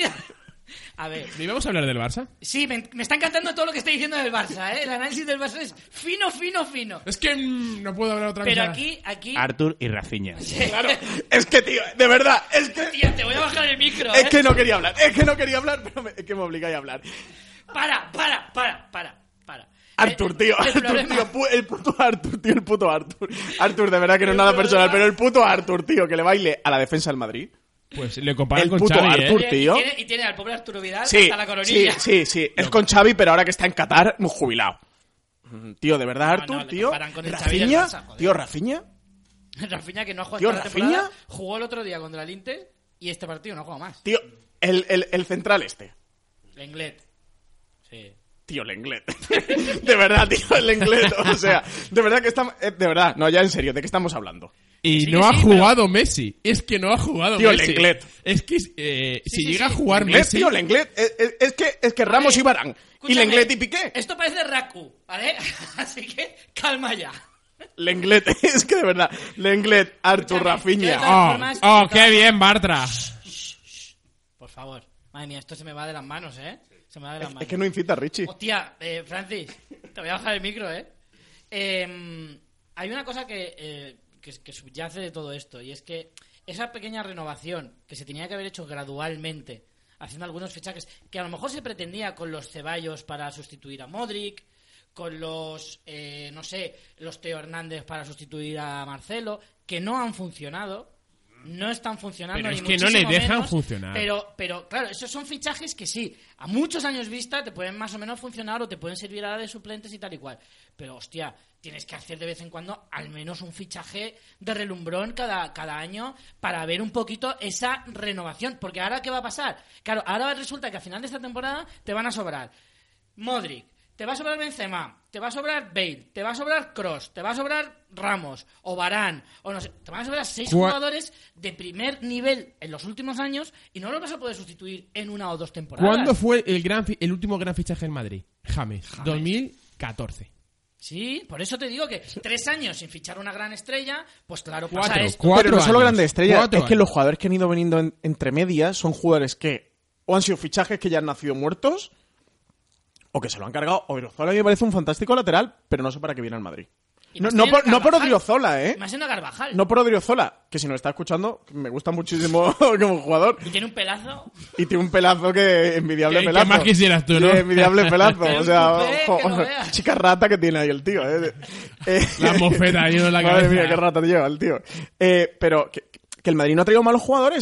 S2: A ver.
S4: ¿Ni vamos a hablar del Barça?
S2: Sí, me, me está encantando todo lo que está diciendo del Barça, ¿eh? El análisis del Barça es fino, fino, fino.
S4: Es que mm, no puedo hablar otra
S2: Pero
S4: cosa.
S2: aquí, aquí...
S5: Artur y Rafinha.
S3: Claro, es que, tío, de verdad, es que...
S2: Tío, te voy a bajar el micro, ¿eh?
S3: Es que no quería hablar, es que no quería hablar, pero me- es que me obligáis a hablar.
S2: Para, para, para, para, para.
S3: Artur,
S2: Eh,
S3: tío,
S2: el
S3: Artur,
S2: problema-
S3: tío, pu- el puto Artur, tío, el puto Artur. Artur, de verdad que no es nada personal, pero el puto Artur, tío, que le baile a la defensa del Madrid.
S4: Pues le comparan
S3: El
S4: con
S3: puto
S4: Xavi,
S3: Artur.
S4: ¿eh?
S2: Y
S3: tío.
S2: tiene, y tiene al pobre Arturo Vidal
S3: Sí,
S2: hasta la
S3: sí,
S2: coronilla.
S3: sí, sí, es con Xavi, pero ahora que está en Qatar, muy jubilado. Mm, Tío, de verdad,
S2: No,
S3: Artur,
S2: no, le
S3: tío.
S2: comparan con el Xavi del
S3: Rafinha,
S2: Barça, joder.
S3: tío, Rafinha.
S2: Rafinha, que no ha jugado
S3: Tío,
S2: esta
S3: Rafinha.
S2: temporada, jugó el otro día contra el Inter y este partido no ha jugado más.
S3: Tío, el, el, el central este.
S2: Lenglet. Sí.
S3: Tío, el Lenglet. De verdad, tío, el Lenglet. O sea, de verdad que estamos... eh, De verdad, no, ya en serio, ¿de qué estamos hablando?
S4: Y
S2: Sí,
S4: no
S2: sí,
S4: ha
S2: pero-
S4: jugado Messi. Es que no ha jugado
S3: Tío,
S4: Messi.
S3: Lenglet.
S4: Es que eh,
S2: Sí,
S4: si
S2: sí,
S4: llega
S2: sí.
S4: a jugar
S3: Lenglet,
S4: Messi...
S3: tío, Lenglet. Es, es- es que, es que Ramos
S2: Vale,
S3: y Varane. Y
S2: escúchame,
S3: Lenglet y Piqué.
S2: Esto parece Raku, ¿vale? Así que calma ya.
S3: Lenglet, es que de verdad. Lenglet, Artur,
S2: Escúchame,
S3: Rafinha.
S2: yo de
S4: Oh,
S2: todas formas-
S4: oh,
S2: de
S4: qué
S2: todas
S4: bien, Bartra.
S2: Por favor. Madre mía, esto se me va de las manos, ¿eh? Se me va de las
S3: Es,
S2: manos.
S3: es que no incita a Richie.
S2: Hostia, eh, Francis, te voy a bajar el micro, ¿eh? Eh, hay una cosa que, eh, que, que subyace de todo esto, y es que esa pequeña renovación que se tenía que haber hecho gradualmente, haciendo algunos fichajes, que a lo mejor se pretendía con los Ceballos para sustituir a Modric, con los, eh, no sé, los Teo Hernández para sustituir a Marcelo, que no han funcionado. No están funcionando.
S4: Pero
S2: ni
S4: es que no le
S2: muchísimo
S4: dejan
S2: menos,
S4: funcionar.
S2: Pero, pero, claro, esos son fichajes que sí, a muchos años vista te pueden más o menos funcionar o te pueden servir ahora de suplentes y tal y cual. Pero, hostia, tienes que hacer de vez en cuando al menos un fichaje de relumbrón cada, cada año para ver un poquito esa renovación. Porque ahora, ¿qué va a pasar? Claro, ahora resulta que a final de esta temporada te van a sobrar Modric, te va a sobrar Benzema, te va a sobrar Bale, te va a sobrar Kroos, te va a sobrar Ramos o Varane, o no sé, te van a sobrar seis
S4: Cua-
S2: jugadores de primer nivel en los últimos años y no los vas a poder sustituir en una o dos temporadas.
S4: ¿Cuándo fue el gran fi- el último gran fichaje en Madrid? James, dos mil catorce.
S2: Sí, por eso te digo que tres años sin fichar una gran estrella, pues claro, pasa
S4: Cuatro,
S2: esto.
S4: cuatro.
S3: Pero no solo
S4: años.
S3: grandes estrellas,
S4: Cuatro
S3: es que
S4: años.
S3: los jugadores que han ido veniendo en- entre medias son jugadores que o han sido fichajes que ya han nacido muertos, o que se lo han cargado. Odriozola a mí me parece un fantástico lateral, pero no sé para qué viene al Madrid.
S2: Y
S3: No,
S2: más
S3: no
S2: teniendo
S3: por, no por
S2: Carvajal.
S3: Odriozola, ¿eh?
S2: Más siendo Carvajal.
S3: No por Odriozola, que si nos está escuchando, me gusta muchísimo como jugador.
S2: Y tiene un pelazo.
S3: Y tiene un pelazo que envidiable
S4: ¿Qué- qué
S3: pelazo.
S4: más quisieras tú, no?
S3: Sí, envidiable pelazo.
S2: Tiene
S3: O
S2: un
S3: sea,
S2: tupé
S3: ojo,
S2: que no veas.
S3: chica rata que tiene ahí el tío, ¿eh? Eh,
S4: La mofeta ahí en la
S3: Madre
S4: cabeza.
S3: mía, qué rata lleva el tío. Eh, pero que, que el Madrid no ha traído malos jugadores,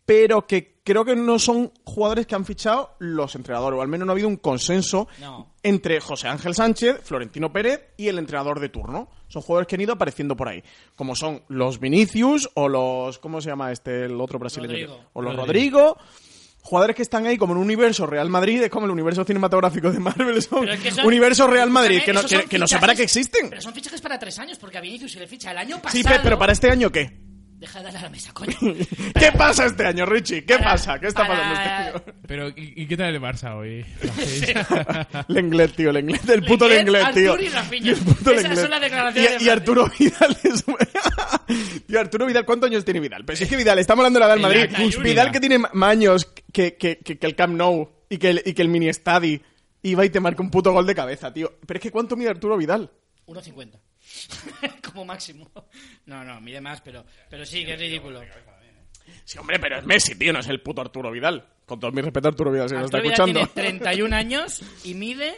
S3: pero que creo que no son jugadores que han fichado los entrenadores, o al menos no ha habido un consenso
S2: No.
S3: entre José Ángel Sánchez, Florentino Pérez y el entrenador de turno. Son jugadores que han ido apareciendo por ahí, como son los Vinicius o los... ¿Cómo se llama este, el otro brasileño?
S2: Rodrigo.
S3: O los
S4: Rodrigo.
S3: Rodrigo. Jugadores que están ahí como en un universo Real Madrid, es como el universo cinematográfico de Marvel, son,
S2: Pero es que son-
S3: universo Real Madrid, que no,
S2: Esos
S3: que,
S2: son
S3: que no sé
S2: fichajes-
S3: para qué existen.
S2: Pero son fichajes para tres años, porque a Vinicius se le ficha el año pasado.
S3: Sí, pe- pero para este año, ¿qué?
S2: Deja de darle a la mesa, coño.
S3: ¿Qué pasa este año, Richie? ¿Qué
S2: Para-
S3: pasa? ¿Qué está
S2: para-
S3: pasando este año?
S4: Pero, ¿y, y qué tal el Barça hoy?
S3: Lenglet, tío, Lenglet, el puto
S2: Lenglet,
S3: Lenglet, tío.
S2: Artur y Rafinha.
S3: El puto
S2: Esas
S3: Lenglet.
S2: son las declaraciones
S3: Y,
S2: de
S3: y Arturo Vidal es... Tío, Arturo Vidal, ¿cuántos años tiene Vidal? Pero si es que Vidal, estamos hablando de la del
S4: En la
S3: Madrid.
S4: cúspide.
S3: Vidal que tiene más años que, que, que, que el Camp Nou y que el, y que el mini Stadi iba y te marca un puto gol de cabeza, tío. Pero es que ¿cuánto mide Arturo Vidal?
S2: uno cincuenta. Como máximo. No, no, mide más, pero, pero sí, que es ridículo.
S3: Sí, hombre, pero es Messi, tío, no es el puto Arturo Vidal. Con todo mi respeto a Arturo Vidal, si nos está
S2: Arturo Vidal
S3: escuchando.
S2: tiene treinta y un años y mide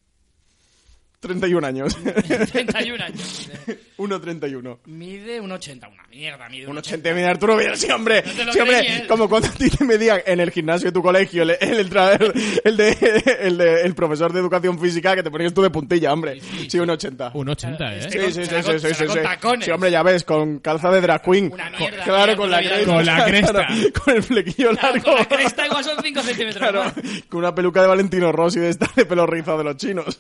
S3: treinta y un años.
S2: treinta y un años. Mide,
S3: uno treinta y uno.
S2: mide un ochenta, una mierda, mide
S3: Un
S2: un
S3: ochenta mide Arturo Vidal, sí, hombre.
S2: No te lo
S3: Sí, hombre,
S2: creí, ¿eh?
S3: como cuando a ti te medían en el gimnasio de tu colegio, el, el, el, tra- el de, el de el profesor de educación física que te ponías tú de puntilla, hombre. Sí, un ochenta.
S4: Un ochenta, ¿eh?
S3: Sí,
S2: Este con-
S3: sí, sí,
S2: será
S3: sí,
S2: con-
S3: sí, sí,
S2: será con
S3: sí.
S2: tacones.
S3: Sí, hombre, ya ves, con calza de drag queen.
S2: Una
S3: Con-
S2: mierda,
S3: claro,
S2: mira,
S3: con la
S2: Arturo
S3: cresta.
S2: Vidal.
S4: Con la cresta.
S3: Claro, con el flequillo
S2: Claro,
S3: largo.
S2: con la cresta igual son cinco centímetros.
S3: Claro,
S2: más.
S3: con una peluca de Valentino Rossi de esta de pelo rizado de los chinos.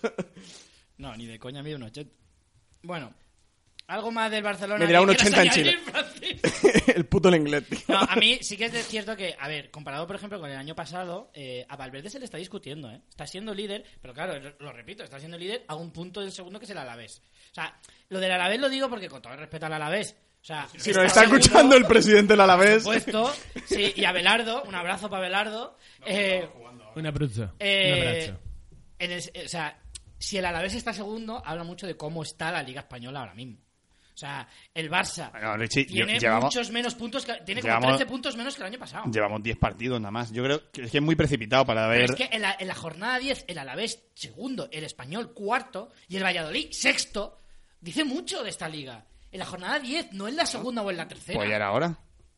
S2: No, ni de coña mide un ochenta. Bueno, algo más del Barcelona.
S3: Medirá
S2: que
S3: un
S2: quieras
S3: ochenta en
S2: añadir,
S3: Chile.
S2: Francis?
S3: El puto Lenglet, tío.
S2: No, a mí sí que es de cierto que, a ver, comparado por ejemplo con el año pasado, eh, a Valverde se le está discutiendo, ¿eh? Está siendo líder, pero claro, lo, lo repito, está siendo líder a un punto del segundo que es el Alavés. O sea, lo del Alavés lo digo porque con todo el respeto al Alavés, o sea,
S3: Si nos está escuchando el presidente del Alavés.
S2: Por supuesto, sí, y a Belardo, un abrazo para Belardo. Eh,
S4: Una brucha.
S2: eh,
S4: Una bracha.
S2: en el- o sea, si el Alavés está segundo, habla mucho de cómo está la Liga Española ahora mismo. O sea, el Barça
S5: Bueno, Richie,
S2: tiene
S5: llevamos-
S2: muchos menos puntos, que, tiene como
S5: llevamos-
S2: trece puntos menos que el año pasado.
S5: Llevamos diez partidos nada más. Yo creo que es que es muy precipitado para ver...
S2: Pero es que en la, en la jornada diez, el Alavés segundo, el Español cuarto y el Valladolid sexto, dice mucho de esta liga. En la jornada diez, no en la segunda o en la tercera.
S5: Pues ya era hora.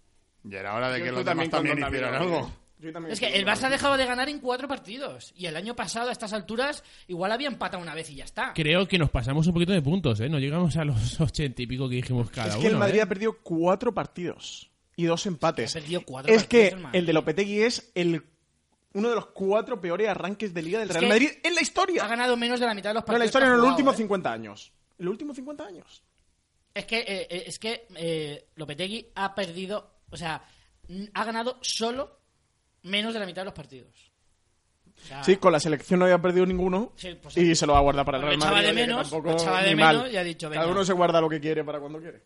S5: Ya era hora de que
S3: Yo
S5: los
S3: también
S5: demás también
S3: con Don
S5: hicieran
S3: David,
S5: algo.
S3: ¿eh? Yo también
S2: Es que
S3: estoy
S2: el
S3: con
S2: Barça ha
S3: David.
S2: dejado de ganar en cuatro partidos. Y el año pasado, a estas alturas, igual había empatado una vez y ya está.
S4: Creo que nos pasamos un poquito de puntos, ¿eh? No llegamos a los ochenta y pico que dijimos cada
S3: Es
S4: uno.
S3: que el Madrid
S4: ¿eh?
S3: ha perdido cuatro partidos y dos empates.
S2: Ha perdido cuatro
S3: es que
S2: partidos el Madrid.
S3: el de Lopetegui es el uno de los cuatro peores arranques de Liga del
S2: Es
S3: Real
S2: que
S3: Madrid en la
S2: Ha
S3: historia.
S2: ganado menos de la mitad de los
S3: No,
S2: partidos.
S3: en la historia
S2: que
S3: no,
S2: ha
S3: en los
S2: jugado,
S3: últimos
S2: ¿eh?
S3: cincuenta años. En los últimos cincuenta años.
S2: Es que, eh, eh, es que eh, Lopetegui ha perdido, o sea, n- ha ganado solo menos de la mitad de los partidos. O sea,
S3: Sí, con la selección no había perdido ninguno
S2: Sí, pues
S3: y
S2: sí.
S3: se lo va a guardar para el
S2: Lo
S3: Real
S2: echaba
S3: Madrid.
S2: de
S3: oye, que
S2: menos,
S3: tampoco
S2: lo echaba de
S3: ni
S2: menos
S3: mal.
S2: y ha dicho,
S3: Cada
S2: venga.
S3: uno se guarda lo que quiere para cuando quiere.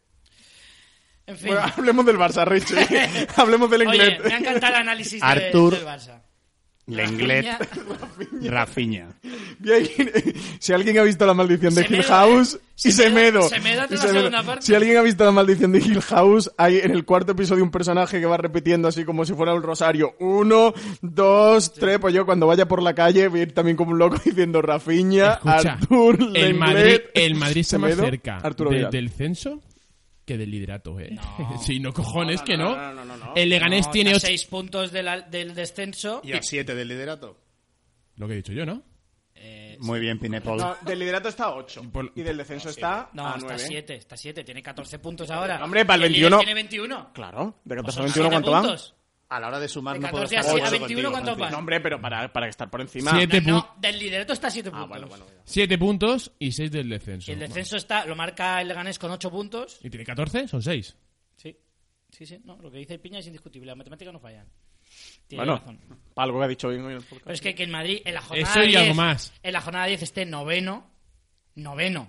S2: en fin.
S3: Bueno, hablemos del Barça, Richie. hablemos del
S2: Oye,
S3: inglés.
S2: me ha encantado el análisis de-
S5: Artur.
S2: del Barça.
S5: Lenglet,
S2: Rafinha-
S5: Rafinha.
S3: Bien, si alguien ha visto la maldición de
S2: Semedo,
S3: Hill House
S2: ¿eh?
S3: y
S2: Semedo-
S3: Semedo,
S2: Semedo hace
S3: y
S2: la
S3: Semedo.
S2: segunda parte.
S3: Si alguien ha visto la maldición de Hill House, hay en el cuarto episodio un personaje que va repitiendo así como si fuera un rosario. Uno, dos, tres. Pues yo cuando vaya por la calle voy a ir también como un loco diciendo Rafinha,
S4: Escucha,
S3: Artur,
S4: el
S3: Lenglet,
S4: Madrid, el Madrid está más
S3: Semedo,
S4: cerca
S3: Arturo
S4: de-
S3: Vidal.
S4: del censo que del liderato, ¿eh?
S2: No.
S4: sí, no cojones que no.
S3: no, no, no, no.
S4: El Leganés
S2: No,
S4: tiene
S2: está
S4: ocho...
S2: seis puntos de la- del descenso.
S5: Y a siete del liderato.
S4: Lo que he dicho yo, ¿no?
S2: Eh,
S5: Muy bien, Pinepol.
S3: No, del liderato está a ocho
S4: Por-
S3: y del descenso está
S2: no,
S3: a
S2: está
S3: nueve.
S2: siete, está siete, tiene catorce puntos ahora.
S3: Hombre, para el
S2: Y líder
S3: veintiuno.
S2: tiene veintiuno.
S3: Claro, de
S2: Pues
S3: catorce a
S2: son
S3: veintiuno,
S2: siete
S3: ¿cuánto van?
S2: puntos.
S5: A la hora de sumar
S2: De
S5: no puedo
S2: catorce a
S5: estar de acuerdo
S2: veintiuno,
S5: contigo,
S2: ¿cuánto
S5: Francis.
S3: No, hombre, pero para, para estar por encima.
S4: Siete.
S2: No,
S4: pu-
S2: del liderato está siete
S3: Ah,
S2: puntos.
S3: bueno, bueno. bueno.
S4: Siete puntos y seis del descenso.
S2: Y el descenso está, lo marca el Leganés con ocho puntos.
S4: ¿Y tiene catorce? Son seis.
S2: Sí, sí, sí. No, lo que dice el Piña es indiscutible. Las matemáticas no fallan. Tiene
S3: Bueno,
S2: razón.
S3: para algo que ha dicho bien hoy en el podcast.
S2: Pero es que, que en Madrid, en la jornada
S4: Eso y
S2: diez,
S4: algo más.
S2: en la jornada diez esté noveno. Noveno.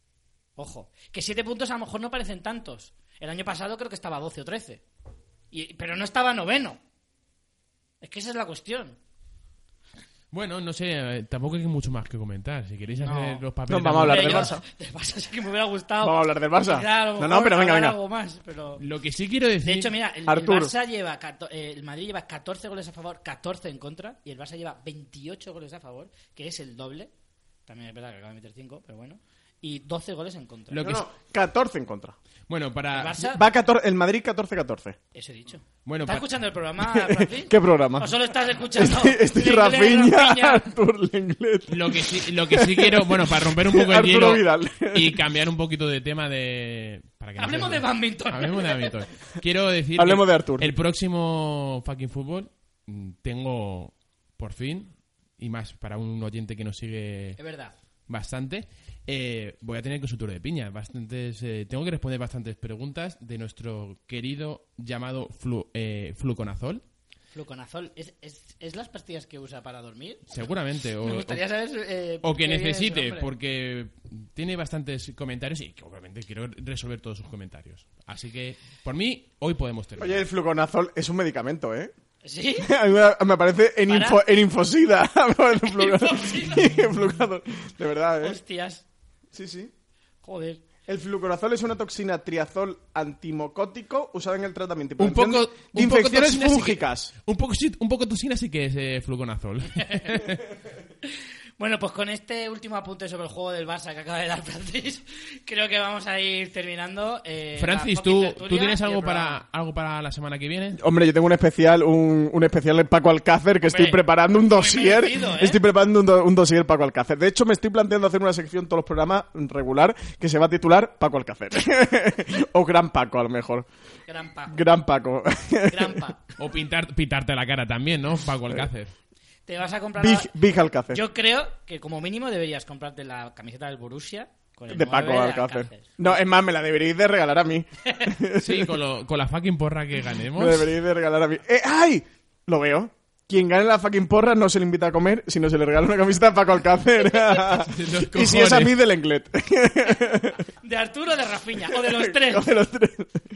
S2: Ojo. Que siete puntos a lo mejor no parecen tantos. El año pasado creo que estaba doce o trece. Y, pero no estaba noveno. Es que esa es la cuestión.
S4: Bueno, no sé, eh, tampoco hay mucho más que comentar. Si queréis
S2: No.
S4: hacer los papeles...
S3: No, vamos a hablar
S2: Hombre,
S3: del
S2: yo-
S3: Barça.
S2: Del Barça sí que me hubiera gustado.
S3: Vamos a hablar del Barça.
S2: Quizá a lo
S3: No,
S2: mejor
S3: no, pero venga,
S2: hablar
S3: venga.
S2: algo más, pero...
S4: Lo que sí quiero decir...
S2: De hecho, mira, el, el
S3: Artur.
S2: Barça lleva... cato- eh, el Madrid lleva catorce goles a favor, catorce en contra. Y el Barça lleva veintiocho goles a favor, que es el doble. También es verdad que acaba de meter cinco, pero bueno. y doce goles en contra.
S4: Lo
S3: No,
S4: que
S3: no,
S4: es-
S3: catorce en contra.
S4: Bueno,
S2: El
S4: para...
S2: Barça,
S3: Va catorce, el Madrid catorce catorce.
S2: eso he dicho.
S4: Bueno,
S2: ¿Estás
S4: pa-
S2: escuchando el programa, Francis?
S3: ¿Qué programa?
S2: ¿O solo estás escuchando?
S3: Estoy, estoy
S2: Lenglet,
S3: Rafinha,
S2: Rafinha?
S3: Artur Lenglet.
S4: Lo que sí, lo que sí quiero, bueno, para romper un poco el
S3: Arturo
S4: hielo
S3: Vidal.
S4: y cambiar un poquito de tema de... Para que no
S2: Hablemos
S4: se-
S2: de badminton.
S4: Hablemos de badminton. Quiero decir
S3: Hablemos
S4: que
S3: de Artur.
S4: el próximo Fucking Fútbol mm, tengo, por fin, y más para un oyente que nos sigue
S2: Es verdad.
S4: bastante, eh, voy a tener consultorio de piña. Bastantes, eh, tengo que responder bastantes preguntas de nuestro querido llamado flu, eh, Fluconazol.
S2: Fluconazol, ¿es, es, ¿es las pastillas que usa para dormir?
S4: Seguramente. O,
S2: Me gustaría
S4: o-
S2: saber... eh,
S4: o que
S2: qué viene ese
S4: necesite,
S2: nombre.
S4: porque tiene bastantes comentarios y que obviamente quiero resolver todos sus comentarios. Así que, por mí, hoy podemos terminar.
S3: Oye, el fluconazol es un medicamento, ¿eh?
S2: ¿Sí?
S3: A mí me, me aparece en,
S2: ¿Para?
S3: info, en Infosida. Me aparece el fluconazol.
S2: Infosida.
S3: El fluconazol. De verdad, ¿eh?
S2: Hostias.
S3: Sí, sí.
S2: Joder.
S3: El fluconazol es una toxina triazol antimocótico usada en el tratamiento y
S4: Un
S3: prevención
S4: poco,
S3: de
S4: un poco
S3: infecciones
S4: toxina sí que-
S3: fúngicas.
S4: un poco sí- un poco toxina sí que es eh, Fluconazol.
S2: Bueno, pues con este último apunte sobre el juego del Barça que acaba de dar Francis, creo que vamos a ir terminando. Eh,
S4: Francis,
S2: la
S4: ¿tú,
S2: fucking
S4: ¿tú
S2: tertulia
S4: tienes
S2: y el
S4: algo
S2: programa.
S4: para, algo para la semana que viene?
S3: Hombre, yo tengo un especial, un, un especial en Paco Alcácer que estoy
S2: Hombre,
S3: preparando un
S2: muy
S3: dossier.
S2: merecido, ¿eh?
S3: Estoy preparando un, do- un dossier Paco Alcácer. De hecho, me estoy planteando hacer una sección en todos los programas regular que se va a titular Paco Alcácer. O Gran Paco, a lo mejor.
S2: Gran pa.
S3: Gran Paco.
S2: Gran pa.
S4: O pintar, pintarte la cara también, ¿no? Paco Alcácer.
S2: Te vas a comprar...
S3: Big,
S2: la-
S3: Big Alcácer.
S2: Yo creo que como mínimo deberías comprarte la camiseta del Borussia con el
S3: De
S2: nueve
S3: Paco Alcácer.
S2: Alcácer.
S3: No, es más, me la deberíais de regalar a mí.
S4: Sí, con, lo- con la fucking porra que ganemos.
S3: Me deberíais de regalar a mí. ¡Eh, ¡Ay! Lo veo. Quien gane la fucking porra no se le invita a comer, sino se le regala una camiseta a Paco Alcácer.
S4: Los
S3: Y si es a
S4: cojones.
S3: mí, del Lenglet.
S2: De Arturo o de Rafinha, o de los tres.
S3: O de los tres.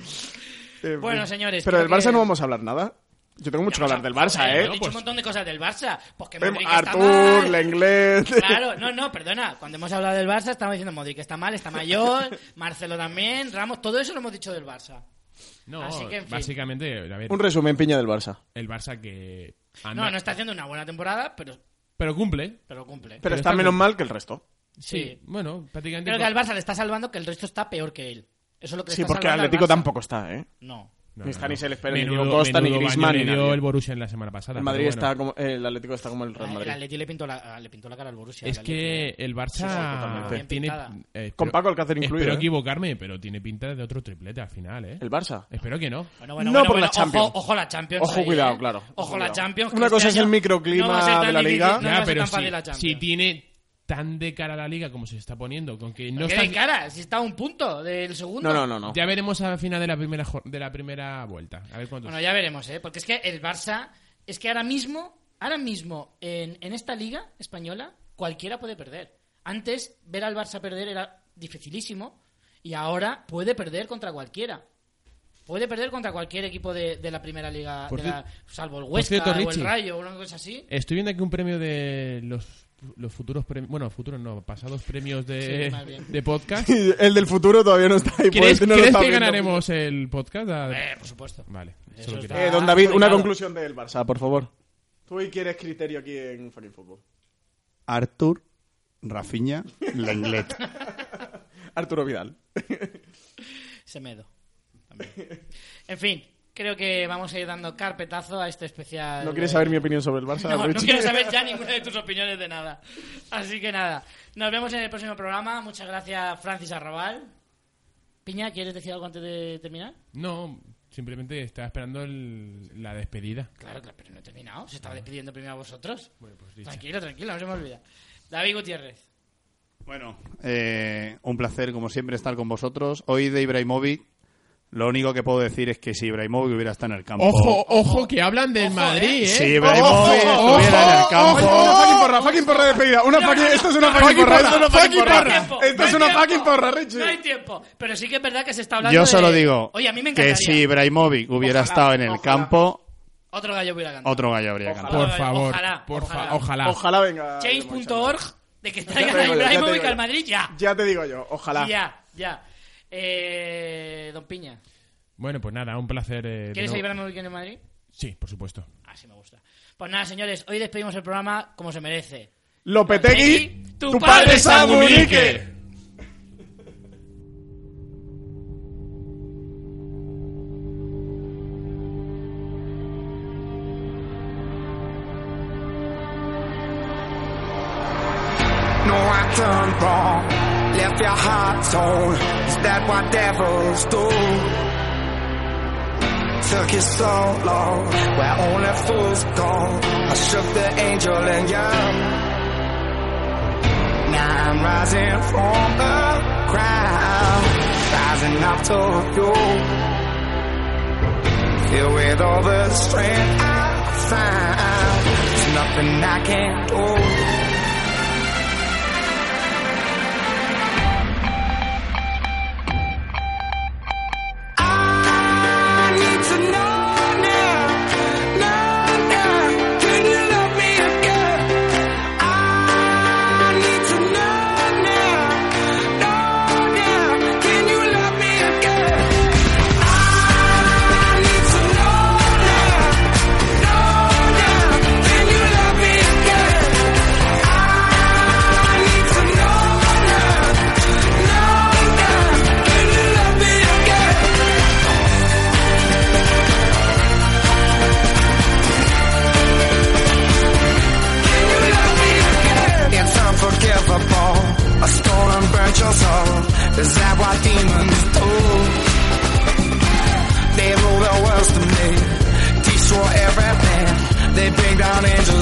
S3: En
S2: Bueno,
S3: fin.
S2: señores,
S3: Pero
S2: creo
S3: del Barça
S2: que-
S3: no vamos a hablar nada. Yo tengo mucho que hablar del Barça,
S2: Joder,
S3: ¿eh?
S2: He dicho
S4: pues-
S2: un montón de cosas del Barça. Pues que
S3: Vemos
S2: Modric está
S3: Artur,
S2: mal.
S3: Lenglet.
S2: Claro, no, no, perdona. Cuando hemos hablado del Barça, estamos diciendo Modric está mal, está mayor, Marcelo también, Ramos, todo eso lo hemos dicho del Barça.
S4: No,
S2: Así que, en fin.
S4: básicamente, a ver,
S3: Un resumen, piña del Barça.
S4: el Barça que anda,
S2: No, no está haciendo una buena temporada, pero,
S4: pero cumple.
S2: pero cumple.
S3: Pero
S4: está
S3: está menos
S4: bien.
S3: mal que el resto.
S4: Sí,
S2: Sí.
S4: bueno, prácticamente.
S2: Creo que al Barça le está salvando que el resto está peor que él. Eso es lo que le
S3: Sí,
S2: está
S3: porque el
S2: salvando al
S3: Atlético
S2: Barça.
S3: tampoco está, ¿eh?
S2: No.
S4: No,
S3: Ni
S4: no,
S3: está
S4: no.
S3: ni Sel Pérez, ni
S4: Menudo-
S3: Diego Costa, ni
S4: menudo
S3: Griezmann,
S4: baño
S3: ni
S4: le dio
S3: nadie.
S4: el Borussia en la semana pasada.
S3: El
S4: pero
S3: Madrid
S4: bueno.
S3: está como, eh, el Atlético está como el Real
S2: El
S3: Madrid.
S2: Atleti le pintó la, le pintó la cara al Borussia.
S4: Es
S2: el
S4: que
S2: Atleti.
S4: el Barça
S3: Sí, sí, totalmente.
S2: Bien
S4: tiene.
S2: pintada.
S4: eh,
S3: Con
S4: espero-
S3: Paco Alcácer incluido,
S4: Espero
S3: ¿eh?
S4: equivocarme, pero tiene pinta de otro triplete al final, ¿eh?
S3: ¿El Barça?
S4: Espero que no.
S2: Bueno, bueno,
S3: No
S2: bueno,
S3: por
S2: bueno,
S3: la Champions.
S2: Ojo, ojo la Champions.
S3: Ojo,
S2: ahí,
S3: cuidado,
S2: ¿eh?
S3: claro.
S2: Ojo
S3: Ojo,
S2: la
S3: cuidado.
S2: Champions. que
S3: Una
S2: este
S3: cosa es el
S2: año
S3: microclima
S2: no va a ser tan
S3: de la
S2: difícil,
S3: Liga.
S2: No
S4: Ya,
S2: va a ser
S4: pero
S2: tan
S4: si,
S2: fácil la
S4: si
S2: Champions.
S4: tiene tan de cara a la liga como se está poniendo, con que no
S2: ¿Qué
S4: está.
S2: de cara? Si está a un punto del segundo.
S3: No, no, no, no.
S4: Ya veremos al final de la primera jo- de la primera vuelta. A ver cuántos.
S2: Bueno, ya veremos, ¿eh? Porque es que el Barça... Es que ahora mismo, ahora mismo, en, en esta liga española, cualquiera puede perder. Antes, ver al Barça perder era dificilísimo. Y ahora puede perder contra cualquiera. Puede perder contra cualquier equipo de, de la primera liga,
S4: Por
S2: de la-
S4: cier-
S2: salvo el
S4: por
S2: Huesca
S4: cierto,
S2: o el
S4: Richie.
S2: Rayo o una cosa así.
S4: Estoy viendo aquí un premio de los los futuros premios, bueno, futuros no, pasados premios de,
S2: Sí, más bien.
S4: de podcast.
S3: El del futuro todavía no está ahí.
S4: ¿Crees,
S3: pues, no lo
S4: crees
S3: está
S4: que
S3: viendo.
S4: ganaremos el podcast? Ah,
S2: Eh, por supuesto.
S4: Vale,
S2: Eso
S4: solo
S2: está-
S4: quería-
S3: Eh, don David, una
S2: Adjudicado.
S3: conclusión del Barça, por favor. Tú hoy quieres criterio aquí en Fucking Fútbol.
S5: Artur, Rafinha, Lenglet.
S3: Arturo Vidal.
S2: Semedo. También. En fin, creo que vamos a ir dando carpetazo a este especial.
S3: ¿No quieres
S2: de-
S3: saber mi opinión sobre el Barça?
S2: No, no
S3: Richie?
S2: quiero saber ya ninguna de tus opiniones de nada. Así que nada, nos vemos en el próximo programa. Muchas gracias, Francis Arrabal. Piña, ¿quieres decir algo antes de terminar?
S4: No, simplemente estaba esperando el- la despedida.
S2: Claro, claro, pero no he terminado. Se estaba despidiendo primero a vosotros.
S4: Bueno, pues dicho.
S2: Tranquilo, tranquilo, no se me olvida. David Gutiérrez.
S5: Bueno, eh, un placer como siempre estar con vosotros. Hoy de Ibrahimovic, lo único que puedo decir es que si Ibrahimovic hubiera estado en el campo...
S4: Ojo, ojo, que hablan del
S2: Ojo,
S4: Madrid, ¿eh?
S5: Si Ibrahimovic
S3: Ojo,
S5: estuviera en el
S3: Oye,
S5: campo...
S3: una fucking porra, fucking porra de despedida. Una fucking, esto es una fucking porra, esto es una fucking porra.
S2: tiempo,
S3: Esto
S2: no
S3: es
S2: hay
S3: una
S2: tiempo.
S3: fucking porra, Richie.
S2: No hay tiempo. Pero sí que es verdad que se está hablando
S5: Yo
S2: de-
S5: solo digo
S2: Oye, a mí me
S5: que
S2: encantaría.
S5: si Ibrahimovic hubiera
S2: Ojalá,
S5: estado en el
S2: ojalá.
S5: campo,
S2: Otro gallo hubiera ganado.
S5: otro gallo habría
S3: Ojalá.
S5: cantado.
S4: Por favor,
S2: Ojalá,
S4: por
S2: ojalá.
S4: fa- ojalá.
S3: Ojalá venga.
S2: Change punto org de que traigan
S3: Ya te
S2: a
S3: digo yo, ya te
S2: Ibrahimovic
S3: digo
S2: al
S3: yo.
S2: Madrid ya.
S3: Ya te digo yo, ojalá.
S2: Ya, ya. Eh, don Piña,
S4: Bueno, pues nada, un placer. eh, de
S2: ¿quieres a
S4: nuevo.
S2: Ibrahimovic en el Madrid?
S4: Sí, por supuesto.
S2: Así me gusta. Pues nada, señores, hoy despedimos el programa como se merece.
S3: Lopetegui,
S2: tu
S3: tu
S2: padre
S3: padre
S2: Samunique.
S3: Samunique.
S7: No, I turned wrong, left your heart torn. Is that what devils do? Took you so long, where only fools go. I shook the angel in you. Now I'm rising from the ground, rising up to you. Filled with all the strength I find, there's nothing I can't do. A stone and burnt your soul. Is that what demons do? They rule the world to me, destroy everything. They bring down angels